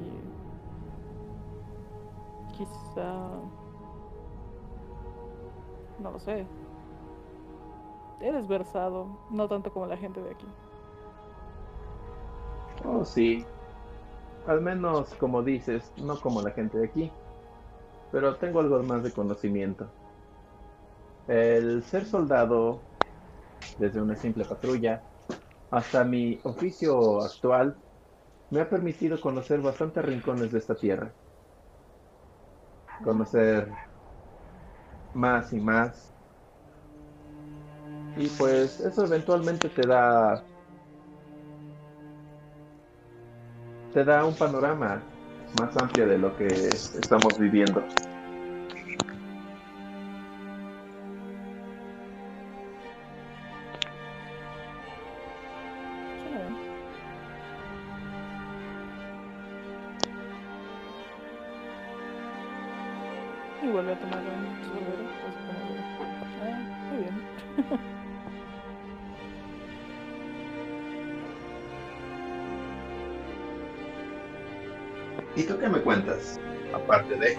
quizá, no lo sé, eres versado, no tanto como la gente de aquí. Oh, sí. Al menos, como dices, no como la gente de aquí. Pero tengo algo más de conocimiento. El ser soldado, desde una simple patrulla, hasta mi oficio actual, me ha permitido conocer bastantes rincones de esta tierra. Conocer más y más. Y pues eso eventualmente te da, te da un panorama más amplio de lo que estamos viviendo. Suena bien. Y vuelve a tomar un sorbero, así como de, ah, muy bien. ¿Y tú qué me cuentas? Aparte de...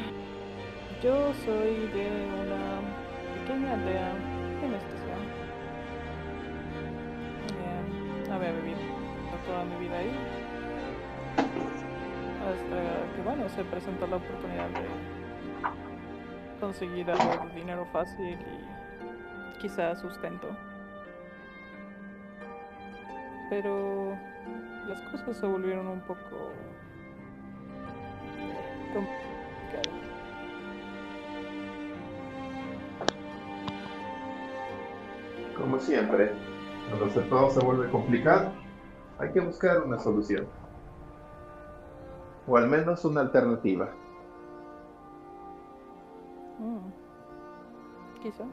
Yo soy de una pequeña aldea en esta ciudad. me he vivido toda mi vida ahí. Hasta que, bueno, se presentó la oportunidad de conseguir algo de dinero fácil y quizás sustento. Pero las cosas se volvieron un poco complicadas. Como siempre, cuando todo se vuelve complicado, hay que buscar una solución. O al menos una alternativa. Mm. Quizá.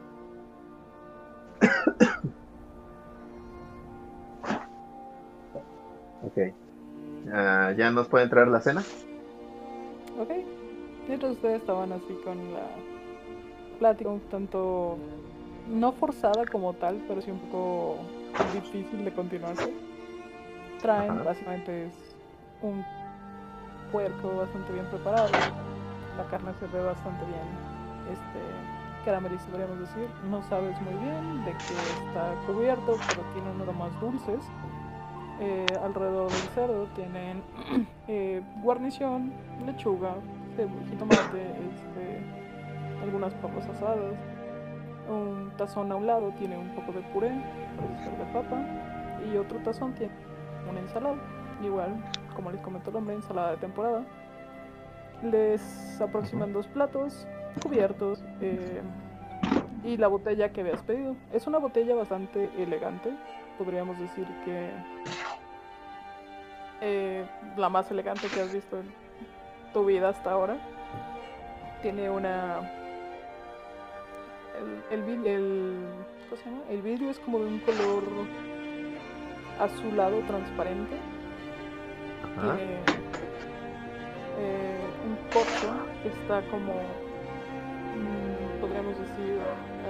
Ok. Uh, ¿Ya nos puede entrar la cena? Ok. Mientras ustedes estaban así con la plática un tanto no forzada como tal, pero sí un poco difícil de continuarse. Traen, Ajá. básicamente es un puerco bastante bien preparado. La carne se ve bastante bien este, caramelizada, podríamos decir. No sabes muy bien de qué está cubierto, pero tiene unos aromas dulces. Eh, alrededor del cerdo tienen eh, guarnición, lechuga, jitomate, este, algunas papas asadas. Un tazón a un lado tiene un poco de puré, parece ser de papa, y otro tazón tiene una ensalada, igual, como les comentó el hombre, ensalada de temporada. Les aproximan dos platos cubiertos eh, y la botella que habías pedido. Es una botella bastante elegante, podríamos decir que eh, la más elegante que has visto en tu vida hasta ahora. Tiene una... El, el, el, ¿cómo se llama? El vidrio es como de un color azulado transparente. Ajá. Tiene eh, un corcho que está como, mmm, podríamos decir,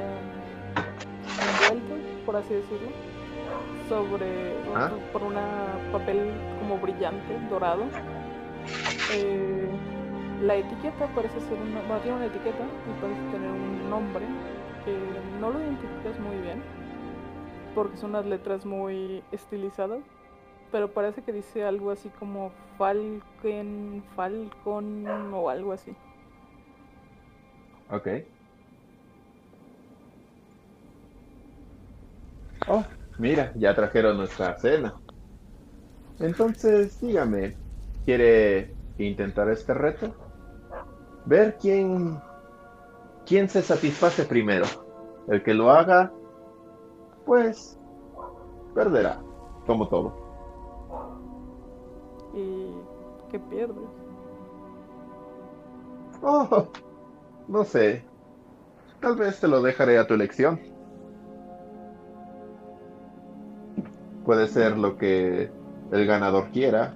um, envuelto, por así decirlo, sobre ¿Ah? otro, por una papel como brillante, dorado. Eh, la etiqueta parece ser una, bueno, tiene una etiqueta y parece tener un nombre que no lo identificas muy bien porque son unas letras muy estilizadas, pero parece que dice algo así como Falcon, Falcon o algo así. Ok. Oh, mira, ya trajeron nuestra cena. Entonces, dígame, ¿quiere intentar este reto? Ver quién, quién se satisface primero. El que lo haga, pues, perderá, como todo. ¿Y qué pierdes? Oh, no sé. Tal vez te lo dejaré a tu elección. Puede ser lo que el ganador quiera.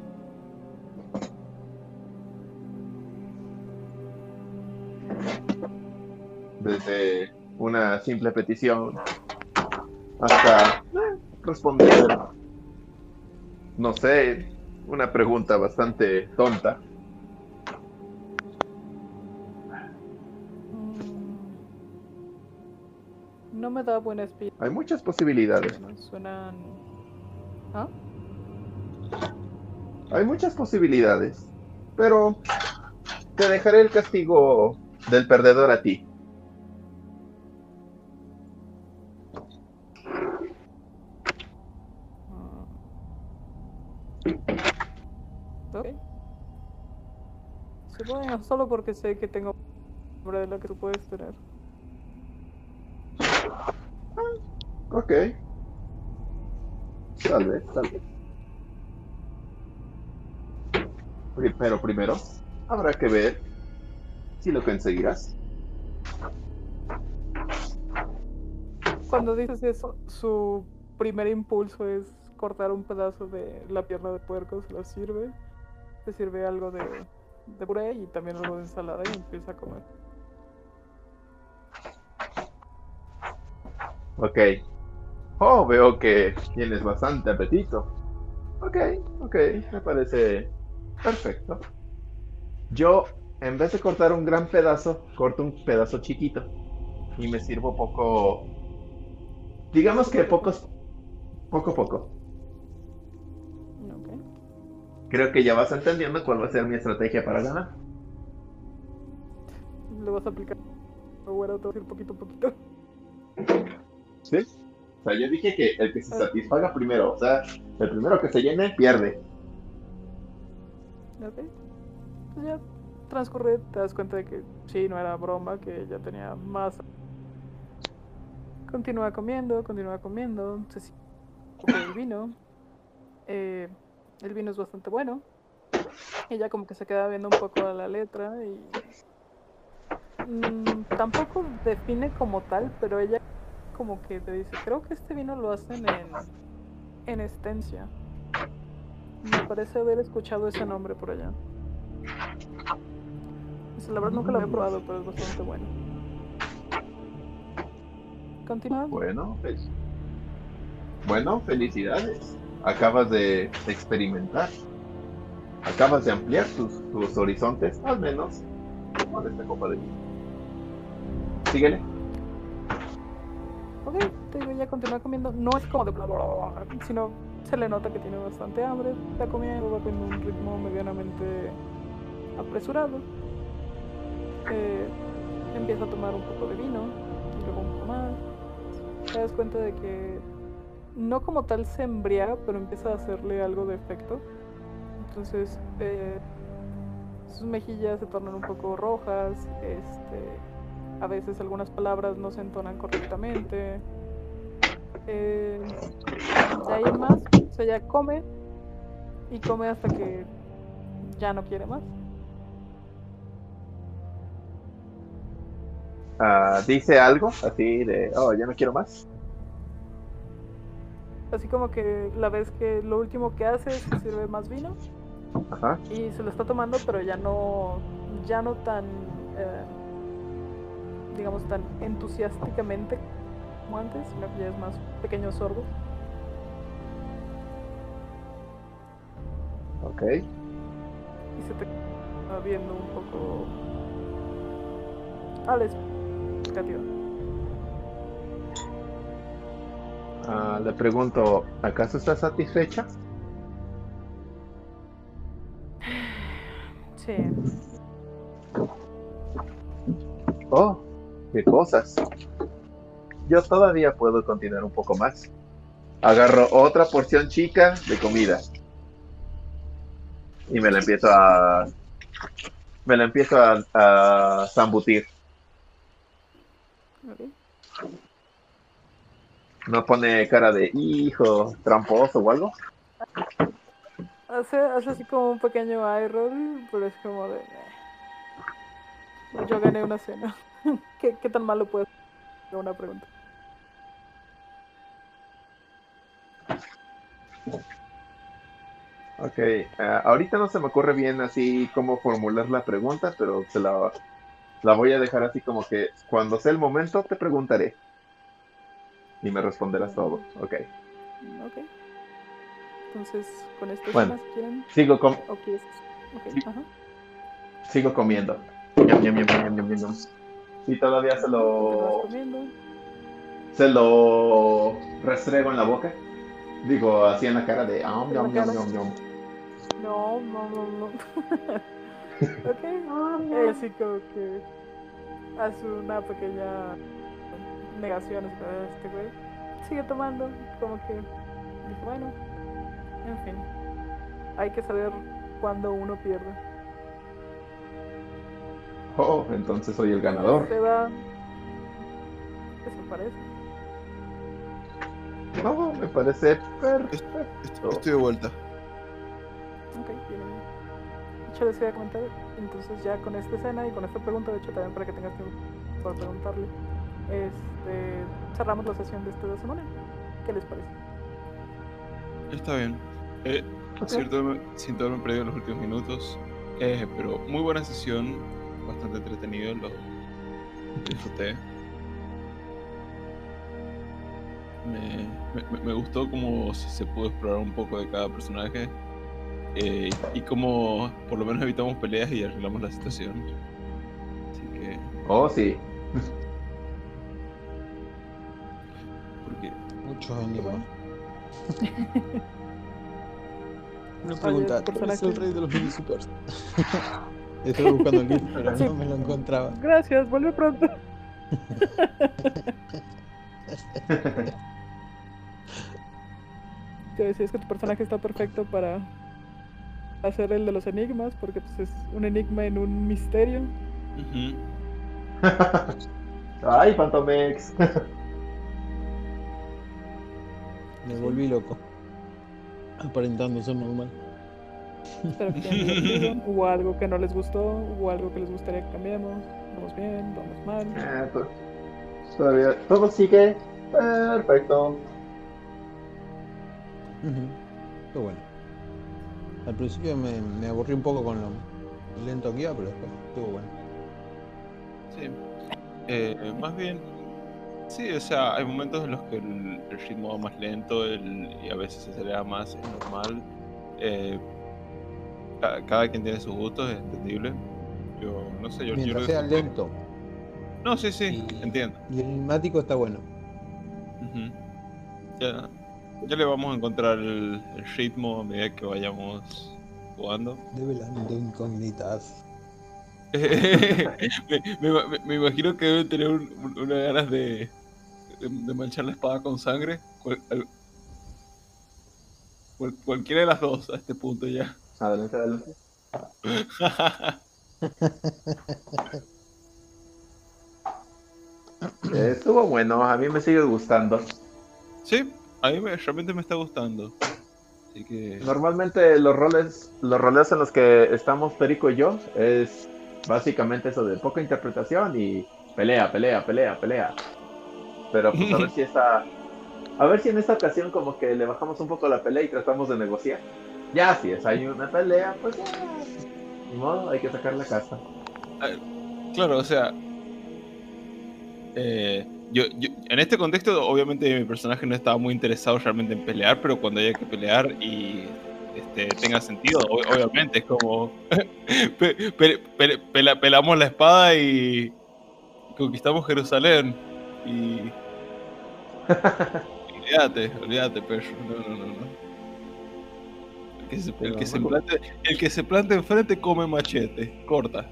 Desde una simple petición hasta eh, responder, no sé, una pregunta bastante tonta. No me da buena espina. Hay muchas posibilidades. Suenan... ¿Ah? Hay muchas posibilidades. Pero te dejaré el castigo del perdedor a ti. Ok. Supongo, solo porque sé que tengo nombre de lo que tú puedes tener. Ok. Tal vez, tal vez. Pri- Pero primero habrá que ver si lo conseguirás. Cuando dices eso, su primer impulso es cortar un pedazo de la pierna de puerco, se lo sirve, se sirve algo de, de puré y también algo de ensalada y empieza a comer. Ok. Oh, veo que tienes bastante apetito. Ok, ok, me parece perfecto. Yo, en vez de cortar un gran pedazo, corto un pedazo chiquito y me sirvo poco, digamos Poco a que poco. pocos, poco a poco. Creo que ya vas entendiendo cuál va a ser mi estrategia para ganar. Le vas a aplicar. Bueno, te voy a decir poquito a poquito. ¿Sí? O sea, yo dije que el que se satisfaga primero, o sea, el primero que se llene, pierde. Ok. Pues ya transcurre, te das cuenta de que sí, no era broma, que ya tenía más. Continúa comiendo, continúa comiendo, se sigue un poco del vino. Eh, el vino es bastante bueno. Ella como que se queda viendo un poco a la letra y mm, tampoco define como tal, pero ella como que te dice, creo que este vino lo hacen en, en Estencia. Me parece haber escuchado ese nombre por allá. Dice, la verdad nunca lo había probado, pero es bastante bueno. Continúa. Bueno, pues. Bueno, felicidades. Acabas de experimentar. Acabas de ampliar tus, tus horizontes, al menos con esta copa de vino. Síguele. Ok, te digo, ella continúa comiendo. No es como de bla bla bla, bla, sino se le nota que tiene bastante hambre. Está comiendo, va con un ritmo medianamente apresurado. Eh, empieza a tomar un poco de vino y luego un poco más. Te das cuenta de que no como tal se embriaga, pero empieza a hacerle algo de efecto. Entonces, eh, sus mejillas se tornan un poco rojas. Este, a veces algunas palabras no se entonan correctamente. Eh, de ahí en más, o sea, ella come y come hasta que ya no quiere más. Uh, dice algo así de, oh, ya no quiero más. Así como que la vez que lo último que hace es que sirve más vino. Ajá. Y se lo está tomando, pero ya no, ya no tan, eh, digamos, tan entusiásticamente como antes, sino que ya es más pequeños sorbos. Ok. Y se te va viendo un poco a la expectativa. Uh, le pregunto, ¿acaso estás satisfecha? Sí. Oh, qué cosas. Yo todavía puedo continuar un poco más. Agarro otra porción chica de comida. Y me la empiezo a... Me la empiezo a, a zambutir. Okay. ¿No pone cara de hijo, tramposo o algo? Hace, hace así como un pequeño eye roll, pero es como de... Yo gané una cena. ¿Qué, ¿Qué tan malo puede ser una pregunta? Ok, uh, ahorita no se me ocurre bien así cómo formular la pregunta, pero se la, la voy a dejar así como que cuando sea el momento te preguntaré. Y me responderás todo, ok. Ok. Entonces, con esta Bueno, escena, si quieren... sigo, com ¿O quieres? Ok, sí, ajá. sigo comiendo. Ñam, ñam, ñam, ñam, ñam, ñam. Y todavía se Continúas lo... comiendo. Se lo restrego en la boca. Digo, así en la cara de... Ah, En la ñam, ñam, cara. ñam, ñam. No, no, no, no. Ok. Eh, así como que hace una pequeña negación a este güey. Sigue tomando, como que dice, bueno, en fin. Hay que saber cuándo uno pierde. Oh, entonces soy el Ella ganador. se va. Eso parece. No, me parece Est- perfecto. Estoy de vuelta. Ok, bien. De hecho, les voy a comentar. Entonces, ya con esta escena y con esta pregunta, de hecho, también para que tengas tiempo para preguntarle, este, cerramos la sesión de esta semana. ¿Qué les parece? Está bien. Eh, Ok. cierto, siento haberme perdido en los últimos minutos. Eh, pero muy buena sesión. Bastante entretenido. Lo disfruté. Me, me, me gustó cómo se pudo explorar un poco de cada personaje. Eh, y cómo por lo menos evitamos peleas y arreglamos la situación. Así que... Oh, sí. Porque Mucho Qué ánimo. bueno. Una pregunta, Oye, ¿tú eres personaje. el rey de los mini supers? Estuve buscando el GIF, pero Sí. no me lo encontraba. Gracias, vuelve pronto. Te decía, es que tu personaje está perfecto para hacer el de los enigmas, porque pues, es un enigma en un misterio. Ujú. Ay, Phantomex. Me volví loco. Aparentando ser normal. Espero que hayan divertido. Hubo algo que no les gustó, hubo algo que les gustaría que cambiemos. Vamos bien, vamos mal. Eh, to- todavía todo sigue perfecto. Ujú. Qué bueno. Al principio me, me aburrí un poco con lo lento que iba, pero después estuvo bueno. Sí. Eh, más bien, sí, o sea, hay momentos en los que el, el ritmo va más lento el- y a veces se acelera más, es normal. Eh, ca- cada quien tiene sus gustos, es entendible. Yo, no sé, yo, yo Mientras lo sea disfruté. lento No, sí, sí, y, entiendo. y enigmático está bueno. Ujú. Ya, ya le vamos a encontrar el, el ritmo a medida que vayamos jugando. Develando incógnitas. me, me- me- me imagino que deben tener un- un- unas ganas de, de, de manchar la espada con sangre. Cual- al- cual- cualquiera de las dos a este punto ya. Adelante, adelante. Eh, estuvo bueno, a mí me sigue gustando. Sí, a mí me- realmente me está gustando. Así que. Normalmente los roles, los roles en los que estamos Perico y yo es básicamente eso de poca interpretación y pelea, pelea, pelea, pelea. Pero pues a ver si esta, a ver si en esta ocasión como que le bajamos un poco la pelea y tratamos de negociar. Ya si es hay una pelea, pues ya, ni modo, hay que sacar la casa. Claro, o sea. eh, yo, yo- en este contexto, obviamente, mi personaje no estaba muy interesado realmente en pelear, pero cuando haya que pelear y este, tenga sentido, ob- obviamente, es como. pe- pe- pe- pela- pelamos la espada y conquistamos Jerusalén. Y. Olvídate, olvídate, perro. No, no, no, no. El que se, el Pero que se me gu- plante, el que se plante enfrente come machete. Corta.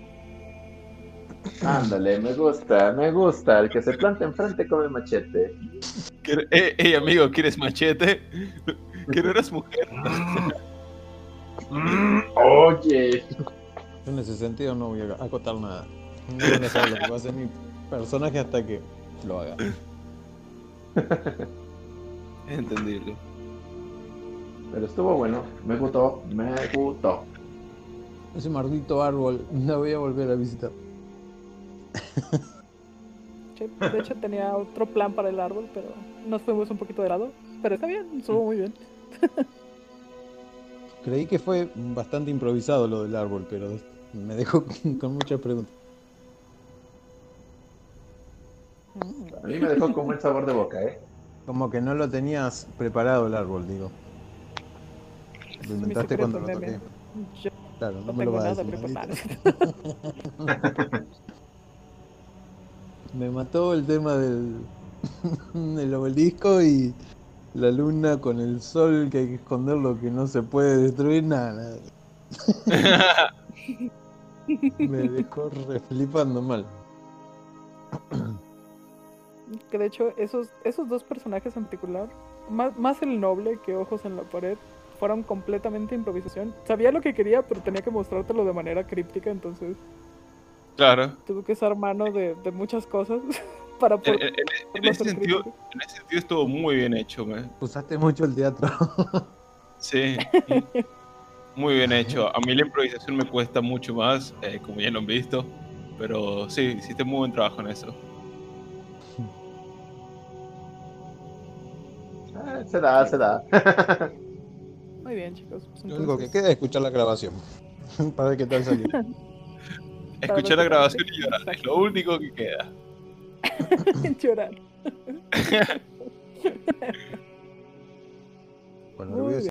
ándale, me gusta, me gusta. El que se planta enfrente come machete. ¿Quiere- Eh, hey, amigo, ¿quieres machete? ¿Que no eres mujer? Mm, oye. Yo en ese sentido no voy a acotar nada. No van a saber lo que va a hacer mi personaje hasta que lo haga. Es entendible. Pero estuvo bueno, me gustó, me gustó. Ese maldito árbol no voy a volver a visitar. Sí, de hecho tenía otro plan para el árbol, pero nos fuimos un poquito de lado. Pero está bien, estuvo muy bien. Creí que fue bastante improvisado lo del árbol, pero me dejó con muchas preguntas. A mí me dejó con buen sabor de boca, ¿eh? Como que no lo tenías preparado el árbol, digo. Ese Lo es mi inventaste cuando lo secreto, toqué. meme. Yo Claro, no no me lo tengo vas a nada decir. preparado. maldito. Me mató el tema del, del obelisco y la luna con el sol, que hay que esconder lo que no se puede destruir. Nada, nada. Me dejó re flipando mal. Que de hecho, esos, esos dos personajes en particular, más, más el noble que Ojos en la Pared, fueron completamente improvisación. Sabía lo que quería, pero tenía que mostrártelo de manera críptica, entonces Claro. tuve que ser mano de, de muchas cosas para En, poder en- en- en ese hacer sentido, crítico. en ese sentido estuvo muy bien hecho, me. Usaste mucho el teatro. Sí. Muy bien hecho. A mí la improvisación me cuesta mucho más, eh, como ya lo han visto. Pero sí, hiciste muy buen trabajo en eso. Ah, se da, se da. Muy bien, chicos. Pues Lo único que entonces, queda es escuchar la grabación. Para ver qué tal salió. Escuchar ver la qué tal, grabación sí. y llorar, es lo único que queda. llorar. Bueno, Muy le voy a bien.